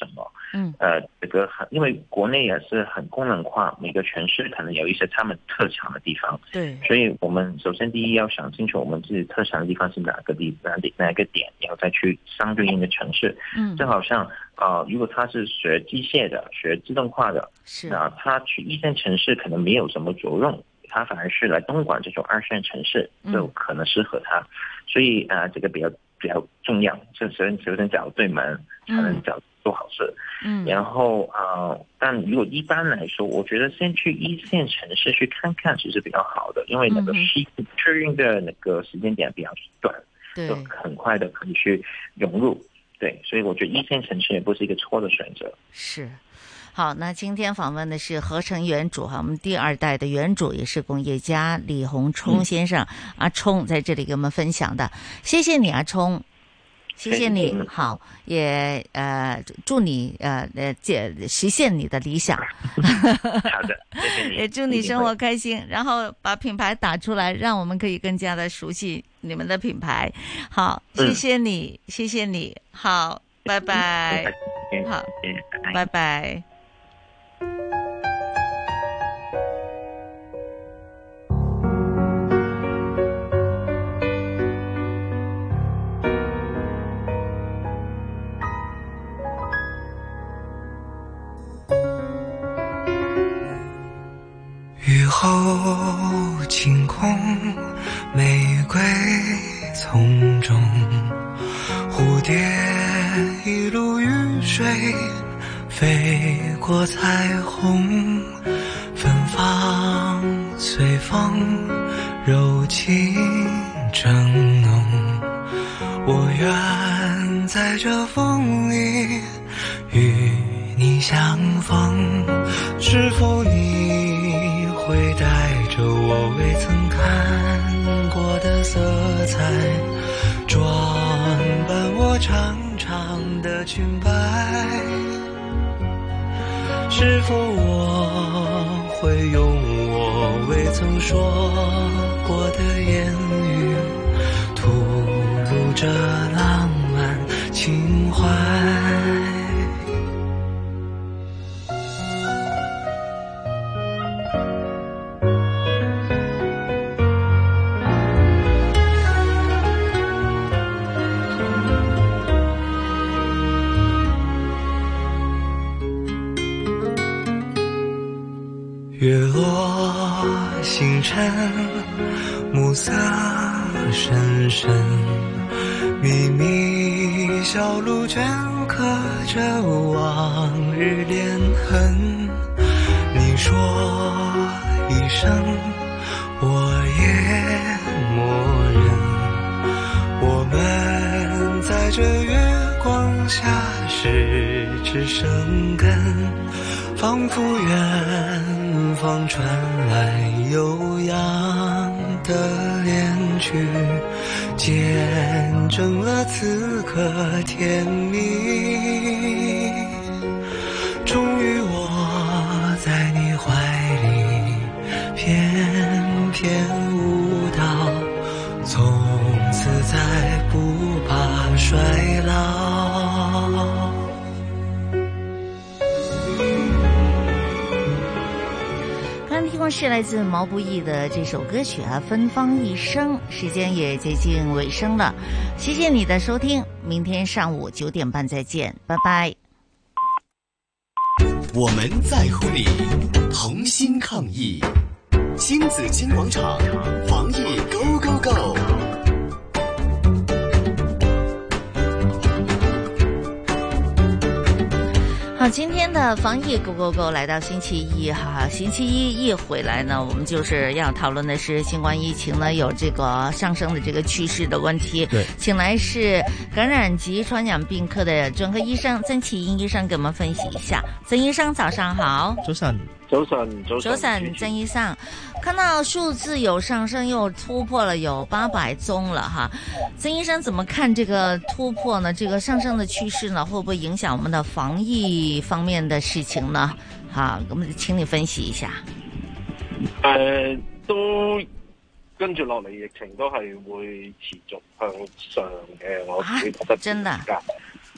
这个因为国内也是很功能化，每个城市可能有一些他们特长的地方， 对， 所以我们首先第一要想清楚我们自己特长的地方是哪个点，然后再去相对应的城市。就好像如果他是学机械的、学自动化的，那他去一线城市可能没有什么着用，他反而是来东莞这种2线城市就可能适合他。所以这个比较重要，首先找对门才能做好事。然后但如果一般来说，我觉得先去1线城市去看看其实比较好的，因为那个适应的那个时间点比较短，就很快的可以去融入。对，所以我觉得1线城市也不是一个错的选择。 是。好，那今天访问的是合成原主我们第2代的原主，也是工业家李洪冲先生，阿冲在这里给我们分享的，谢谢你阿冲，谢谢你。好，也祝你实现你的理想。 好的，谢谢你。 也祝你生活开心，然后把品牌打出来，让我们可以更加的熟悉你们的品牌。好，谢谢你，谢谢你。好，拜拜。好，拜拜。 雨后晴空，玫瑰丛中，蝴蝶一路雨水飞过彩虹，芬芳随风，柔情正浓。我愿在这风里与你相逢，是否你会带着我未曾看过的色彩，装扮我长长的裙摆？是否我会用我未曾说过的言语，吐露着浪漫情怀？月落星辰，暮色深深，秘密小路镌刻着往日恋痕。你说一声，我也默认，我们在这月光下十指生根，仿佛远方传来悠扬的恋曲，见证了此刻甜蜜。终于我在你怀里翩翩舞蹈，从此再不怕衰老。 是来自毛不易的这首歌曲芬芳一生。时间也接近尾声了，谢谢你的收听，明天上午9点半再见，拜拜。 我们在乎你，同心抗疫，新紫金广场防疫 Go Go Go。 好，今天的防疫 Go Go Go 来到星期一哈，星期一回来呢，我们就是要讨论的是新冠疫情呢有这个上升的这个趋势的问题。 对， 请来是感染及传染病科的专科医生曾祈殷医生给我们分析一下。曾医生早上好。 早晨。 早晨，曾医生，看到数字有上升，又突破了有800宗了哈。曾医生怎么看这个突破呢？这个上升的趋势呢，会不会影响我们的防疫方面的事情呢？好，我们請你分析一下。 都跟住落嚟，疫情都係會持續向上嘅，我自己覺得真的。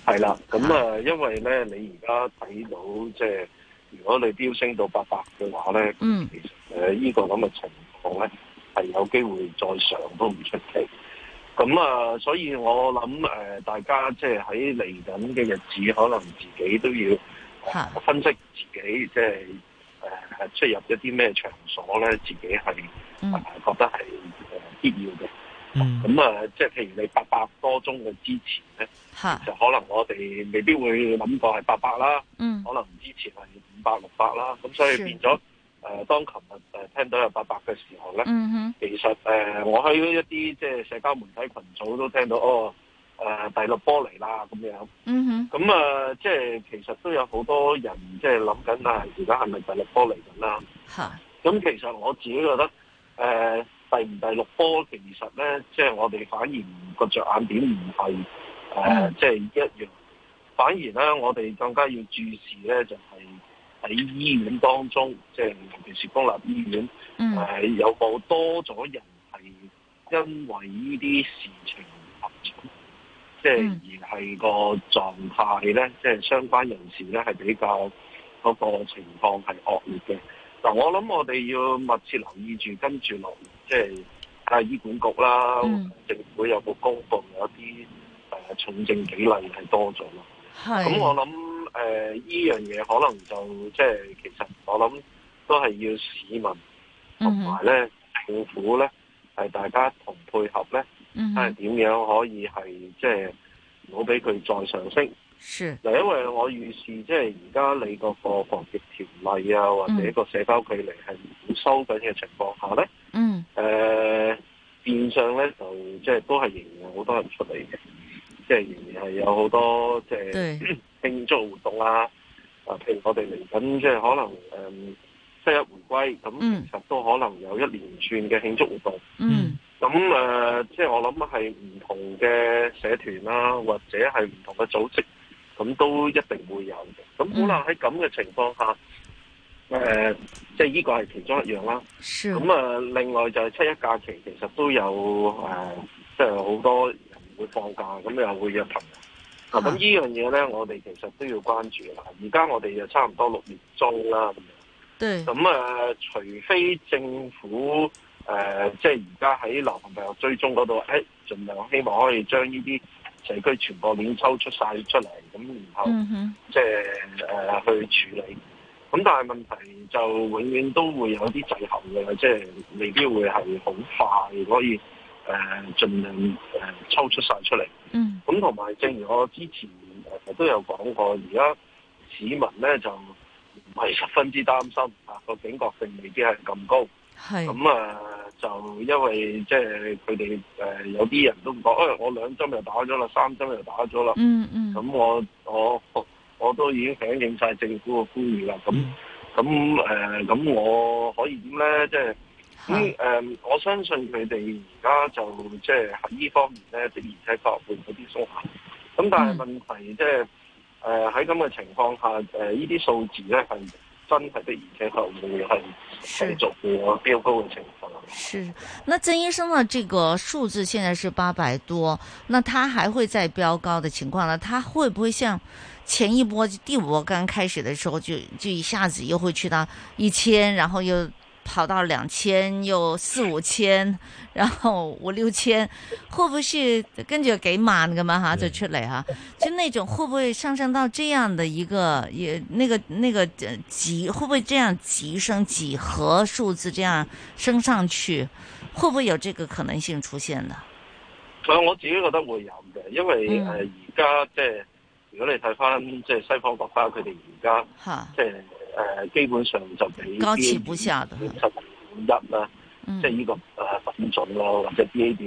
係啦，咁因為咧，你而家睇到即係如果你飆升到800嘅話咧，其實呢個咁嘅情況咧係有機會再上都唔出奇。咁所以我諗大家即係喺嚟緊嘅日子，可能自己都要分析自己即係出入一啲咩場所咧，自己係覺得係必要嘅。咁即係譬如你800多宗嘅之前咧，其實可能我哋未必會諗過係800啦，可能之前係500、600啦，咁所以變咗當琴日聽到有800嘅時候咧，其實我喺一啲即係社交媒體群組都聽到第6波嚟啦咁樣，咁即係其實都有好多人即係諗緊而家係咪第6波嚟緊啦？咁其實我自己覺得第6波其實咧，即係我哋反而個着眼點唔係即係一樣，反而咧我哋更加要注視咧就係喺醫院當中，即係尤其是公立醫院，有冇多咗人係因為呢啲事情合診，即係而係個狀態咧，即係相關人士咧係比較嗰個情況係惡劣嘅。嗱，我諗我哋要密切留意住跟住落嚟，即係醫管局啦，政府有冇公布有啲重症比例係多咗咯？咁我諗呢樣嘢可能就即係其實我諗都係要市民同埋咧政府咧係大家同配合咧，係點樣可以係即係唔好俾佢再上升。嗱，因為我預示即係而家你嗰個防疫條例啊，或者個社交距離係唔收緊嘅情況下咧，變相咧就即係都係仍然有好多人出嚟嘅，即係仍然係有好多即係慶祝活動啊，譬如我哋嚟緊即係可能7·1回歸，咁其實都可能有一連串嘅慶祝活動。咁即係我諗係唔同嘅社團啦，或者係唔同嘅組織。咁都一定會有嘅。咁可能喺咁嘅情況下，即係呢個係其中一樣啦。咁另外就係7·1假期，其實都有即係好多人會放假，咁又會約朋友。咁呢樣嘢咧，我哋其實都要關注啦。而家我哋就差唔多6月中啦，咁樣。咁除非政府即係而家喺流行病學追蹤嗰度，盡量希望可以將呢啲社區傳播鏈抽出晒出嚟，咁然後即係去處理。咁但係問題就永遠都會有啲滯後嘅，即係未必會係好快可以盡量抽出晒出嚟。咁同埋正如我之前都有講過，而家市民咧就唔係十分之擔心個警覺性未必係咁高。咁就因為即係佢哋有啲人都講，我2針又打咗啦，3針又打咗啦。咁我都已經響應晒政府嘅呼籲啦。咁我可以點咧？即係我相信佢哋而家就即係喺呢方面咧，的而且確會有啲鬆懈。咁但係問題即係喺咁嘅情況下，呢啲數字咧係真係的而且確會係持續嘅飆高嘅情況。 是，那曾醫生呢？這個數字現在是800多，那它還會再飆高的情況呢？它會不會像前一波第5波剛開始的時候就一下子又會去到1000，然後又跑到2000，又4、5千，然後5、6千，會不會是跟住幾萬㗎嘛？就出嚟哈，就那種會不會上升到這樣的一個那個幾，會不會這樣急升幾何數字這樣升上去，會不會有這個可能性出現呢？ 我自己覺得會有嘅，因為而家即係如果你睇翻即係西方國家，佢哋而家即係基本上就比高企不下的 7.1啦，即係呢個品種咯，或者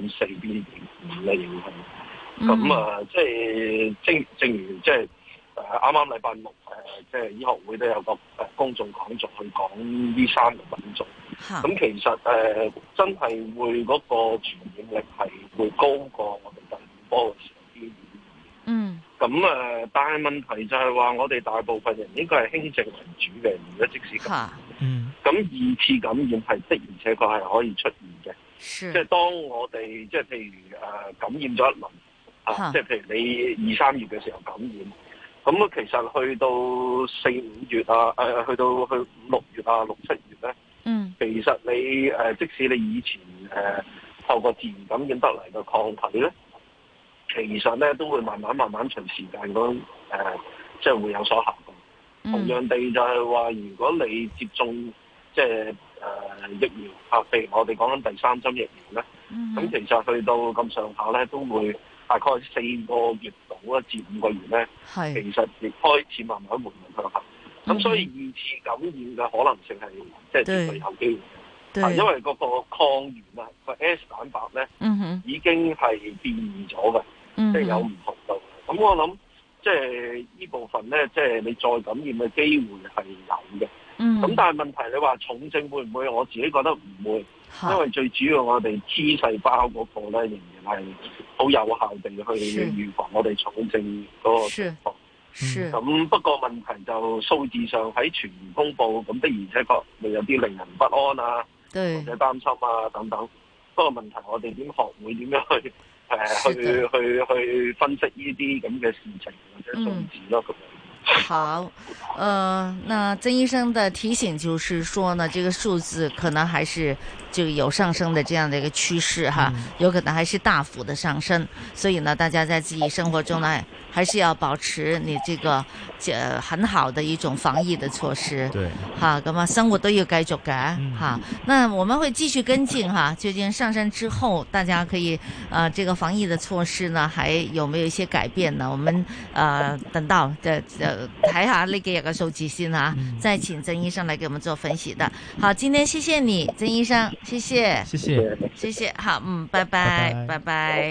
BA.4、BA.5嘅影響。咁即係正如即係啱啱禮拜6即係醫學會都有個公眾講座去講呢3個品種。咁其實真係會嗰個傳染力係會高過我哋第5波嘅時候啲。咁但係問題就係話，我哋大部分人應該係輕症為主嘅，如果即使咁，咁2次感染係的而且確係可以出現嘅。即係當我哋即係譬如感染咗一輪， 即係譬如你2、3月嘅時候感染，咁其實去到4、5月啊，去5、6月啊、6、7月咧，其實你即使你以前透過自然感染得嚟嘅抗體咧，其實咧都會慢慢隨時間咁即係會有所下降。同樣地就係話，如果你接種即係疫苗譬如我哋講緊第3針疫苗咧，咁其實去到咁上下咧，都會大概4個月到至5個月咧，其實亦開始慢慢緩向下。咁所以2次感染嘅可能性係即係絕對有機會。因為嗰個抗原個 S 蛋白咧，已經係變異咗嘅，即係有唔同度。咁我諗即係呢部分咧，即係你再感染嘅機會係有嘅。咁但係問題你話重症會唔會？我自己覺得唔會，因為最主要我哋 T 細胞嗰個咧仍然係好有效地去預防我哋重症嗰個情況。咁不過問題就數字上喺全面公佈，咁的而且確會有啲令人不安啊，或者擔心啊等等。不過問題我哋點學會點樣去去分析呢啲咁嘅事情或者數字咯咁。 好，那曾醫生的提醒就是說呢，這個數字可能還是就有上升的這樣的一個趨勢哈，有可能還是大幅的上升，所以呢，大家在自己生活中呢，還是要保持你這個很好的一種防疫的措施。 對， 哈，咁啊，生活都要繼續嘅，哈。那我們會繼續跟進哈，究竟上升之後，大家可以這個防疫的措施呢，還有沒有一些改變呢？我們等到睇下呢幾日嘅數字先哈，再請曾醫生來給我們做分析的。好，今天謝謝你，曾醫生，謝謝， 謝謝， 謝謝，好，拜拜，拜拜。